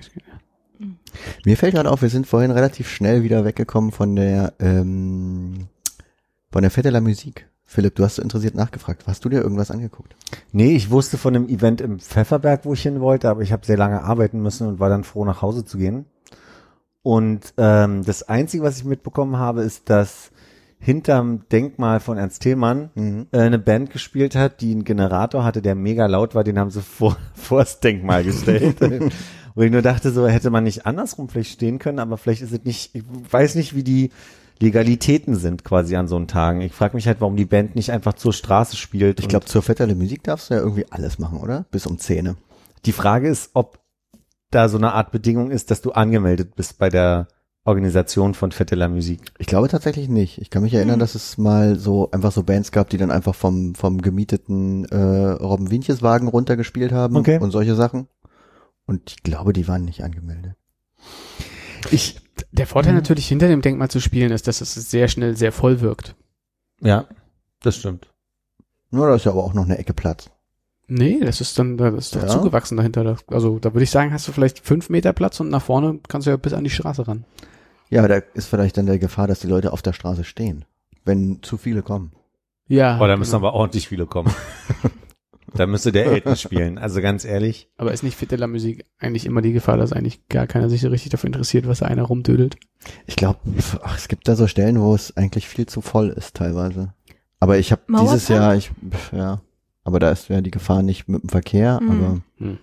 Mir fällt gerade auf, wir sind vorhin relativ schnell wieder weggekommen von der ähm, von der Fête de la Musique. Philipp, du hast so interessiert nachgefragt. Hast du dir irgendwas angeguckt? Nee, ich wusste von einem Event im Pfefferberg, wo ich hin wollte, aber ich habe sehr lange arbeiten müssen und war dann froh, nach Hause zu gehen. Und ähm, das Einzige, was ich mitbekommen habe, ist, dass hinterm Denkmal von Ernst Thälmann Mhm. äh, eine Band gespielt hat, die einen Generator hatte, der mega laut war, den haben sie vor vors Denkmal gestellt. Wo ich nur dachte, so hätte man nicht andersrum vielleicht stehen können, aber vielleicht ist es nicht, ich weiß nicht, wie die Legalitäten sind quasi an so einen Tagen. Ich frage mich halt, warum die Band nicht einfach zur Straße spielt. Ich und glaube, zur Fête de la Musique darfst du ja irgendwie alles machen, oder? Bis um Zähne. die Frage ist, ob da so eine Art Bedingung ist, dass du angemeldet bist bei der Organisation von Fête de la Musique. Ich glaube tatsächlich nicht. Ich kann mich erinnern, Hm. dass es mal so einfach so Bands gab, die dann einfach vom vom gemieteten äh, Robben Wientjes Wagen runtergespielt haben Okay. und solche Sachen. Und ich glaube, die waren nicht angemeldet. Ich, Der Vorteil Mhm. natürlich hinter dem Denkmal zu spielen ist, dass es sehr schnell sehr voll wirkt. ja, das stimmt. Nur da ist ja aber auch noch eine Ecke Platz. Nee, das ist dann, das ist doch Ja? zugewachsen dahinter. Das- Also da würde ich sagen, hast du vielleicht fünf Meter Platz und nach vorne kannst du ja bis an die Straße ran. Ja, da ist vielleicht dann der Gefahr, dass die Leute auf der Straße stehen, wenn zu viele kommen. Ja. Oh, da müssen genau. aber ordentlich viele kommen. Da müsste der Elton spielen. Also ganz ehrlich. Aber ist nicht Fête de la Musique eigentlich immer die Gefahr, dass eigentlich gar keiner sich so richtig dafür interessiert, was da einer rumdödelt? Ich glaube, es gibt da so Stellen, wo es eigentlich viel zu voll ist teilweise. Aber ich habe dieses Mauerpark? Jahr, ich pf, ja, aber da ist ja die Gefahr nicht mit dem Verkehr, Mhm. aber Hm.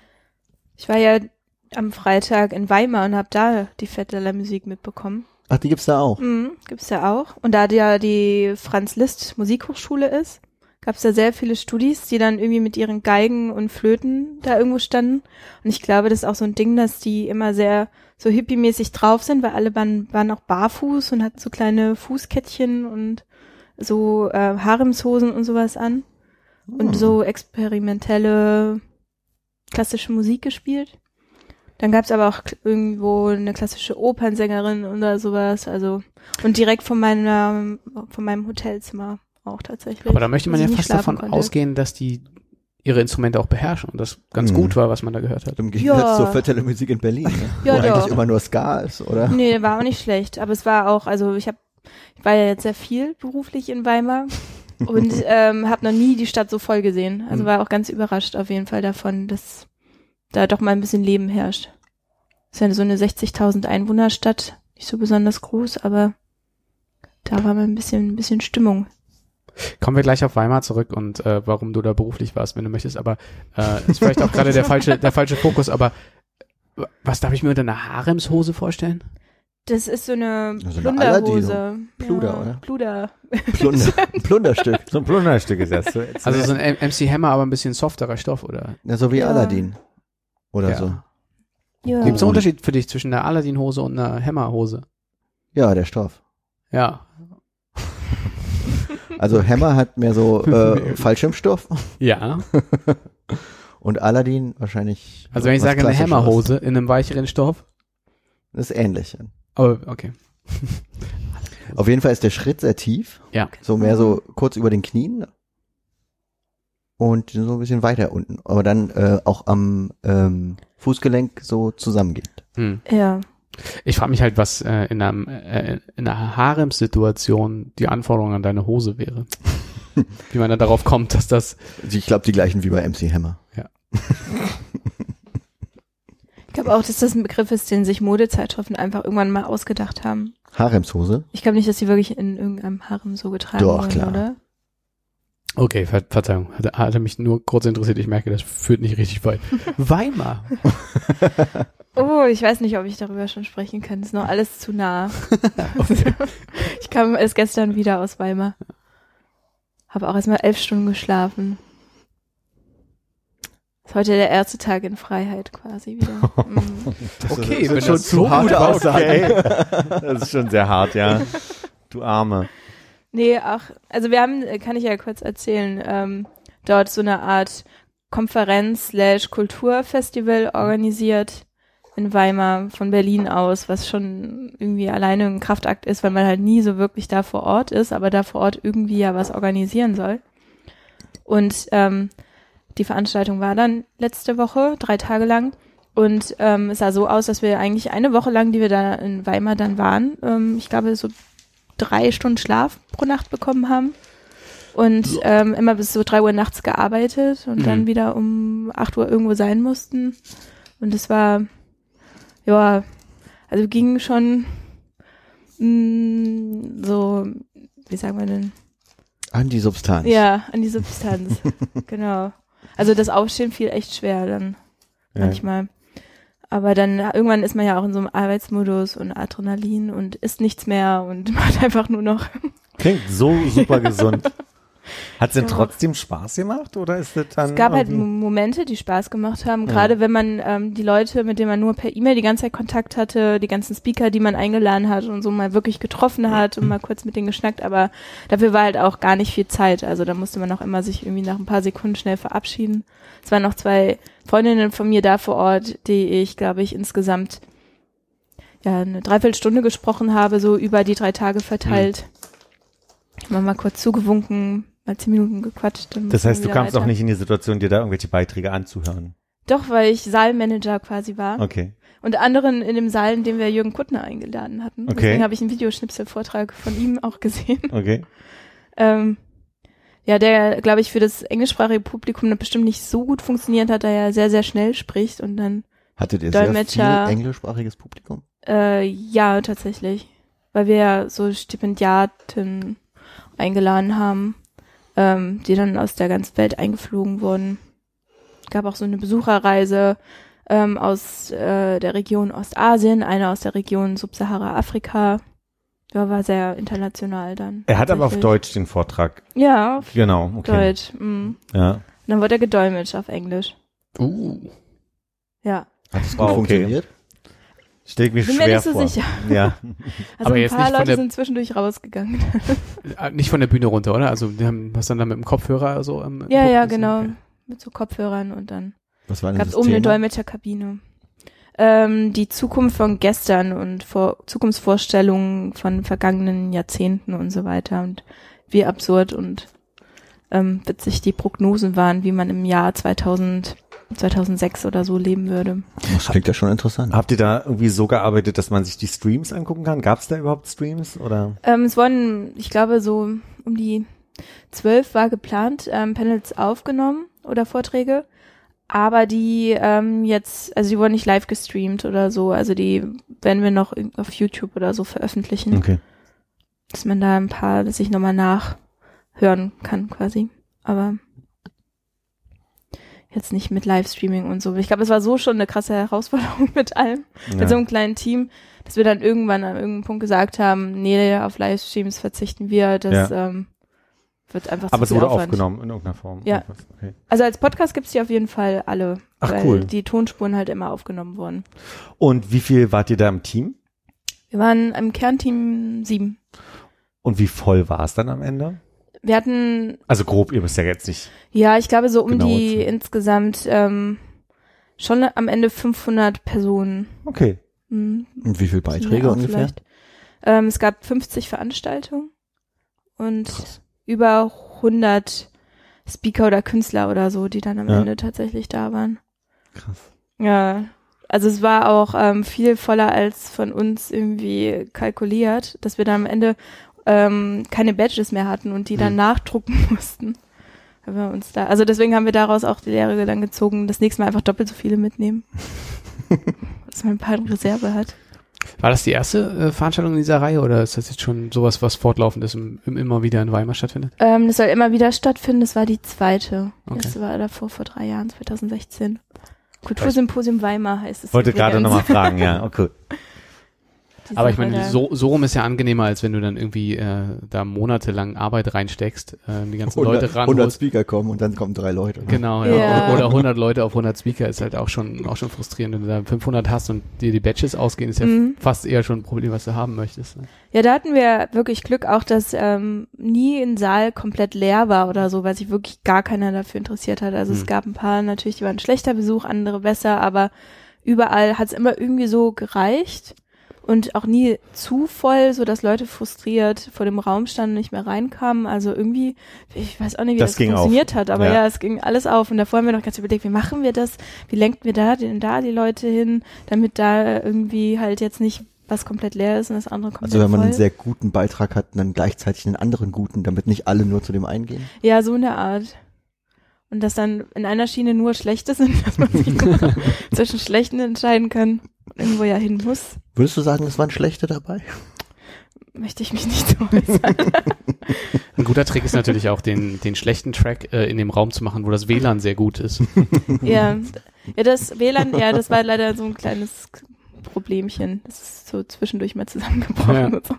Ich war ja am Freitag in Weimar und habe da die Fête de la Musique mitbekommen. ach, die gibt's da auch. Mhm, gibt's ja auch. Und da ja die Franz Liszt Musikhochschule ist, gab's da sehr viele Studis, die dann irgendwie mit ihren Geigen und Flöten da irgendwo standen. Und ich glaube, das ist auch so ein Ding, dass die immer sehr so hippie-mäßig drauf sind, weil alle waren, waren auch barfuß und hatten so kleine Fußkettchen und so äh, Haremshosen und sowas an. Und so experimentelle klassische Musik gespielt. Dann gab's aber auch k- irgendwo eine klassische Opernsängerin oder sowas, also und direkt von meiner von meinem Hotelzimmer auch tatsächlich. Aber da möchte man wo ja ich nicht fast schlafen davon konnte. ausgehen, dass die ihre Instrumente auch beherrschen und das ganz Mhm. gut war, was man da gehört hat. Im Gegensatz Ja. zur Fête de la Musique in Berlin, ne? Ja, wo eigentlich doch. immer nur Ska ist, oder? Nee, war auch nicht schlecht, aber es war auch, also ich habe ich war ja jetzt sehr viel beruflich in Weimar und ähm, habe noch nie die Stadt so voll gesehen. Also Mhm. war auch ganz überrascht auf jeden Fall davon, dass da doch mal ein bisschen Leben herrscht. Ist ja so eine sechzigtausend Einwohnerstadt, nicht so besonders groß, aber da war mal ein bisschen ein bisschen Stimmung. Kommen wir gleich auf Weimar zurück und äh, warum du da beruflich warst, wenn du möchtest, aber äh, ist vielleicht auch gerade der falsche der falsche Fokus, aber w- was darf ich mir unter einer Haremshose vorstellen? Das ist so eine So eine Plunderhose. Pluder, ja, oder? Pluder. Plunder, Plunderstück. So ein Plunderstück ist das. So, Also so ein M- M C Hammer, aber ein bisschen softerer Stoff, oder? Ja, so wie Ja. Aladdin. Oder Ja. so. Ja. Gibt es Oh. einen Unterschied für dich zwischen einer Aladdin-Hose und einer Hammer-Hose? Ja, der Stoff. Ja. Also Hammer hat mehr so äh, Fallschirmstoff Ja. und Aladdin wahrscheinlich. Also wenn ich was sage eine Klassisches. Hammerhose in einem weicheren Stoff. Das ist ähnlich. Oh, okay. Auf jeden Fall ist der Schritt sehr tief. Ja. So mehr so kurz über den Knien. Und so ein bisschen weiter unten. Aber dann äh, auch am ähm, Fußgelenk so zusammengeht. Hm. Ja. Ich frage mich halt, was äh, in, einem, äh, in einer Haremssituation die Anforderung an deine Hose wäre. wie man dann darauf kommt, dass das... Ich glaube, die gleichen wie bei M C Hammer. Ja. Ich glaube auch, dass das ein Begriff ist, den sich Modezeitschriften einfach irgendwann mal ausgedacht haben. Haremshose? Ich glaube nicht, dass die wirklich in irgendeinem Harem so getragen Doch, wurden, klar. oder? Okay, Ver Verzeihung. Hatte, hatte mich nur kurz interessiert. Ich merke, das führt nicht richtig weit. Weimar. Oh, ich weiß nicht, ob ich darüber schon sprechen kann. Das ist noch alles zu nah. Okay. Ich kam erst gestern wieder aus Weimar. Habe auch erstmal elf Stunden geschlafen. Ist heute der erste Tag in Freiheit quasi wieder. Mhm. Okay, wenn schon das so gut aussieht. Okay. Das ist schon sehr hart, ja. Du Arme. Nee, ach, also wir haben, kann ich ja kurz erzählen, ähm, dort so eine Art Konferenz slash Kulturfestival organisiert in Weimar von Berlin aus, was schon irgendwie alleine ein Kraftakt ist, weil man halt nie so wirklich da vor Ort ist, aber da vor Ort irgendwie ja was organisieren soll. Und ähm, die Veranstaltung war dann letzte Woche, drei Tage lang. Und ähm, es sah so aus, dass wir eigentlich eine Woche lang, die wir da in Weimar dann waren, ähm, ich glaube so drei Stunden Schlaf pro Nacht bekommen haben. Und ähm, immer bis so drei Uhr nachts gearbeitet und Mhm. dann wieder um acht Uhr irgendwo sein mussten. Und es war, ja, also ging schon mh, so, wie sagen wir denn? An die Substanz. Ja, an die Substanz. Genau. Also das Aufstehen fiel echt schwer dann Ja. manchmal. Aber dann irgendwann ist man ja auch in so einem Arbeitsmodus und Adrenalin und isst nichts mehr und macht einfach nur noch. Klingt so super gesund. Hat es denn Ja. trotzdem Spaß gemacht oder ist das dann Es gab halt irgendwie- Momente, die Spaß gemacht haben, Ja. gerade wenn man ähm, die Leute, mit denen man nur per E-Mail die ganze Zeit Kontakt hatte, die ganzen Speaker, die man eingeladen hat und so mal wirklich getroffen hat und mal kurz mit denen geschnackt, aber dafür war halt auch gar nicht viel Zeit, also da musste man auch immer sich irgendwie nach ein paar Sekunden schnell verabschieden. Es waren noch zwei Freundinnen von mir da vor Ort, die ich, glaube ich, insgesamt ja eine Dreiviertelstunde gesprochen habe, so über die drei Tage verteilt. Haben wir mal kurz zugewunken, mal zehn Minuten gequatscht. dann Das mussten heißt, wir du wieder kamst weiter. auch nicht in die Situation, dir da irgendwelche Beiträge anzuhören. Doch, weil ich Saalmanager quasi war. Okay. Unter anderem in dem Saal, in dem wir Jürgen Kuttner eingeladen hatten. Okay. Deswegen habe ich einen Videoschnipselvortrag von ihm auch gesehen. Okay. ähm, ja, der, glaube ich, für das englischsprachige Publikum bestimmt nicht so gut funktioniert hat, da er sehr, sehr schnell spricht und dann, Hattet ihr Dolmetscher. sehr viel englischsprachiges Publikum? äh, ja, tatsächlich. Weil wir ja so Stipendiaten eingeladen haben, ähm, die dann aus der ganzen Welt eingeflogen wurden. Gab auch so eine Besucherreise ähm, aus äh, der Region Ostasien, eine aus der Region Subsahara-Afrika. Ja, war sehr international dann. Er hat aber auf tatsächlich. Deutsch den Vortrag. Ja, auf Genau, okay. Deutsch. Mm. Ja. Dann wurde er gedolmetscht auf Englisch. Uh. Ja. Hat es gut Wow, okay. funktioniert? Stell ich mir Bin mir schwer nicht so vor. sicher. Ja. Also Aber ein jetzt paar nicht von Leute der- sind zwischendurch rausgegangen. Äh, Nicht von der Bühne runter, oder? Also die haben was dann da mit dem Kopfhörer so im im ja, ja, Publikum? genau. Okay. Mit so Kopfhörern und dann Was war denn gab es das oben eine Thema? Dolmetscherkabine. Ähm, die Zukunft von gestern und vor Zukunftsvorstellungen von vergangenen Jahrzehnten und so weiter und wie absurd und ähm, witzig die Prognosen waren, wie man im Jahr zweitausend, zweitausendsechs oder so leben würde. Das klingt ja schon interessant. Habt ihr da irgendwie so gearbeitet, dass man sich die Streams angucken kann? Gab es da überhaupt Streams oder? Ähm, es wurden, ich glaube, so um die zwölf war geplant, ähm, Panels aufgenommen oder Vorträge, aber die ähm, jetzt, also die wurden nicht live gestreamt oder so, also die werden wir noch in- auf YouTube oder so veröffentlichen, Okay. dass man da ein paar, dass ich nochmal nachhören kann quasi, aber jetzt nicht mit Livestreaming und so. Ich glaube, es war so schon eine krasse Herausforderung mit allem. Mit so einem kleinen Team, dass wir dann irgendwann an irgendeinem Punkt gesagt haben, nee, auf Livestreams verzichten wir, das ähm, wird einfach Aber zu es viel wurde Aufwand. aufgenommen in irgendeiner Form. Ja. Irgendwas. Okay. Also als Podcast gibt's die auf jeden Fall alle, Ach, weil cool. die Tonspuren halt immer aufgenommen wurden. Und wie viel wart ihr da im Team? Wir waren im Kernteam sieben. Und wie voll war es dann am Ende? Wir hatten, Also grob, ihr müsst ja jetzt nicht. ja, ich glaube so um Genaue die Zahl. insgesamt ähm, schon am Ende fünfhundert Personen. Okay. Hm, Und wie viele Beiträge auch ungefähr? vielleicht. Ähm, es gab fünfzig Veranstaltungen und Krass. über hundert Speaker oder Künstler oder so, die dann am Ja. Ende tatsächlich da waren. Krass. Ja, also es war auch ähm, viel voller als von uns irgendwie kalkuliert, dass wir dann am Ende ähm, keine Badges mehr hatten und die dann Hm. nachdrucken mussten. Haben wir uns da, also deswegen haben wir daraus auch die Lehre dann gezogen, das nächste Mal einfach doppelt so viele mitnehmen. Dass man ein paar in Reserve hat. War das die erste äh, Veranstaltung in dieser Reihe oder ist das jetzt schon sowas, was fortlaufend ist und im, immer wieder in Weimar stattfindet? Ähm, das soll immer wieder stattfinden, das war die zweite. Okay. Das war davor vor drei Jahren, zwanzig sechzehn. Kultursymposium Weimar heißt es. Wollte gerade übrigens. nochmal fragen, ja, okay. Die Aber ich Sache meine, da. so, so rum ist ja angenehmer, als wenn du dann irgendwie äh, da monatelang Arbeit reinsteckst, äh, die ganzen Leute hundert ranholst. Speaker kommen und dann kommen drei Leute. Genau, ja. Ja. Oder hundert Leute auf hundert Speaker ist halt auch schon auch schon frustrierend. Wenn du da fünfhundert hast und dir die Badges ausgehen, ist ja Mhm. fast eher schon ein Problem, was du haben möchtest. Ne? Ja, da hatten wir wirklich Glück auch, dass ähm, nie ein Saal komplett leer war oder so, weil sich wirklich gar keiner dafür interessiert hat. Also Hm. es gab ein paar natürlich, die waren schlechter Besuch, andere besser, aber überall hat es immer irgendwie so gereicht und auch nie zu voll, so dass Leute frustriert vor dem Raum standen und nicht mehr reinkamen. Also irgendwie, ich weiß auch nicht, wie Das das, ging funktioniert auf. hat, aber Ja. ja. es ging alles auf und davor haben wir noch ganz überlegt, wie machen wir das? Wie lenken wir da denn da die Leute hin, damit da irgendwie halt jetzt nicht was komplett leer ist und das andere komplett Also wenn man voll. einen sehr guten Beitrag hat, dann gleichzeitig einen anderen guten, damit nicht alle nur zu dem einen gehen. Ja, so in der Art. Und dass dann in einer Schiene nur schlechte sind, dass man sich nur zwischen schlechten entscheiden kann und irgendwo ja hin muss, Würdest du sagen, es waren schlechte dabei? möchte ich mich nicht so äußern. Ein guter Trick ist natürlich auch, den, den schlechten Track äh, in dem Raum zu machen, wo das W L A N sehr gut ist. ja. ja, das W L A N, ja, das war leider so ein kleines Problemchen. Das ist so zwischendurch mal zusammengebrochen Ja. und so.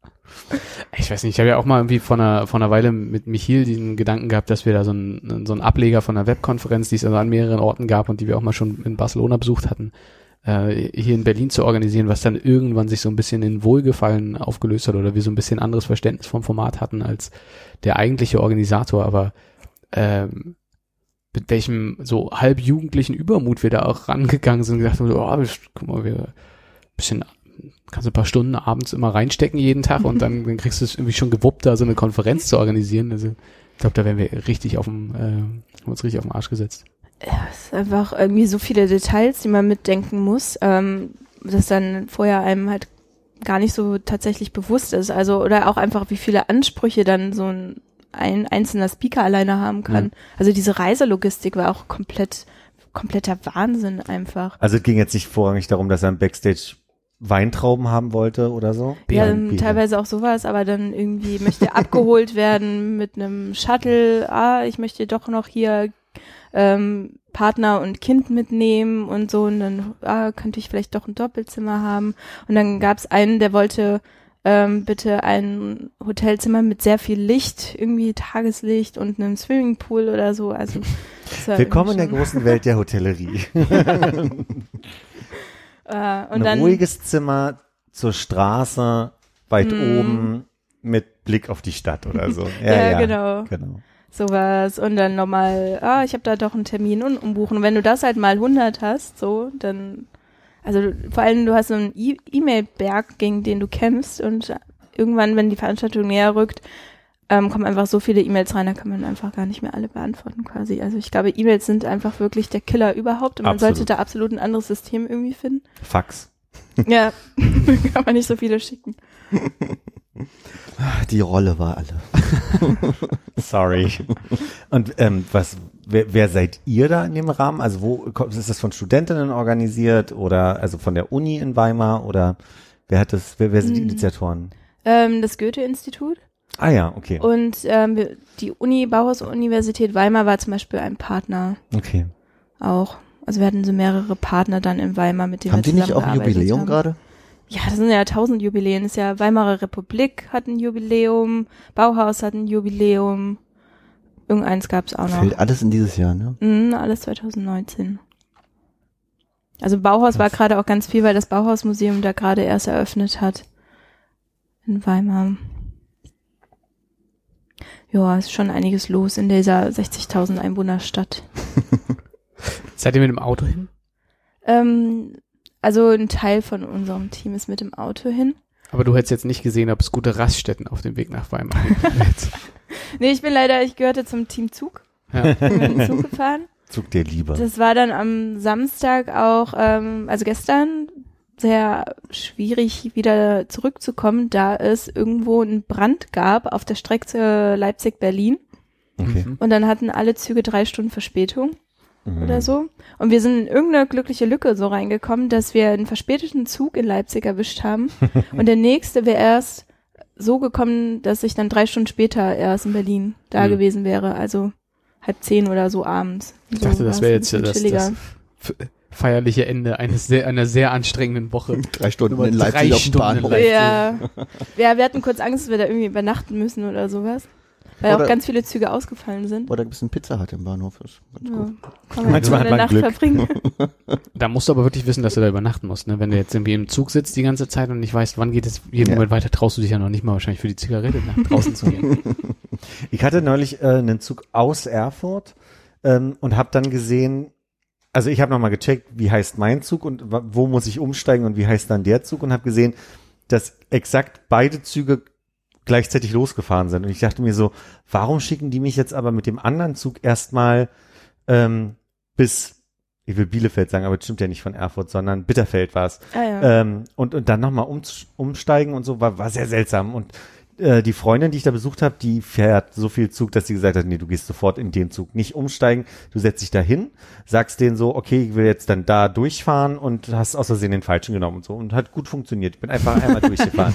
Ich weiß nicht, ich habe ja auch mal irgendwie vor einer, vor einer Weile mit Michiel den Gedanken gehabt, dass wir da so einen, so einen Ableger von einer Webkonferenz, die es also an mehreren Orten gab und die wir auch mal schon in Barcelona besucht hatten, äh, hier in Berlin zu organisieren, was dann irgendwann sich so ein bisschen in Wohlgefallen aufgelöst hat oder wir so ein bisschen anderes Verständnis vom Format hatten als der eigentliche Organisator, aber ähm, mit welchem so halb jugendlichen Übermut wir da auch rangegangen sind und gedacht haben, oh, wir- guck mal, wir bisschen kannst du ein paar Stunden abends immer reinstecken jeden Tag und dann, dann kriegst du es irgendwie schon gewuppt, da so eine Konferenz zu organisieren. Also ich glaube, da wären wir richtig auf dem, äh, haben uns richtig auf den Arsch gesetzt. Ja, es ist einfach irgendwie so viele Details, die man mitdenken muss, ähm, dass dann vorher einem halt gar nicht so tatsächlich bewusst ist. Also, oder auch einfach, wie viele Ansprüche dann so ein, ein einzelner Speaker alleine haben kann. Ja. Also diese Reiselogistik war auch komplett, kompletter Wahnsinn einfach. Also es ging jetzt nicht vorrangig darum, dass er im Backstage Weintrauben haben wollte oder so? Ja, Nein, ähm, Bier. teilweise auch sowas, aber dann irgendwie möchte abgeholt werden mit einem Shuttle. Ah, ich möchte doch noch hier ähm, Partner und Kind mitnehmen und so. Und dann ah, könnte ich vielleicht doch ein Doppelzimmer haben. Und dann gab es einen, der wollte ähm, bitte ein Hotelzimmer mit sehr viel Licht, irgendwie Tageslicht und einem Swimmingpool oder so. Also das war Willkommen in der irgendwie großen Welt der Hotellerie. schon, äh, und Ein dann ruhiges Zimmer zur Straße, weit Mm. oben, mit Blick auf die Stadt oder so. Ja, genau. genau. sowas und dann nochmal, ah, ich habe da doch einen Termin und umbuchen. Und wenn du das halt mal hundert hast, so, dann, also vor allem du hast so einen E- E-Mail-Berg, gegen den du kämpfst und irgendwann, wenn die Veranstaltung näher rückt, ähm, kommen einfach so viele E-Mails rein, da kann man einfach gar nicht mehr alle beantworten quasi. Also ich glaube, E-Mails sind einfach wirklich der Killer überhaupt und man Absolut. sollte da absolut ein anderes System irgendwie finden. Fax. Ja, kann man nicht so viele schicken. Die Rolle war alle. Sorry. Und ähm, was, wer, wer seid ihr da in dem Rahmen? Also wo kommt- ist das von Studentinnen organisiert oder also von der Uni in Weimar oder wer hat das? Wer, wer sind die Hm. Initiatoren? Ähm, das Goethe-Institut Ah ja, okay, und ähm, wir- die Uni, Bauhaus-Universität Weimar war zum Beispiel ein Partner okay. auch. Also wir hatten so mehrere Partner dann in Weimar, mit denen Haben wir die nicht auch ein zusammengearbeitet Jubiläum haben. gerade? Ja, das sind ja tausend Jubiläen. Das ist ja Weimarer Republik hat ein Jubiläum, Bauhaus hat ein Jubiläum, irgendeins gab's auch noch. Fällt alles in dieses Jahr, ne? Mhm, alles zwanzig neunzehn. Also Bauhaus war gerade auch ganz viel, weil das Bauhausmuseum da gerade erst eröffnet hat in Weimar. Ja, ist schon einiges los in dieser sechzigtausend Einwohnerstadt. Seid ihr mit dem Auto hin? Ähm, also ein Teil von unserem Team ist mit dem Auto hin. Aber du hättest jetzt nicht gesehen, ob es gute Raststätten auf dem Weg nach Weimar gibt. Nee, ich bin leider, ich gehörte zum Team Zug. Ja. Ich bin mit dem Zug gefahren. Zug der Liebe. Das war dann am Samstag auch, ähm, also gestern sehr schwierig, wieder zurückzukommen, da es irgendwo einen Brand gab auf der Strecke Leipzig-Berlin. Okay. Und dann hatten alle Züge drei Stunden Verspätung Mhm. oder so. Und wir sind in irgendeine glückliche Lücke so reingekommen, dass wir einen verspäteten Zug in Leipzig erwischt haben. Und der nächste wäre erst so gekommen, dass ich dann drei Stunden später erst in Berlin da Mhm. gewesen wäre. Also halb zehn oder so abends. Ich so dachte, das war's wäre ein jetzt ja bisschen das, chilliger. das f- feierliche Ende eines sehr, einer sehr anstrengenden Woche. Drei Stunden Über in Leipzig drei auf dem Stunden Bahnhof. in Leipzig. Ja. ja, wir hatten kurz Angst, dass wir da irgendwie übernachten müssen oder sowas. Weil Oder- auch ganz viele Züge ausgefallen sind. Oder gibt es einen Pizza Hut im Bahnhof? Das ist ganz Ja. gut. Kann man Manchmal eine hat man Nacht Glück. verbringen. Da musst du aber wirklich wissen, dass du da übernachten musst. Ne? Wenn du jetzt irgendwie im Zug sitzt die ganze Zeit und nicht weißt, wann geht es jeden Ja. Moment weiter, traust du dich ja noch nicht mal wahrscheinlich für die Zigarette nach draußen zu gehen. Ich hatte neulich äh, einen Zug aus Erfurt ähm, und habe dann gesehen, also ich habe nochmal gecheckt, wie heißt mein Zug und wa- wo muss ich umsteigen und wie heißt dann der Zug und habe gesehen, dass exakt beide Züge gleichzeitig losgefahren sind. Und ich dachte mir so, warum schicken die mich jetzt aber mit dem anderen Zug erstmal ähm, bis, ich will Bielefeld sagen, aber das stimmt ja nicht von Erfurt, sondern Bitterfeld war es. Ah, ja. Ähm, und, und dann nochmal um, umsteigen und so, war, war sehr seltsam. Und äh, die Freundin, die ich da besucht habe, die fährt so viel Zug, dass sie gesagt hat, nee, du gehst sofort in den Zug. Nicht umsteigen, du setzt dich da hin, sagst denen so, okay, ich will jetzt dann da durchfahren und hast aus Versehen den falschen genommen und so. Und hat gut funktioniert. Ich bin einfach einmal durchgefahren.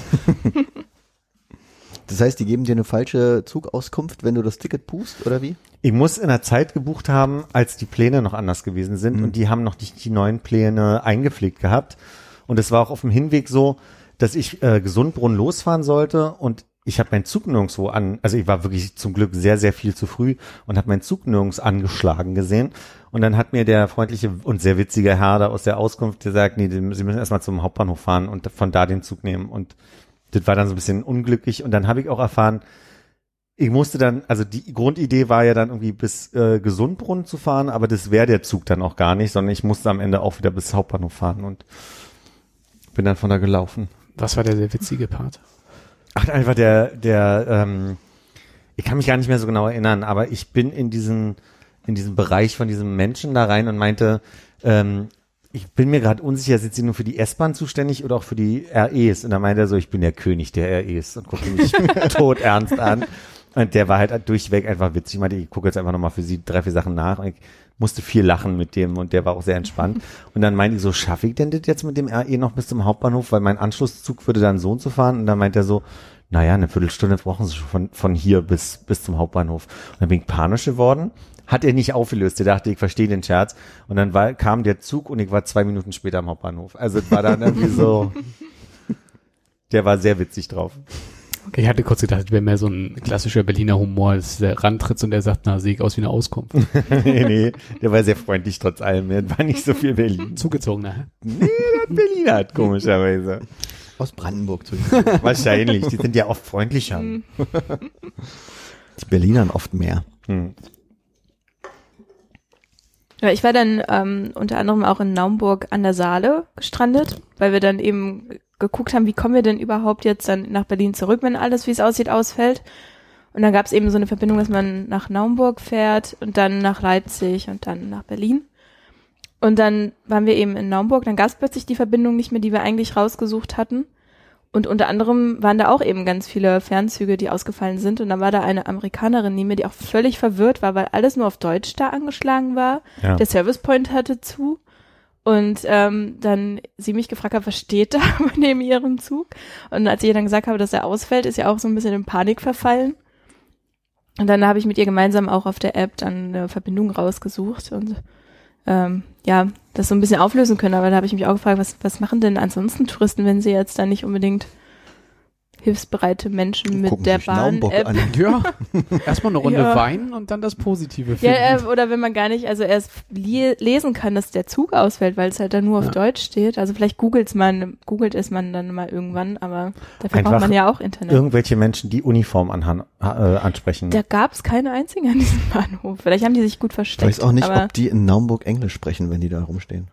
Das heißt, die geben dir eine falsche Zugauskunft, wenn du das Ticket buchst, oder wie? Ich muss in der Zeit gebucht haben, als die Pläne noch anders gewesen sind Mhm. und die haben noch nicht die neuen Pläne eingepflegt gehabt. Und es war auch auf dem Hinweg so, dass ich äh, Gesundbrunnen losfahren sollte und ich habe meinen Zug nirgendwo an, also ich war wirklich zum Glück sehr, sehr viel zu früh und habe meinen Zug nirgends angeschlagen gesehen. Und dann hat mir der freundliche und sehr witzige Herr da aus der Auskunft gesagt, nee, Sie müssen erstmal zum Hauptbahnhof fahren und von da den Zug nehmen. Und das war dann so ein bisschen unglücklich. Und dann habe ich auch erfahren, ich musste dann, also die Grundidee war ja dann irgendwie bis äh, Gesundbrunnen zu fahren, aber das wäre der Zug dann auch gar nicht, sondern ich musste am Ende auch wieder bis Hauptbahnhof fahren und bin dann von da gelaufen. Was war der sehr witzige Part? Ach, einfach der, der, ähm, ich kann mich gar nicht mehr so genau erinnern, aber ich bin in diesen, in diesen Bereich von diesem Menschen da rein und meinte, ähm, ich bin mir gerade unsicher, sind Sie nur für die S-Bahn zuständig oder auch für die R Es? Und da meinte er so, ich bin der König der R Es und guckte mich tot ernst an. Und der war halt durchweg einfach witzig. Ich meinte, ich gucke jetzt einfach nochmal für Sie drei, vier Sachen nach. Und ich musste viel lachen mit dem und der war auch sehr entspannt. Und dann meinte ich so, schaffe ich denn das jetzt mit dem R E noch bis zum Hauptbahnhof? Weil mein Anschlusszug würde dann so und so fahren. Und dann meinte er so, naja, eine Viertelstunde brauchen Sie schon von, von hier bis, bis zum Hauptbahnhof. Und dann bin ich panisch geworden. Hat er nicht aufgelöst. Er dachte, ich verstehe den Scherz. Und dann war, kam der Zug und ich war zwei Minuten später am Hauptbahnhof. Also es war dann irgendwie so, der war sehr witzig drauf. Okay, ich hatte kurz gedacht, es wäre mehr so ein klassischer Berliner Humor, dass der rantritt und der sagt, na, sehe ich aus wie eine Auskunft. nee, nee, der war sehr freundlich trotz allem. Er war nicht so viel Berlin. Zugezogener. Nee, das Berliner hat komischerweise. Aus Brandenburg zu. Wahrscheinlich, die sind ja oft freundlicher. Mhm. Die Berlinern oft mehr. Hm. Ja, ich war dann ähm, unter anderem auch in Naumburg an der Saale gestrandet, weil wir dann eben geguckt haben, wie kommen wir denn überhaupt jetzt dann nach Berlin zurück, wenn alles, wie es aussieht, ausfällt. Und dann gab es eben so eine Verbindung, dass man nach Naumburg fährt und dann nach Leipzig und dann nach Berlin. Und dann waren wir eben in Naumburg, dann gab es plötzlich die Verbindung nicht mehr, die wir eigentlich rausgesucht hatten. Und unter anderem waren da auch eben ganz viele Fernzüge, die ausgefallen sind. Und dann war da eine Amerikanerin neben mir, die auch völlig verwirrt war, weil alles nur auf Deutsch da angeschlagen war. Ja. Der Service Point hatte zu. Und ähm, dann sie mich gefragt hat, was steht da neben ihrem Zug? Und als ich ihr dann gesagt habe, dass er ausfällt, ist ja auch so ein bisschen in Panik verfallen. Und dann habe ich mit ihr gemeinsam auch auf der App dann eine Verbindung rausgesucht und ähm, ja, das so ein bisschen auflösen können. Aber da habe ich mich auch gefragt, was, was machen denn ansonsten Touristen, wenn sie jetzt da nicht unbedingt hilfsbereite Menschen mit Gucken der sich Naumburg Bahn-App. an. Ja, erstmal eine Runde Ja. weinen und dann das Positive Ja, finden. äh, oder wenn man gar nicht, also erst li- lesen kann, dass der Zug ausfällt, weil es halt dann nur auf Ja. Deutsch steht. Also vielleicht googelt's man, googelt es man dann mal irgendwann, aber dafür Einfach braucht man ja auch Internet. Irgendwelche Menschen, die Uniform anhan, äh, ansprechen. Da gab's keine einzigen an diesem Bahnhof. Vielleicht haben die sich gut Ich versteckt. weiß auch nicht, aber ob die in Naumburg Englisch sprechen, wenn die da rumstehen.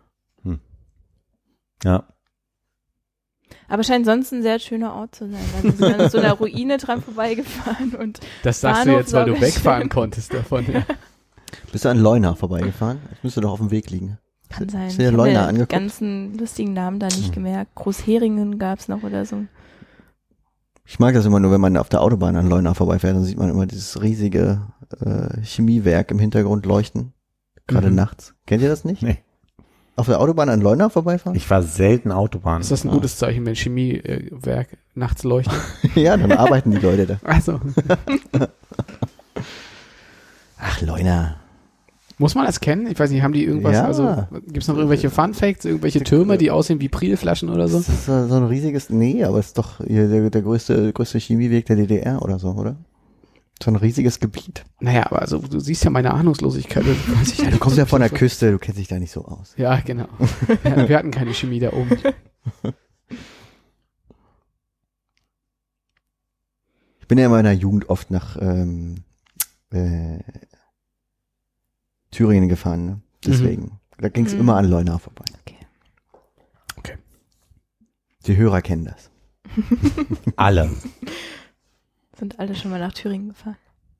Ja. Aber scheint sonst ein sehr schöner Ort zu sein. Also wir sind an so einer Ruine dran vorbeigefahren und Das sagst du Bahnhof jetzt, weil du sauber wegfahren schön. konntest davon. Ja. Bist du an Leuna vorbeigefahren? Das müsste doch auf dem Weg liegen. Kann sein. Hast Ich du dir habe Leuna mir die angeguckt? ganzen lustigen Namen da nicht gemerkt. Großheringen gab's noch oder so. Ich mag das immer nur, wenn man auf der Autobahn an Leuna vorbeifährt, dann sieht man immer dieses riesige äh, Chemiewerk im Hintergrund leuchten. Gerade Mhm. nachts. Kennt ihr das nicht? Nee. Auf der Autobahn an Leuna vorbeifahren? Ich war selten Autobahn. Ist das ein gutes Zeichen, wenn Chemiewerk nachts leuchtet? Ja, dann arbeiten die Leute da. Also, Ach, Leuna. muss man das kennen? Ich weiß nicht, haben die irgendwas, Ja. also gibt's noch irgendwelche Fun Facts, irgendwelche Türme, die aussehen wie Prielflaschen oder so? Das ist so so ein riesiges, nee, aber es ist doch hier der, der größte, größte Chemiewerk der D D R oder so, oder? So ein riesiges Gebiet. Naja, aber also du siehst ja meine Ahnungslosigkeit. Das weiß ich Du kommst ja von der Küste, du kennst dich da nicht so aus. Ja, genau. Ja, wir hatten keine Chemie da oben. Ich bin ja in meiner Jugend oft nach ähm, äh, Thüringen gefahren, ne? Deswegen. Da ging es Mhm. immer an Leuna vorbei. Okay. Okay. Die Hörer kennen das. Alle. Sind alle schon mal nach Thüringen gefahren.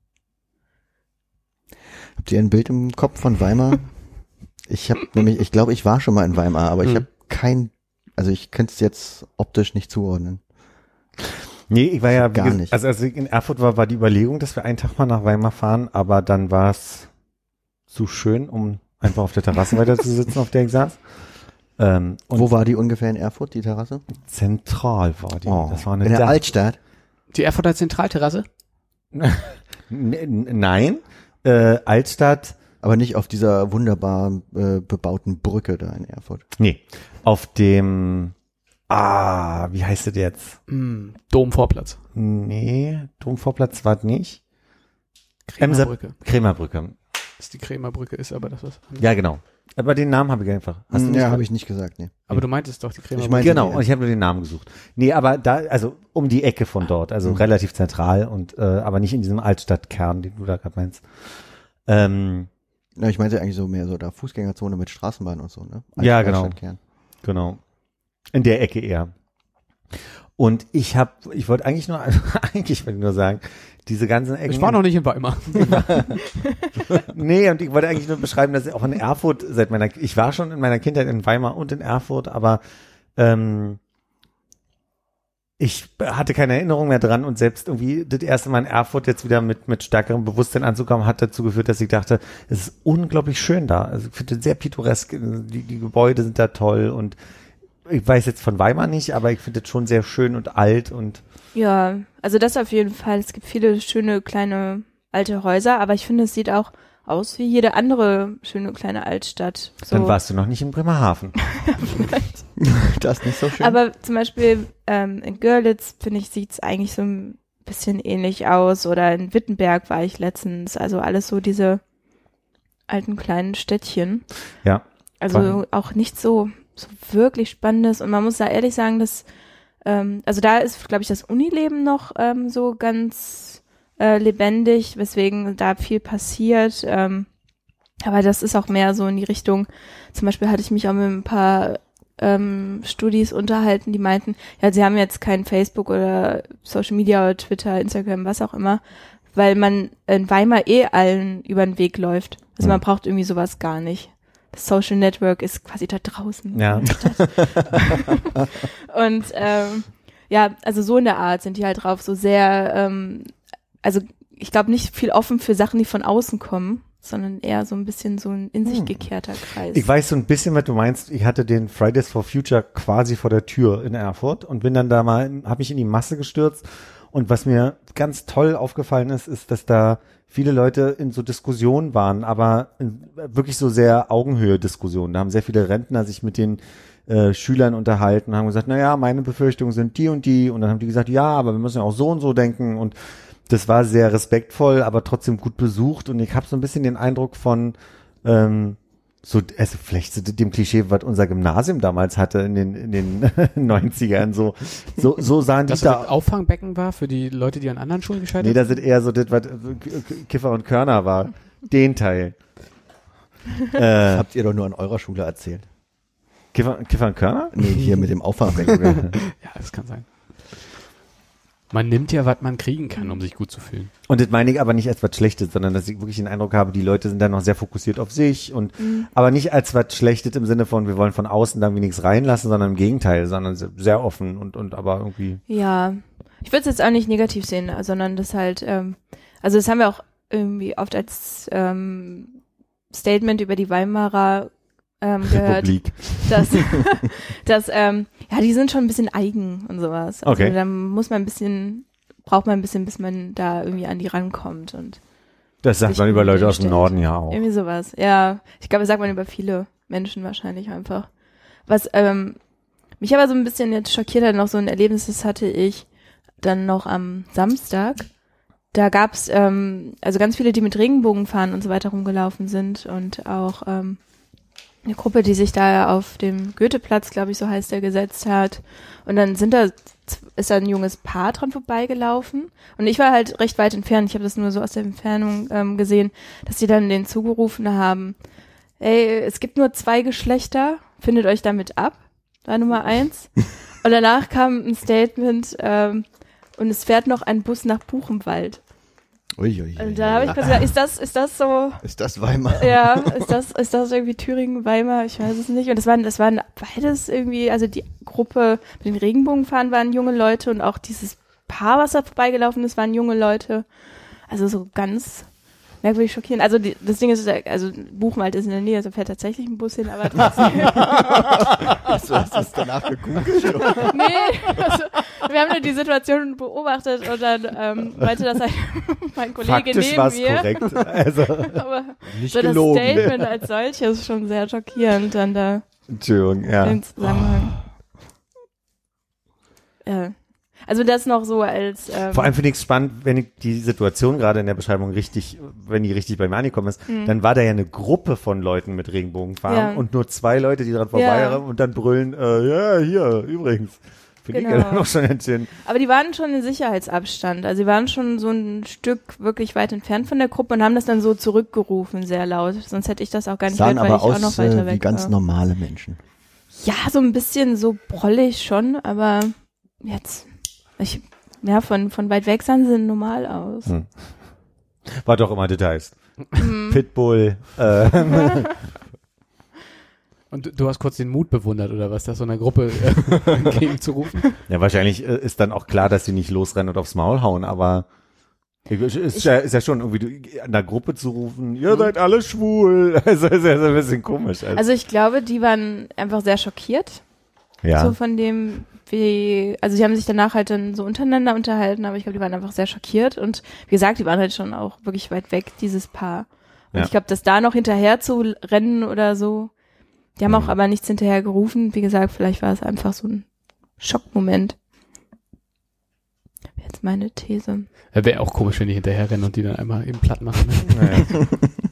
Habt ihr ein Bild im Kopf von Weimar? Ich habe nämlich, ich glaube, ich war schon mal in Weimar, aber ich Mhm. habe kein, also ich könnte es jetzt optisch nicht zuordnen. Nee, ich war ja wie Gar ges- nicht. Also als ich in Erfurt war, war die Überlegung, dass wir einen Tag mal nach Weimar fahren, aber dann war es zu schön, um einfach auf der Terrasse weiter zu sitzen, auf der ich saß. Ähm, und Wo war die ungefähr in Erfurt, die Terrasse? zentral war die. Oh, das war eine in der Dach- Altstadt. Die Erfurter Zentralterrasse? N- n- Nein, äh, Altstadt, Aber nicht auf dieser wunderbar äh, bebauten Brücke da in Erfurt. nee, auf dem, ah, wie heißt das jetzt? Mm, Domvorplatz. Nee, Domvorplatz war nicht. Emser- Krämerbrücke. Krämerbrücke. Das ist die Krämerbrücke ist, aber das was. Ja, genau. Aber den Namen habe ich einfach. Hast du Hm, nicht ja, gehört? habe ich nicht gesagt, nee. Aber du meintest doch die Krämerbrücke. Ich meinte Genau, die, und ich habe nur den Namen gesucht. Nee, aber da, also um die Ecke von dort, also Mhm. relativ zentral und äh, aber nicht in diesem Altstadtkern, den du da gerade meinst. Ähm, Ja, ich meinte eigentlich so mehr so da Fußgängerzone mit Straßenbahn und so, ne? Ja, genau. Altstadtkern. genau. In der Ecke eher. Und ich habe, ich wollte eigentlich nur, eigentlich wollte ich nur sagen, diese ganzen Ecken. Ich war noch nicht in Weimar. Nee, und ich wollte eigentlich nur beschreiben, dass ich auch in Erfurt seit meiner, ich war schon in meiner Kindheit in Weimar und in Erfurt, aber ähm, ich hatte keine Erinnerung mehr dran und selbst irgendwie das erste Mal in Erfurt jetzt wieder mit mit stärkerem Bewusstsein anzukommen, hat dazu geführt, dass ich dachte, es ist unglaublich schön da. Also ich finde es sehr pittoresk, die, die Gebäude sind da toll und ich weiß jetzt von Weimar nicht, aber ich finde es schon sehr schön und alt und Ja, also das auf jeden Fall. Es gibt viele schöne kleine alte Häuser, aber ich finde, es sieht auch aus wie jede andere schöne kleine Altstadt. So. dann warst du noch nicht in Bremerhaven. Das ist nicht so schön. Aber zum Beispiel ähm, in Görlitz, finde ich, sieht's eigentlich so ein bisschen ähnlich aus. Oder in Wittenberg war ich letztens. Also alles so diese alten kleinen Städtchen. Ja. Also Spannend. auch nicht so, so wirklich Spannendes. Und man muss da ehrlich sagen, dass, ähm, also da ist, glaube ich, das Unileben noch ähm, so ganz äh, lebendig, weswegen da viel passiert. Ähm, aber das ist auch mehr so in die Richtung, zum Beispiel hatte ich mich auch mit ein paar ähm, Studis unterhalten, die meinten, ja, sie haben jetzt kein Facebook oder Social Media oder Twitter, Instagram, was auch immer, weil man in Weimar eh allen über den Weg läuft. Also man Hm. braucht irgendwie sowas gar nicht. Das Social Network ist quasi da draußen. Ja. in der Stadt. Und ähm, ja, also so in der Art sind die halt drauf, so sehr, ähm, also ich glaube nicht viel offen für Sachen, die von außen kommen, sondern eher so ein bisschen so ein in sich Hm. gekehrter Kreis. Ich weiß so ein bisschen, was du meinst. Ich hatte den Fridays for Future quasi vor der Tür in Erfurt und bin dann da mal, habe mich in die Masse gestürzt. Und was mir ganz toll aufgefallen ist, ist, dass da viele Leute in so Diskussionen waren, aber in wirklich so sehr Augenhöhe-Diskussionen. Da haben sehr viele Rentner sich mit den äh, Schülern unterhalten, haben gesagt, na ja, meine Befürchtungen sind die und die. Und dann haben die gesagt, ja, aber wir müssen ja auch so und so denken. Und das war sehr respektvoll, aber trotzdem gut besucht. Und ich habe so ein bisschen den Eindruck von ähm, so, also vielleicht so dem Klischee, was unser Gymnasium damals hatte in den in den neunzigern. So so so sahen die Dass das da. ein Auffangbecken war für die Leute, die an anderen Schulen gescheitert Nee, das sind eher so das, was Kiffer und Körner war. Den Teil. Das äh, habt ihr doch nur an eurer Schule erzählt. Kiffer, Kiffer und Körner? Nee, hier mit dem Auffangbecken. Ja, das kann sein. Man nimmt ja, was man kriegen kann, um sich gut zu fühlen. Und das meine ich aber nicht als was Schlechtes, sondern dass ich wirklich den Eindruck habe, die Leute sind da noch sehr fokussiert auf sich und mhm. aber nicht als was Schlechtes im Sinne von, wir wollen von außen da nichts reinlassen, sondern im Gegenteil, sondern sehr offen und und aber irgendwie. Ja, ich würde es jetzt auch nicht negativ sehen, sondern das halt, ähm, also das haben wir auch irgendwie oft als ähm, Statement über die Weimarer ähm, gehört, Republik. dass, dass ähm, ja, die sind schon ein bisschen eigen und sowas. Also okay. da muss man ein bisschen, braucht man ein bisschen, bis man da irgendwie an die rankommt und das sagt man über Leute aus dem stellt. Norden ja auch. Irgendwie sowas. Ja, ich glaube, das sagt man über viele Menschen wahrscheinlich einfach. Was ähm, mich aber so ein bisschen jetzt schockiert hat, noch so ein Erlebnis, das hatte ich dann noch am Samstag. Da gab's ähm, also ganz viele, die mit Regenbogenfahnen und so weiter rumgelaufen sind und auch ähm, eine Gruppe, die sich da auf dem Goetheplatz, glaube ich, so heißt der, gesetzt hat. Und dann sind da, ist da ein junges Paar dran vorbeigelaufen. Und ich war halt recht weit entfernt. Ich habe das nur so aus der Entfernung ähm, gesehen, dass die dann denen zugerufen haben, ey, es gibt nur zwei Geschlechter, findet euch damit ab. War Nummer eins. Und danach kam ein Statement, ähm, und es fährt noch ein Bus nach Buchenwald. Uiuiui. Und da habe ich kurz gesagt, ist das, ist das so? Ist das Weimar? Ja, ist das, ist das irgendwie Thüringen, Weimar? Ich weiß es nicht. Und das waren, das waren beides irgendwie, also die Gruppe mit den Regenbogenfahnen waren junge Leute und auch dieses Paar, was da vorbeigelaufen ist, waren junge Leute. Also so ganz merkwürdig schockierend. Also die, das Ding ist, also Buchenwald ist in der Nähe, also fährt tatsächlich ein Bus hin, aber trotzdem. Hast du hast das danach gegoogelt? Nee, also, wir haben nur die Situation beobachtet und dann ähm, meinte das halt mein Kollege Faktisch neben war's mir. korrekt. Also, Aber Nicht so gelogen. das Statement als solches ist schon sehr schockierend dann da Entschuldigung, ja. im Zusammenhang. Ja. Also das noch so als ähm, Vor allem finde ich es spannend, wenn ich die Situation gerade in der Beschreibung richtig, wenn die richtig bei mir angekommen ist, Mhm. dann war da ja eine Gruppe von Leuten mit Regenbogenfarben Ja. und nur zwei Leute, die dran vorbei Ja. haben und dann brüllen, äh, ja, hier, übrigens. Finde Genau. ich ja noch schon ein bisschen. aber die waren schon in Sicherheitsabstand. Also sie waren schon so ein Stück wirklich weit entfernt von der Gruppe und haben das dann so zurückgerufen, sehr laut. Sonst hätte ich das auch gar nicht Sahen gehört, weil aber ich auch noch aus weiter äh, wie weg ganz war. normale Menschen. Ja, so ein bisschen so prollig schon, aber jetzt, ich, ja, von, von weit weg sahen sie normal aus. Hm. War doch immer Details. Mhm. Pitbull, äh, Und du, du hast kurz den Mut bewundert, oder was, das so einer Gruppe äh, entgegenzurufen? ja, wahrscheinlich äh, ist dann auch klar, dass sie nicht losrennen und aufs Maul hauen, aber ist, ist, ja, ist ja schon irgendwie an der Gruppe zu rufen, ihr seid alle schwul. Also ist ja so ein bisschen komisch. Also, Also ich glaube, die waren einfach sehr schockiert. ja. So von dem, wie, also sie haben sich danach halt dann so untereinander unterhalten, aber ich glaube, die waren einfach sehr schockiert und wie gesagt, die waren halt schon auch wirklich weit weg, dieses Paar. Und Ja. ich glaube, dass da noch hinterher zu rennen oder so, die haben Mhm. auch aber nichts hinterher gerufen. Wie gesagt, vielleicht war es einfach so ein Schockmoment. Wäre jetzt meine These. Wäre auch komisch, wenn die hinterher rennen und die dann einmal eben platt machen. Ne? Naja.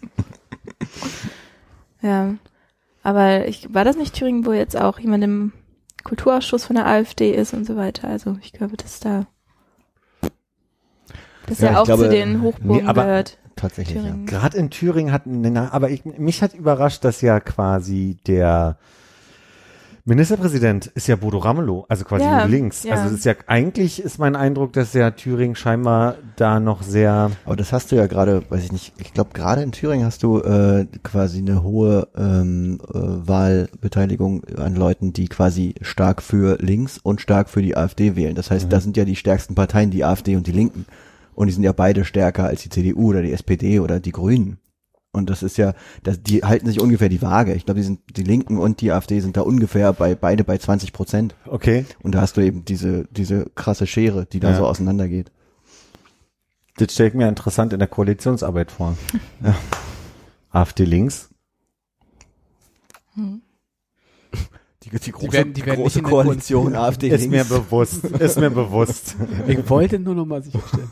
Ja, aber ich, war das nicht Thüringen, wo jetzt auch jemand im Kulturausschuss von der AfD ist und so weiter? Also ich glaube, dass da das Ja, ja, ich auch glaube, zu den Hochburgen nee, aber- gehört. Tatsächlich, Thüringen. Gerade in Thüringen hatten, na, aber ich, mich hat überrascht, dass ja quasi der Ministerpräsident ist ja Bodo Ramelow, also quasi Ja, nur links. ja. Also es ist ja, eigentlich ist mein Eindruck, dass ja Thüringen scheinbar da noch sehr, Aber das hast du ja gerade, weiß ich nicht, ich glaube gerade in Thüringen hast du äh, quasi eine hohe ähm, äh, Wahlbeteiligung an Leuten, die quasi stark für links und stark für die AfD wählen. Das heißt, Mhm. da sind ja die stärksten Parteien die AfD und die Linken. Und die sind ja beide stärker als die C D U oder die S P D oder die Grünen. Und das ist ja, das, die halten sich ungefähr die Waage. Ich glaube, die sind die Linken und die AfD sind da ungefähr bei beide bei zwanzig Prozent. okay, Und da hast du eben diese diese krasse Schere, die da Ja. so auseinandergeht. das stelle ich mir interessant in der Koalitionsarbeit vor. Ja. AfD links. Hm. Die, die große, werden- die werden große nicht in der Koalition AfD Ist mir links. bewusst, ist mir bewusst. Ich wollte nur noch mal sicherstellen.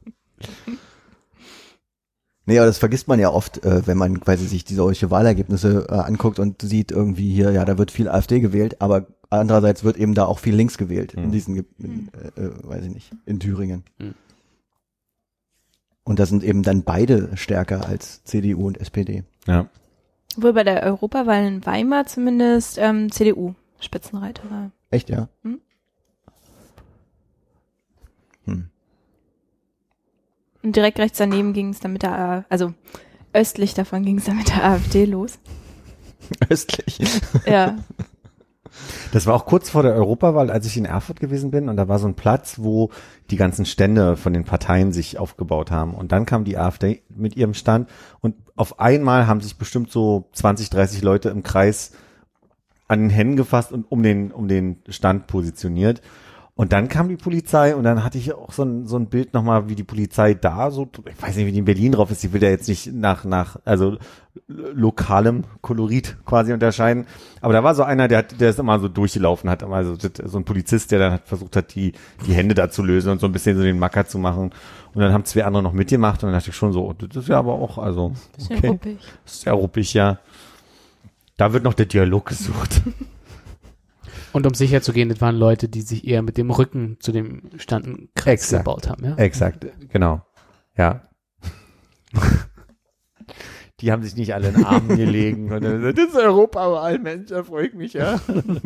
Nee, aber das vergisst man ja oft, äh, wenn man quasi sich die solche Wahlergebnisse äh, anguckt und sieht irgendwie hier, ja, da wird viel AfD gewählt, aber andererseits wird eben da auch viel links gewählt in Mhm. diesen, Ge- in, äh, äh, weiß ich nicht, in Thüringen. Mhm. Und da sind eben dann beide stärker als C D U und S P D. Ja. Obwohl bei der Europawahl in Weimar zumindest ähm, C D U Spitzenreiter war. Echt, ja? Mhm. Hm. Und direkt rechts daneben ging es dann mit der, A- also östlich davon ging es dann mit der AfD los. Östlich. Ja. Das war auch kurz vor der Europawahl, als ich in Erfurt gewesen bin und da war so ein Platz, wo die ganzen Stände von den Parteien sich aufgebaut haben und dann kam die AfD mit ihrem Stand und auf einmal haben sich bestimmt so zwanzig, dreißig Leute im Kreis an den Händen gefasst und um den, um den Stand positioniert. Und dann kam die Polizei und dann hatte ich auch so ein, so ein Bild nochmal, wie die Polizei da so, ich weiß nicht, wie die in Berlin drauf ist, ich will ja jetzt nicht nach, nach, also lokalem Kolorit quasi unterscheiden. Aber da war so einer, der hat, der ist immer so durchgelaufen, hat immer so, so ein Polizist, der dann hat versucht hat, die, die Hände da zu lösen und so ein bisschen so den Macker zu machen. Und dann haben zwei andere noch mitgemacht und dann dachte ich schon so, oh, das ist ja aber auch, also, Bisschen okay. ruppig. Das ist ja ruppig, ja. Da wird noch der Dialog gesucht. Und um sicher zu gehen, das waren Leute, die sich eher mit dem Rücken zu dem Standen Kreis Exakt. gebaut haben, ja? Exakt, genau. Ja. Die haben sich nicht alle in den Armen gelegen und dann gesagt, das ist Europawahl, Mensch, da freue ich mich, ja.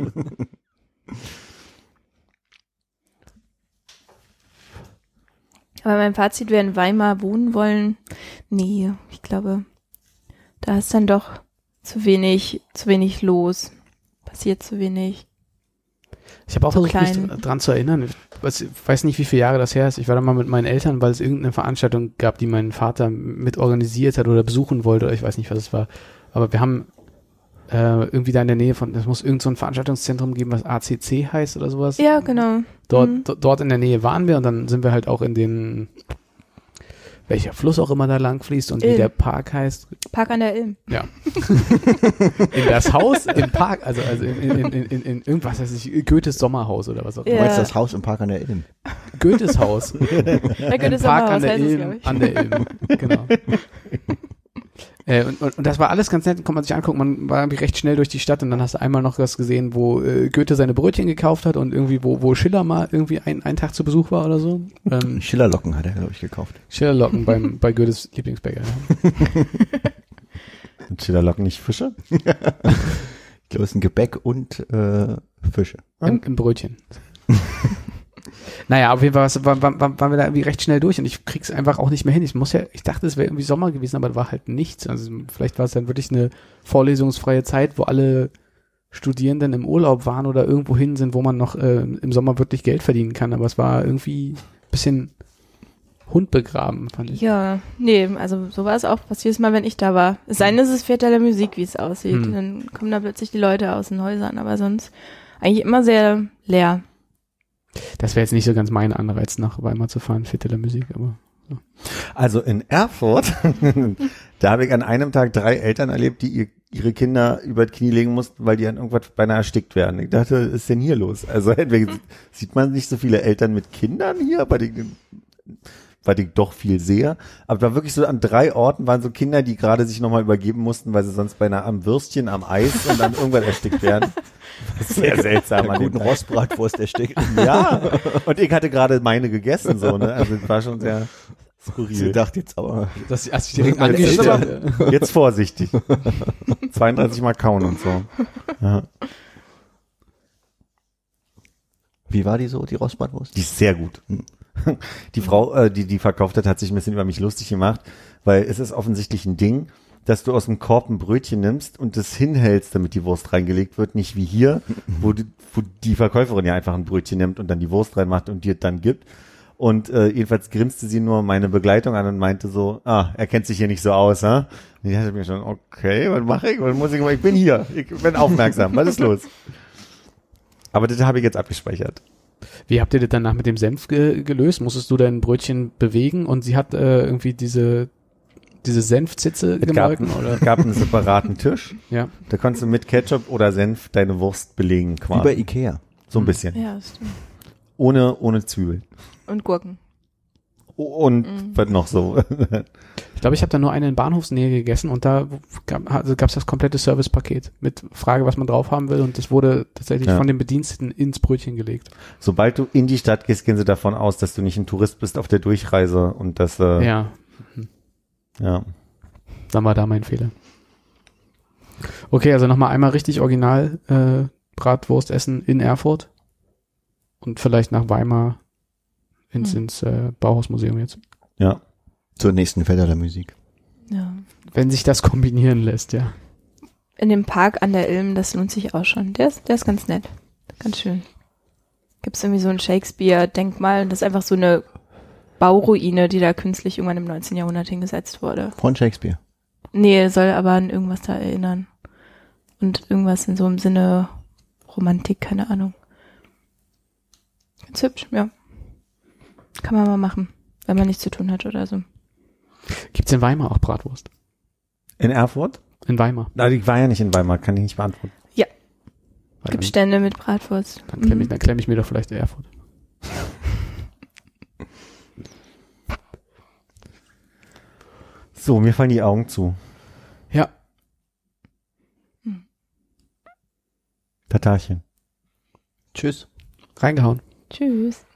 Aber mein Fazit, wer in Weimar wohnen wollen, nee, ich glaube, da ist dann doch zu wenig, zu wenig los. Passiert zu wenig. Ich habe auch So versucht, mich klein. dran zu erinnern. Ich weiß, weiß nicht, wie viele Jahre das her ist. Ich war da mal mit meinen Eltern, weil es irgendeine Veranstaltung gab, die mein Vater mit organisiert hat oder besuchen wollte. Oder ich weiß nicht, was es war. Aber wir haben äh, irgendwie da in der Nähe von, es muss irgend so ein Veranstaltungszentrum geben, was A C C heißt oder sowas. Ja, genau. Dort, Mhm. do- dort in der Nähe waren wir und dann sind wir halt auch in den, welcher Fluss auch immer da lang fließt und wie Ilm. der Park heißt. Park an der Ilm. Ja. In das Haus, im Park, also, also in, in, in, in, in irgendwas, weiß ich, Goethes Sommerhaus oder was auch immer. Ja. Du meinst das Haus im Park an der Ilm? Goethes Haus. Da Im es Park Sommerhaus, an der heißt es, Ilm, glaube ich. an der Ilm, genau. äh, und, und, und das war alles ganz nett, kann man sich angucken, man war irgendwie recht schnell durch die Stadt und dann hast du einmal noch das gesehen, wo äh, Goethe seine Brötchen gekauft hat und irgendwie, wo, wo Schiller mal irgendwie ein, einen Tag zu Besuch war oder so. Ähm, Schillerlocken hat er, glaube ich, gekauft. Schillerlocken beim, bei Goethes Lieblingsbäcker. Ja. Und Schillerlocken nicht Fische? Ich glaube, es ist ein Gebäck und äh, Fische. Im, im Brötchen. Naja, auf jeden Fall was- war- war- war- waren wir da irgendwie recht schnell durch und ich krieg's einfach auch nicht mehr hin. Ich muss ja, ich dachte, es wäre irgendwie Sommer gewesen, aber da war halt nichts. Also vielleicht war es dann wirklich eine vorlesungsfreie Zeit, wo alle Studierenden im Urlaub waren oder irgendwo hin sind, wo man noch äh, im Sommer wirklich Geld verdienen kann. Aber es war irgendwie ein bisschen Hund begraben, fand ich. Ja, nee, also so war es auch fast jedes Mal, wenn ich da war. Es sei denn, es ist Viertel der Musik, wie es aussieht. Hm. Dann kommen da plötzlich die Leute aus den Häusern, aber sonst eigentlich immer sehr leer. Das wäre jetzt nicht so ganz mein Anreiz, nach Weimar zu fahren, Viertel der Musik, aber Also in Erfurt, da habe ich an einem Tag drei Eltern erlebt, die ihr, ihre Kinder über das Knie legen mussten, weil die an irgendwas beinahe erstickt werden. Ich dachte, was ist denn hier los? Also entweder sieht man nicht so viele Eltern mit Kindern hier, bei den, weil ich doch viel sehe. Aber da wirklich so an drei Orten waren so Kinder, die gerade sich nochmal übergeben mussten, weil sie sonst beinahe am Würstchen, am Eis und dann irgendwann erstickt werden. Das ist sehr seltsam. Einer an dem guten Tag. Rostbratwurst erstickt. Ja, und ich hatte gerade meine gegessen, so, ne? Also es war schon sehr Sie skurril. dachte jetzt aber, das hast du direkt Meine angestellt. Jetzt vorsichtig. zweiunddreißig Mal kauen und so. Ja. wie war die so, die Rostbratwurst? Die ist sehr gut. Die Frau, äh, die die verkauft hat, hat sich ein bisschen über mich lustig gemacht, weil es ist offensichtlich ein Ding, dass du aus dem Korb ein Brötchen nimmst und das hinhältst, damit die Wurst reingelegt wird, nicht wie hier, wo die, wo die Verkäuferin ja einfach ein Brötchen nimmt und dann die Wurst reinmacht und dir dann gibt. Und äh, jedenfalls grinste sie nur meine Begleitung an und meinte so, ah, er kennt sich hier nicht so aus, ha? Und ich dachte mir schon, okay, was mache ich? Was muss ich machen? Ich bin hier, ich bin aufmerksam, was ist los? Aber das habe ich jetzt abgespeichert. Wie habt ihr das danach mit dem Senf ge gelöst? Musstest du dein Brötchen bewegen und sie hat äh, irgendwie diese diese Senfzitze Es gab, gemolken oder? es gab einen separaten Tisch, Ja. da konntest du mit Ketchup oder Senf deine Wurst belegen Wie bei quasi. Ikea. So ein bisschen. Ja, das stimmt. Ohne, ohne Zwiebeln. Und Gurken. Und Mhm. was noch so. Ich glaube, ich habe da nur eine in Bahnhofsnähe gegessen und da gab es also gab's das komplette Servicepaket mit Frage, was man drauf haben will und das wurde tatsächlich Ja. von den Bediensteten ins Brötchen gelegt. Sobald du in die Stadt gehst, gehen sie davon aus, dass du nicht ein Tourist bist auf der Durchreise und dass, äh, ja. Ja, ja. dann war da mein Fehler. Okay, also nochmal einmal richtig original äh, Bratwurst essen in Erfurt und vielleicht nach Weimar ins, Hm. ins äh, Bauhausmuseum jetzt. Ja. Zur nächsten Federler Musik. Ja. Wenn sich das kombinieren lässt, ja. In dem Park an der Ilm, das lohnt sich auch schon. Der ist, der ist ganz nett. Ganz schön. Gibt's irgendwie so ein Shakespeare-Denkmal und das ist einfach so eine Bauruine, die da künstlich irgendwann im neunzehnten Jahrhundert hingesetzt wurde. Von Shakespeare. Nee, soll aber an irgendwas da erinnern. Und irgendwas in so einem Sinne Romantik, keine Ahnung. Ganz hübsch, ja. Kann man mal machen, wenn man nichts zu tun hat oder so. Gibt's in Weimar auch Bratwurst? In Erfurt? In Weimar. Na, ich war ja nicht in Weimar, kann ich nicht beantworten. Weil Gibt dann, Stände mit Bratwurst. dann klemme ich, Mhm. dann klemm ich mir doch vielleicht Erfurt. So, mir fallen die Augen zu. Ja. Tatarchen. Tschüss. Reingehauen. Tschüss.